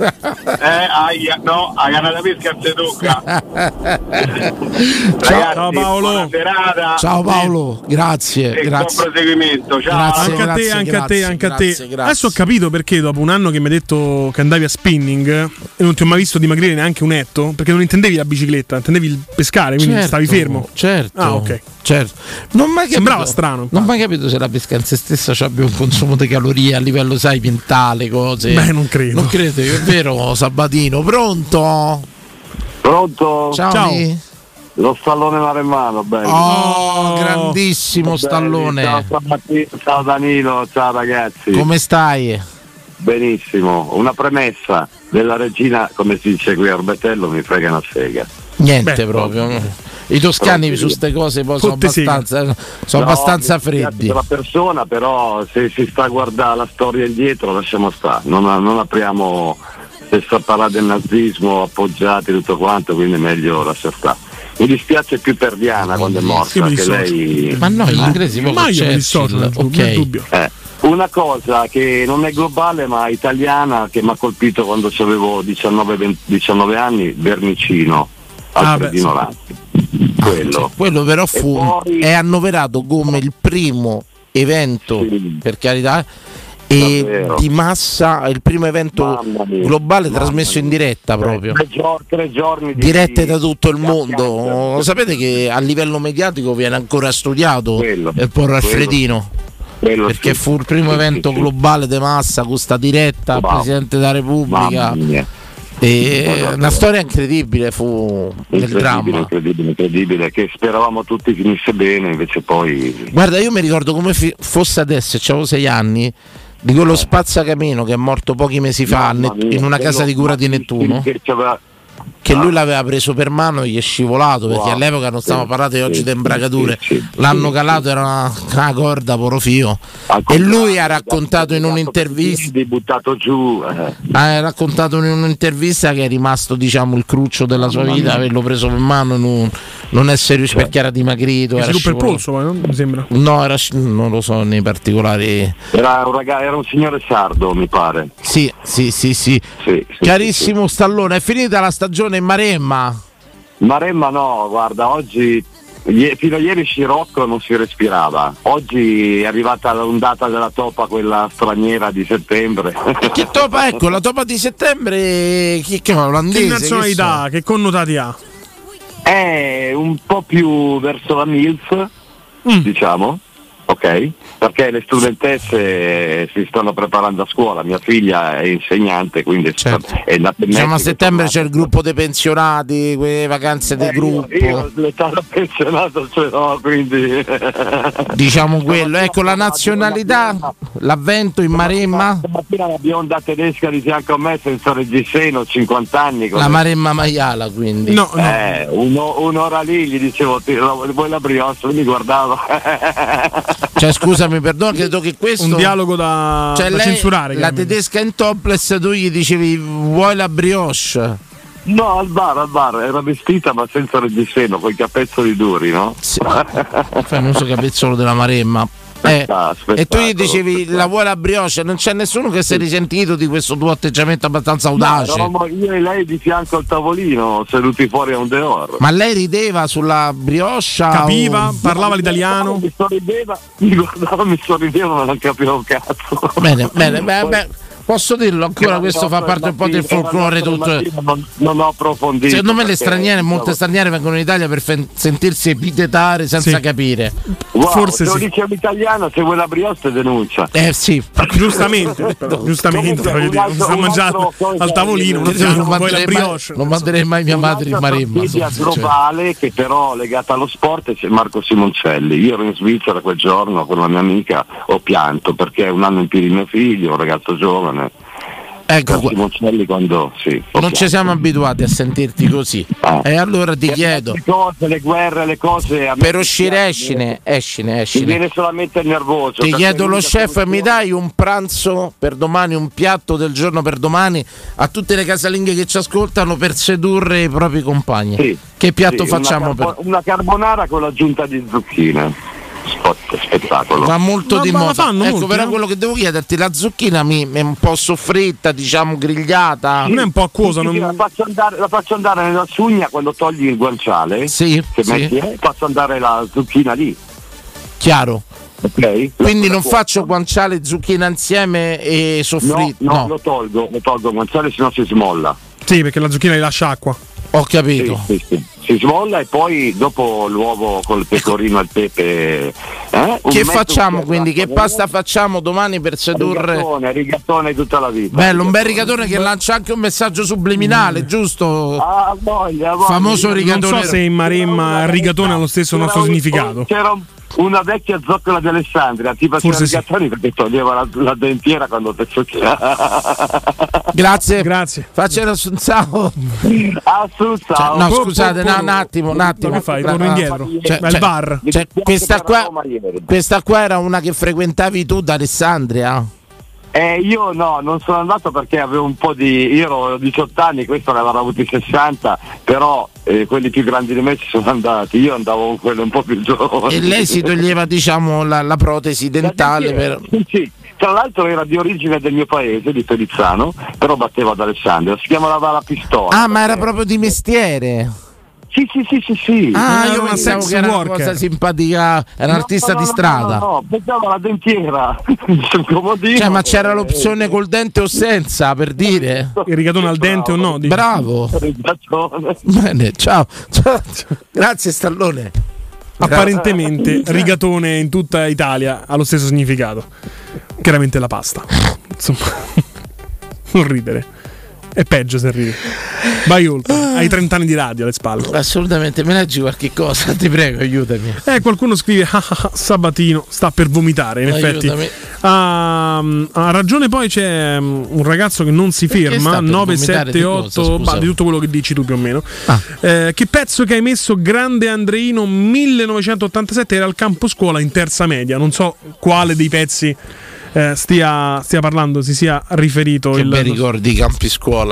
no, la canna da pesca si tocca. Ciao Paolo. Buona serata. Ciao Paolo, grazie. Buon proseguimento. Ciao. Anche a te. Adesso ho capito perché dopo un anno che mi hai detto che andavi a spinning e non ti ho mai visto dimagrire neanche un etto, perché non intendevi la bicicletta, intendevi il pescare, quindi stavi fermo. Certo. Ah, ok. Certo. Non mai sembrava strano. Non ho mai capito se la pesca in se stessa abbia un consumo di calorie a livello, sai, mentale, cose. Beh, non credo. Non credo, è vero, Sabatino. Pronto? Ciao. Lo stallone maremmano, bello. Grandissimo stallone. Ciao Danilo, ciao ragazzi. Come stai? Benissimo. Una premessa della regina, come si dice qui a Orbetello, mi frega una sega. Niente proprio. I toscani su queste cose poi sono abbastanza freddi. La persona, però, se si sta a guardare la storia indietro, lasciamo stare. Non apriamo, se sta a parlare del nazismo, appoggiati tutto quanto, quindi è meglio lasciare stare. Mi dispiace più per Diana quando è morta, che lei. Ma no, gli inglesi poco ok. Una cosa che non è globale ma italiana, che mi ha colpito quando avevo 19 anni, Vernicino, Alfredino Ratti. Quello però è annoverato come il primo evento, per carità, di massa, il primo evento globale trasmesso in diretta proprio. 3 giorni dirette da tutto il mondo. Sapete che a livello mediatico viene ancora studiato il porro Alfredino? Perché fu il primo evento globale di massa con sta diretta al Presidente della Repubblica. E una storia incredibile fu nel dramma. Incredibile, che speravamo tutti finisse bene, invece poi. Guarda, io mi ricordo come fosse adesso, avevo 6 anni, di quello spazzacamino che è morto pochi mesi fa in una casa di cura di Nettuno. Che lui l'aveva preso per mano e gli è scivolato, perché all'epoca non stiamo parlando di oggi di imbragature, l'hanno calato, era una corda porofio, e lui ha raccontato in un'intervista, buttato giù, ha raccontato in un'intervista che è rimasto, diciamo, il cruccio della sua vita, averlo preso per mano e non essere riuscito, perché era dimagrito, era per polso, ma non mi sembra. No, non lo so nei particolari. Era un signore sardo, mi pare. Sì. Carissimo Stallone, è finita la stagione in Maremma? Maremma no, guarda, oggi fino a ieri Scirocco non si respirava. Oggi è arrivata l'ondata della topa, quella straniera di settembre. Che topa? Ecco, la topa di settembre, che è olandese? Che nazionalità, che connotati ha? È un po' più verso la MILF, diciamo. ok? Perché le studentesse si stanno preparando a scuola, mia figlia è insegnante, quindi è nata in Diciamo a Messico, settembre c'è il gruppo dei pensionati, quelle vacanze di gruppo. Io l'età da pensionato ce l'ho, quindi diciamo quello, ecco la nazionalità, l'avvento in Maremma. Stamattina la bionda tedesca di fianco a me senza reggiseno, 50 anni. La Maremma Maiala, quindi. No. Un'ora lì gli dicevo, vuoi la brioche? Lui mi guardava. Cioè scusami, perdono, credo che questo un dialogo da lei, censurare. La tedesca in topless, tu gli dicevi vuoi la brioche? No, al bar, era vestita ma senza reggiseno, con i capezzoli duri, no? Sì. Famoso capezzolo della Maremma. E tu gli dicevi la vuoi la brioche? Non c'è nessuno che si è risentito di questo tuo atteggiamento abbastanza audace. No, io e lei di fianco al tavolino, seduti fuori a un dehors. Ma lei rideva sulla brioche? Capiva? Parlava l'italiano? Mi sorrideva, mi guardava, mi sorrideva, ma non capiva un cazzo. Bene. Posso dirlo ancora, questo fa parte un po' del folklore tutto. Non ho approfondito. Secondo me le straniere, molte straniere vengono in Italia per sentirsi epitetare senza capire. Wow, forse se lo sì. dice un italiano, se vuoi la brioche denuncia. Sì. Giustamente, voglio dire, sta mangiando al tavolino, non manderei mai mia madre in Maremma. Una globale che però legata allo sport è Marco Simoncelli. Io ero in Svizzera quel giorno con la mia amica, ho pianto perché è un anno in più di mio figlio, un ragazzo giovane. Ecco qua. Quando, non ci siamo abituati a sentirti così. E allora ti chiedo, le guerre, le cose per uscire escine. Mi viene solamente nervoso. Ti chiedo lo chef, mi dai un pranzo per domani, un piatto del giorno per domani a tutte le casalinghe che ci ascoltano per sedurre i propri compagni. Sì, che piatto facciamo? Una carbonara con l'aggiunta di zucchine. Spettacolo. Va molto di moda. Ecco, molti, però quello che devo chiederti, la zucchina è un po' soffritta, diciamo grigliata. Non è un po' acquosa. La faccio andare nella sugna quando togli il guanciale. Faccio andare la zucchina lì. Chiaro. Ok. Quindi non faccio guanciale e zucchina insieme e soffritto. No, lo tolgo il guanciale, sennò si smolla. Sì, perché la zucchina rilascia acqua. Ho capito. Sì. Si smolla e poi dopo l'uovo col pecorino e il pepe. Che facciamo quindi? Che pasta facciamo domani per sedurre? Rigatone tutta la vita. Bello, un bel rigatone che lancia anche un messaggio subliminale, giusto? Voglia. Famoso rigatone. Non so se in Maremma il rigatone ha lo stesso nostro significato. C'era una vecchia zoccola di Alessandria, ti faceva i rigatoni perché toglieva la dentiera quando te Grazie. Faccia l'assunzao. No, scusate, un attimo. Che fai? Torno indietro. Il bar. Questa qua era una che frequentavi tu da Alessandria? Io no, non sono andato perché avevo un po' io ero 18 anni, questo ne aveva avuti 60, però quelli più grandi di me ci sono andati, io andavo con quello un po' più giovane. E lei si toglieva, diciamo, la protesi dentale Sì. Tra l'altro era di origine del mio paese, di Felizzano, però batteva ad Alessandria, si chiamava La Pistola. Ah, ma era proprio di mestiere? Sì. Io pensavo che era una cosa simpatica, era un artista di strada. No, pensavo la dentiera. Cioè, ma c'era l'opzione col dente o senza, per dire? Il rigatone al dente o no? Bravo. Bene, ciao. Grazie Stallone. Apparentemente rigatone in tutta Italia ha lo stesso significato. Chiaramente la pasta. Insomma, non ridere. È peggio se ridi. Vai oltre. Hai 30 anni di radio alle spalle. Assolutamente. Mi leggi qualche cosa? Ti prego, aiutami. Qualcuno scrive Sabatino sta per vomitare. In effetti ha ragione. Poi c'è un ragazzo che non si ferma. 978 di tutto quello che dici tu più o meno. Che pezzo che hai messo, grande Andreino 1987, era al campo scuola in terza media. Non so quale dei pezzi stia parlando, si sia riferito. Che bei ricordi campi scuola.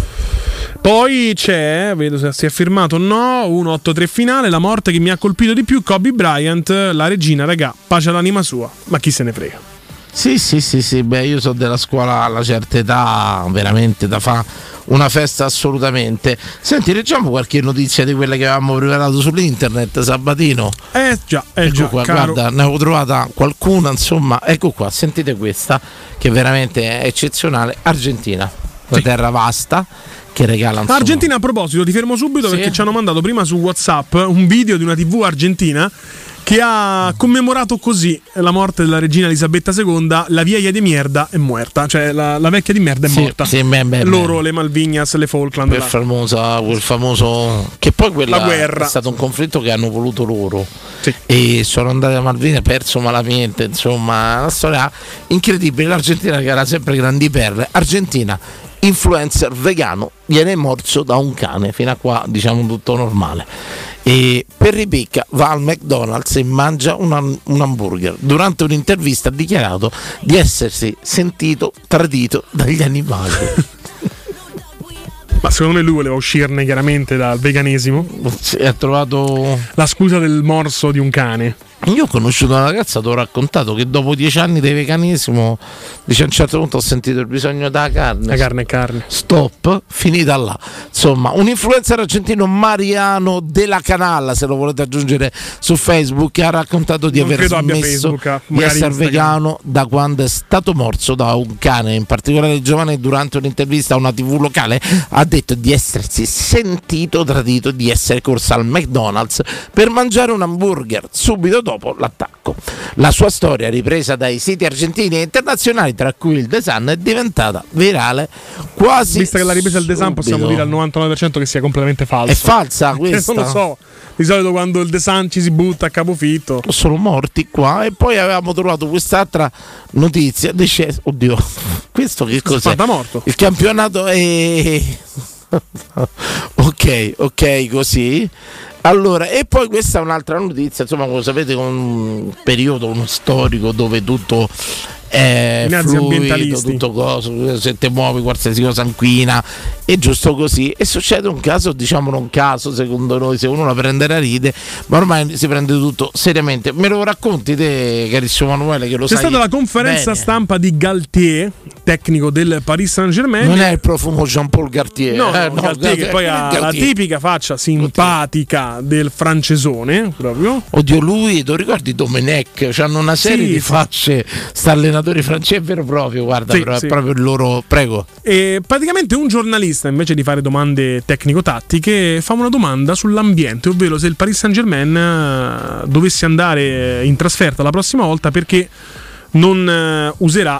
Poi c'è, vedo se si è firmato, 183 finale, la morte che mi ha colpito di più, Kobe Bryant, la regina, raga, pace all'anima sua, ma chi se ne frega. Sì, beh, io sono della scuola alla certa età, veramente da fa una festa assolutamente. Senti, leggiamo qualche notizia di quelle che avevamo preparato sull'internet, Sabatino. Già, qua, caro. guarda, ne avevo trovata qualcuna, insomma, ecco qua, sentite questa, che veramente è eccezionale. Argentina, una terra vasta, che regala, insomma. Argentina, a proposito, ti fermo subito perché ci hanno mandato prima su WhatsApp un video di una TV argentina che ha commemorato così la morte della regina Elisabetta II. La vieja di merda è morta, cioè la vecchia di merda è morta. Loro, le Malvinas, le Falkland, quel famoso che poi quella la guerra è stato un conflitto che hanno voluto loro, e sono andati a Malvine, perso malamente, insomma una storia incredibile. L'Argentina che era sempre grandi perle. Argentina, influencer vegano viene morso da un cane, fino a qua diciamo tutto normale. E per ripicca va al McDonald's e mangia un hamburger. Durante un'intervista ha dichiarato di essersi sentito tradito dagli animali. Ma secondo me lui voleva uscirne chiaramente dal veganesimo. Ha trovato la scusa del morso di un cane. Io ho conosciuto una ragazza, ti ho raccontato, che dopo 10 anni di veganesimo dice a un certo punto ho sentito il bisogno della carne. La carne è carne. Stop, finita là. Insomma, un influencer argentino, Mariano della Canalla, se lo volete aggiungere su Facebook, ha raccontato di aver smesso di essere vegano da quando è stato morso da un cane. In particolare il giovane, durante un'intervista a una TV locale, ha detto di essersi sentito tradito di essere corso al McDonald's per mangiare un hamburger subito dopo l'attacco. La sua storia, ripresa dai siti argentini e internazionali, tra cui il The Sun, è diventata virale quasi. Vista che l'ha ripresa il The Sun, possiamo dire al 99% che sia completamente falsa. È falsa questa? Non lo so. Di solito quando il The Sun ci si butta a capofitto. Sono morti qua. E poi avevamo trovato quest'altra notizia. Oddio, questo che cos'è? Fatta morto. Il campionato è ok, così. Allora, e poi questa è un'altra notizia, insomma, come sapete, con un periodo, uno storico dove tutto è fluido, tutto cosa, se ti muovi qualsiasi cosa inquina, è giusto così. E succede un caso, diciamo non caso secondo noi, se uno la prende a ride, ma ormai si prende tutto seriamente. Me lo racconti te, carissimo Emanuele, che lo sai. C'è stata la conferenza bene. Stampa di Galtier, tecnico del Paris Saint-Germain. Non è il profumo Jean-Paul Galtier. No, Galtier, che poi ha la tipica faccia simpatica del francesone proprio. Oddio, lui, tu ricordi Domenech? C'hanno una serie di facce, sta allenatori francesi, è vero proprio, guarda, però è proprio il loro, prego. E praticamente un giornalista, invece di fare domande tecnico-tattiche, fa una domanda sull'ambiente, ovvero se il Paris Saint-Germain dovesse andare in trasferta la prossima volta, perché non userà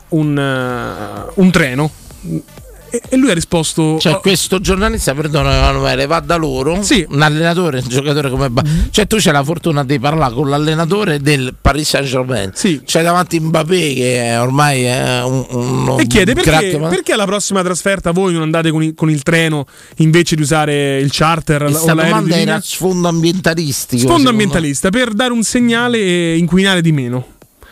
un treno. E lui ha risposto, cioè questo giornalista, perdona Emanuele, va da loro, un allenatore, un giocatore come cioè tu c'hai la fortuna di parlare con l'allenatore del Paris Saint-Germain, c'hai davanti Mbappé che ormai è un e chiede perché alla prossima trasferta voi non andate con il treno invece di usare il charter o l'aereo. Questa domanda era sfondo ambientalistico, sfondo ambientalista, per dare un segnale e inquinare di meno.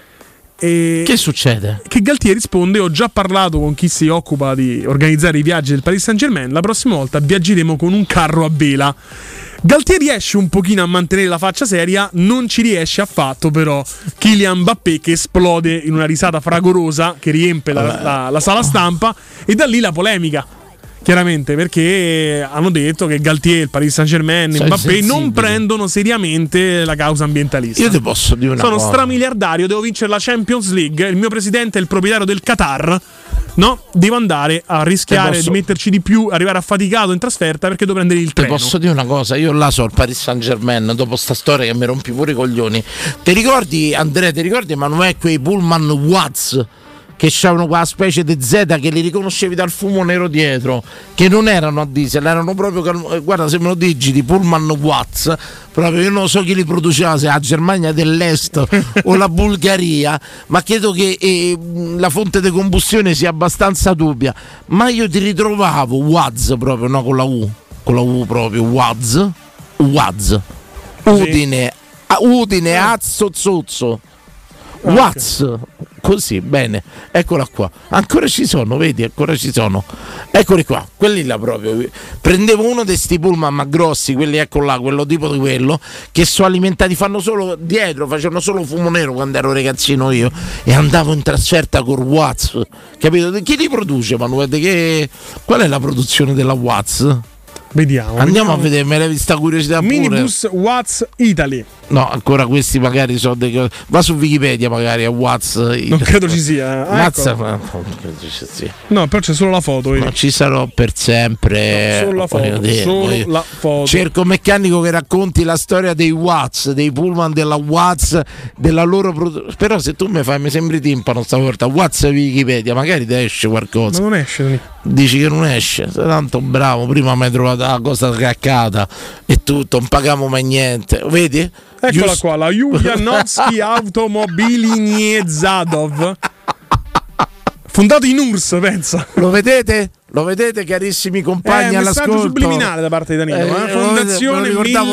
Che succede? Che Galtier risponde: ho già parlato con chi si occupa di organizzare i viaggi del Paris Saint-Germain, la prossima volta viaggeremo con un carro a vela. Galtier riesce un pochino a mantenere la faccia seria, non ci riesce affatto però Kylian Mbappé, che esplode in una risata fragorosa che riempie la sala stampa, e da lì la polemica. Chiaramente, perché hanno detto che Galtier, il Paris Saint-Germain e Mbappé non prendono seriamente la causa ambientalista. Io ti posso dire una cosa. Sono stramiliardario, devo vincere la Champions League, il mio presidente è il proprietario del Qatar. No, devo andare a rischiare di metterci di più, arrivare affaticato in trasferta perché devo prendere il treno. Ti posso dire una cosa, io là so il Paris Saint-Germain, dopo sta storia che mi rompi pure i coglioni. Ti ricordi, Andrea, Emanuele, quei pullman Watts che c'erano quella specie di Z che li riconoscevi dal fumo nero dietro, che non erano a diesel, erano proprio, guarda, se me lo digiti, Pullman Watts, proprio io non so chi li produceva, se la Germania dell'Est o la Bulgaria, ma credo che la fonte di combustione sia abbastanza dubbia, ma io ti ritrovavo Watts proprio, no, con la U proprio, Watts, Udine, Azzo, Zozzo, Watts, così, bene, eccola qua, ancora ci sono, vedi, ancora ci sono, eccoli qua, quelli là proprio. Prendevo uno di sti pullman ma grossi, quelli, ecco là, quello tipo di quello, che sono alimentati, fanno solo dietro, facevano solo fumo nero quando ero ragazzino io, e andavo in trasferta con Watts, capito? Chi li produce, Manuel? Qual è la produzione della Watts? Vediamo. Andiamo a vedere, me levi sta curiosità pure. Minibus Watts Italy. No, ancora questi magari sono dei cose. Va su Wikipedia magari a Watts Italy. Non credo ci sia. No, però c'è solo la foto. Non ci sarò per sempre. Solo la foto. La foto. Cerco un meccanico che racconti la storia dei Watts, dei pullman della Watts, della loro però se tu mi sembri timpano stavolta Watts Wikipedia, magari ti esce qualcosa. Ma non esce. Dici che non esce, sei tanto bravo, prima mi hai trovato la cosa caccata e tutto, non paghiamo mai niente, vedi? Eccola qua, la Yulianovsky Automobili Zadov, fondato in URSS, pensa. Lo vedete? Lo vedete, carissimi compagni all'ascolto? Messaggio subliminale da parte di Danilo. Fondazione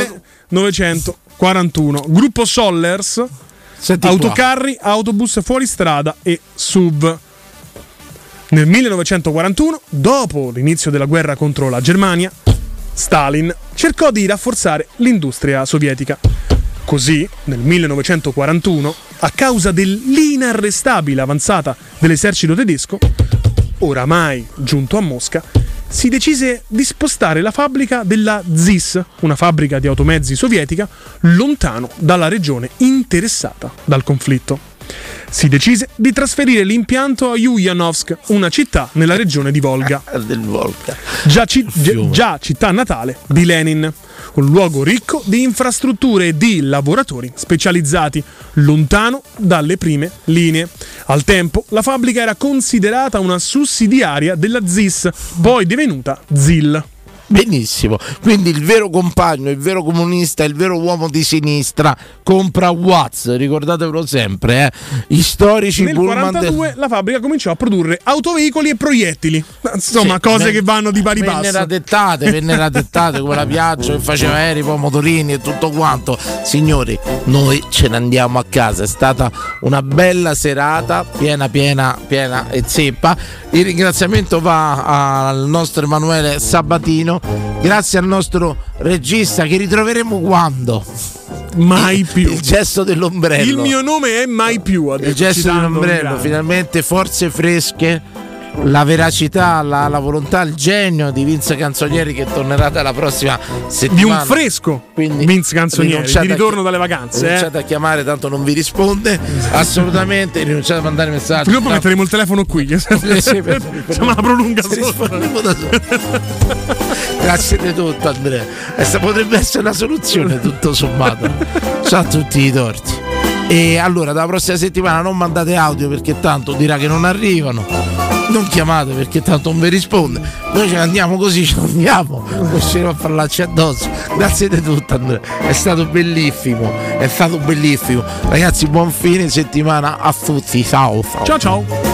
1941, gruppo Sollers, autocarri, autobus fuoristrada e SUV. Nel 1941, dopo l'inizio della guerra contro la Germania, Stalin cercò di rafforzare l'industria sovietica. Così, nel 1941, a causa dell'inarrestabile avanzata dell'esercito tedesco, oramai giunto a Mosca, si decise di spostare la fabbrica della ZIS, una fabbrica di automezzi sovietica, lontano dalla regione interessata dal conflitto. Si decise di trasferire l'impianto a Ulyanovsk, una città nella regione di Volga, del Volga. già città natale di Lenin, un luogo ricco di infrastrutture e di lavoratori specializzati, lontano dalle prime linee. Al tempo la fabbrica era considerata una sussidiaria della ZIS, poi divenuta ZIL. Benissimo, quindi il vero compagno, il vero comunista, il vero uomo di sinistra compra Watts, ricordatevelo sempre, Gli storici nel pullman 1942 la fabbrica cominciò a produrre autoveicoli e proiettili, insomma sì, cose che vanno di pari passo. Venne dettate come la Piaggio che faceva aerei, poi motorini e tutto quanto. Signori, noi ce ne andiamo a casa, è stata una bella serata, piena e zeppa. Il ringraziamento va al nostro Emanuele Sabatino. Grazie al nostro regista che ritroveremo quando? Mai più. Il gesto dell'ombrello. Il mio nome è mai più. Il gesto dell'ombrello. Finalmente forze fresche. La veracità, la volontà, il genio di Vince Canzonieri che tornerà dalla prossima settimana. Di un fresco Vince Canzonieri di ritorno dalle vacanze. Rinunciate a chiamare, tanto non vi risponde. Assolutamente, rinunciate a mandare messaggi. Dopo metteremo il telefono qui. Insomma, la prolunga Grazie di tutto, Andrea. Questa potrebbe essere una soluzione, tutto sommato. C'ha tutti i torti. E allora, dalla prossima settimana non mandate audio perché tanto dirà che non arrivano. Non chiamate perché tanto non vi risponde. Noi ce ne andiamo così, ce ne andiamo. Non ci a parlarci addosso. Grazie di tutto, Andrea. È stato bellissimo. Ragazzi, buon fine settimana a tutti. Ciao. Ciao.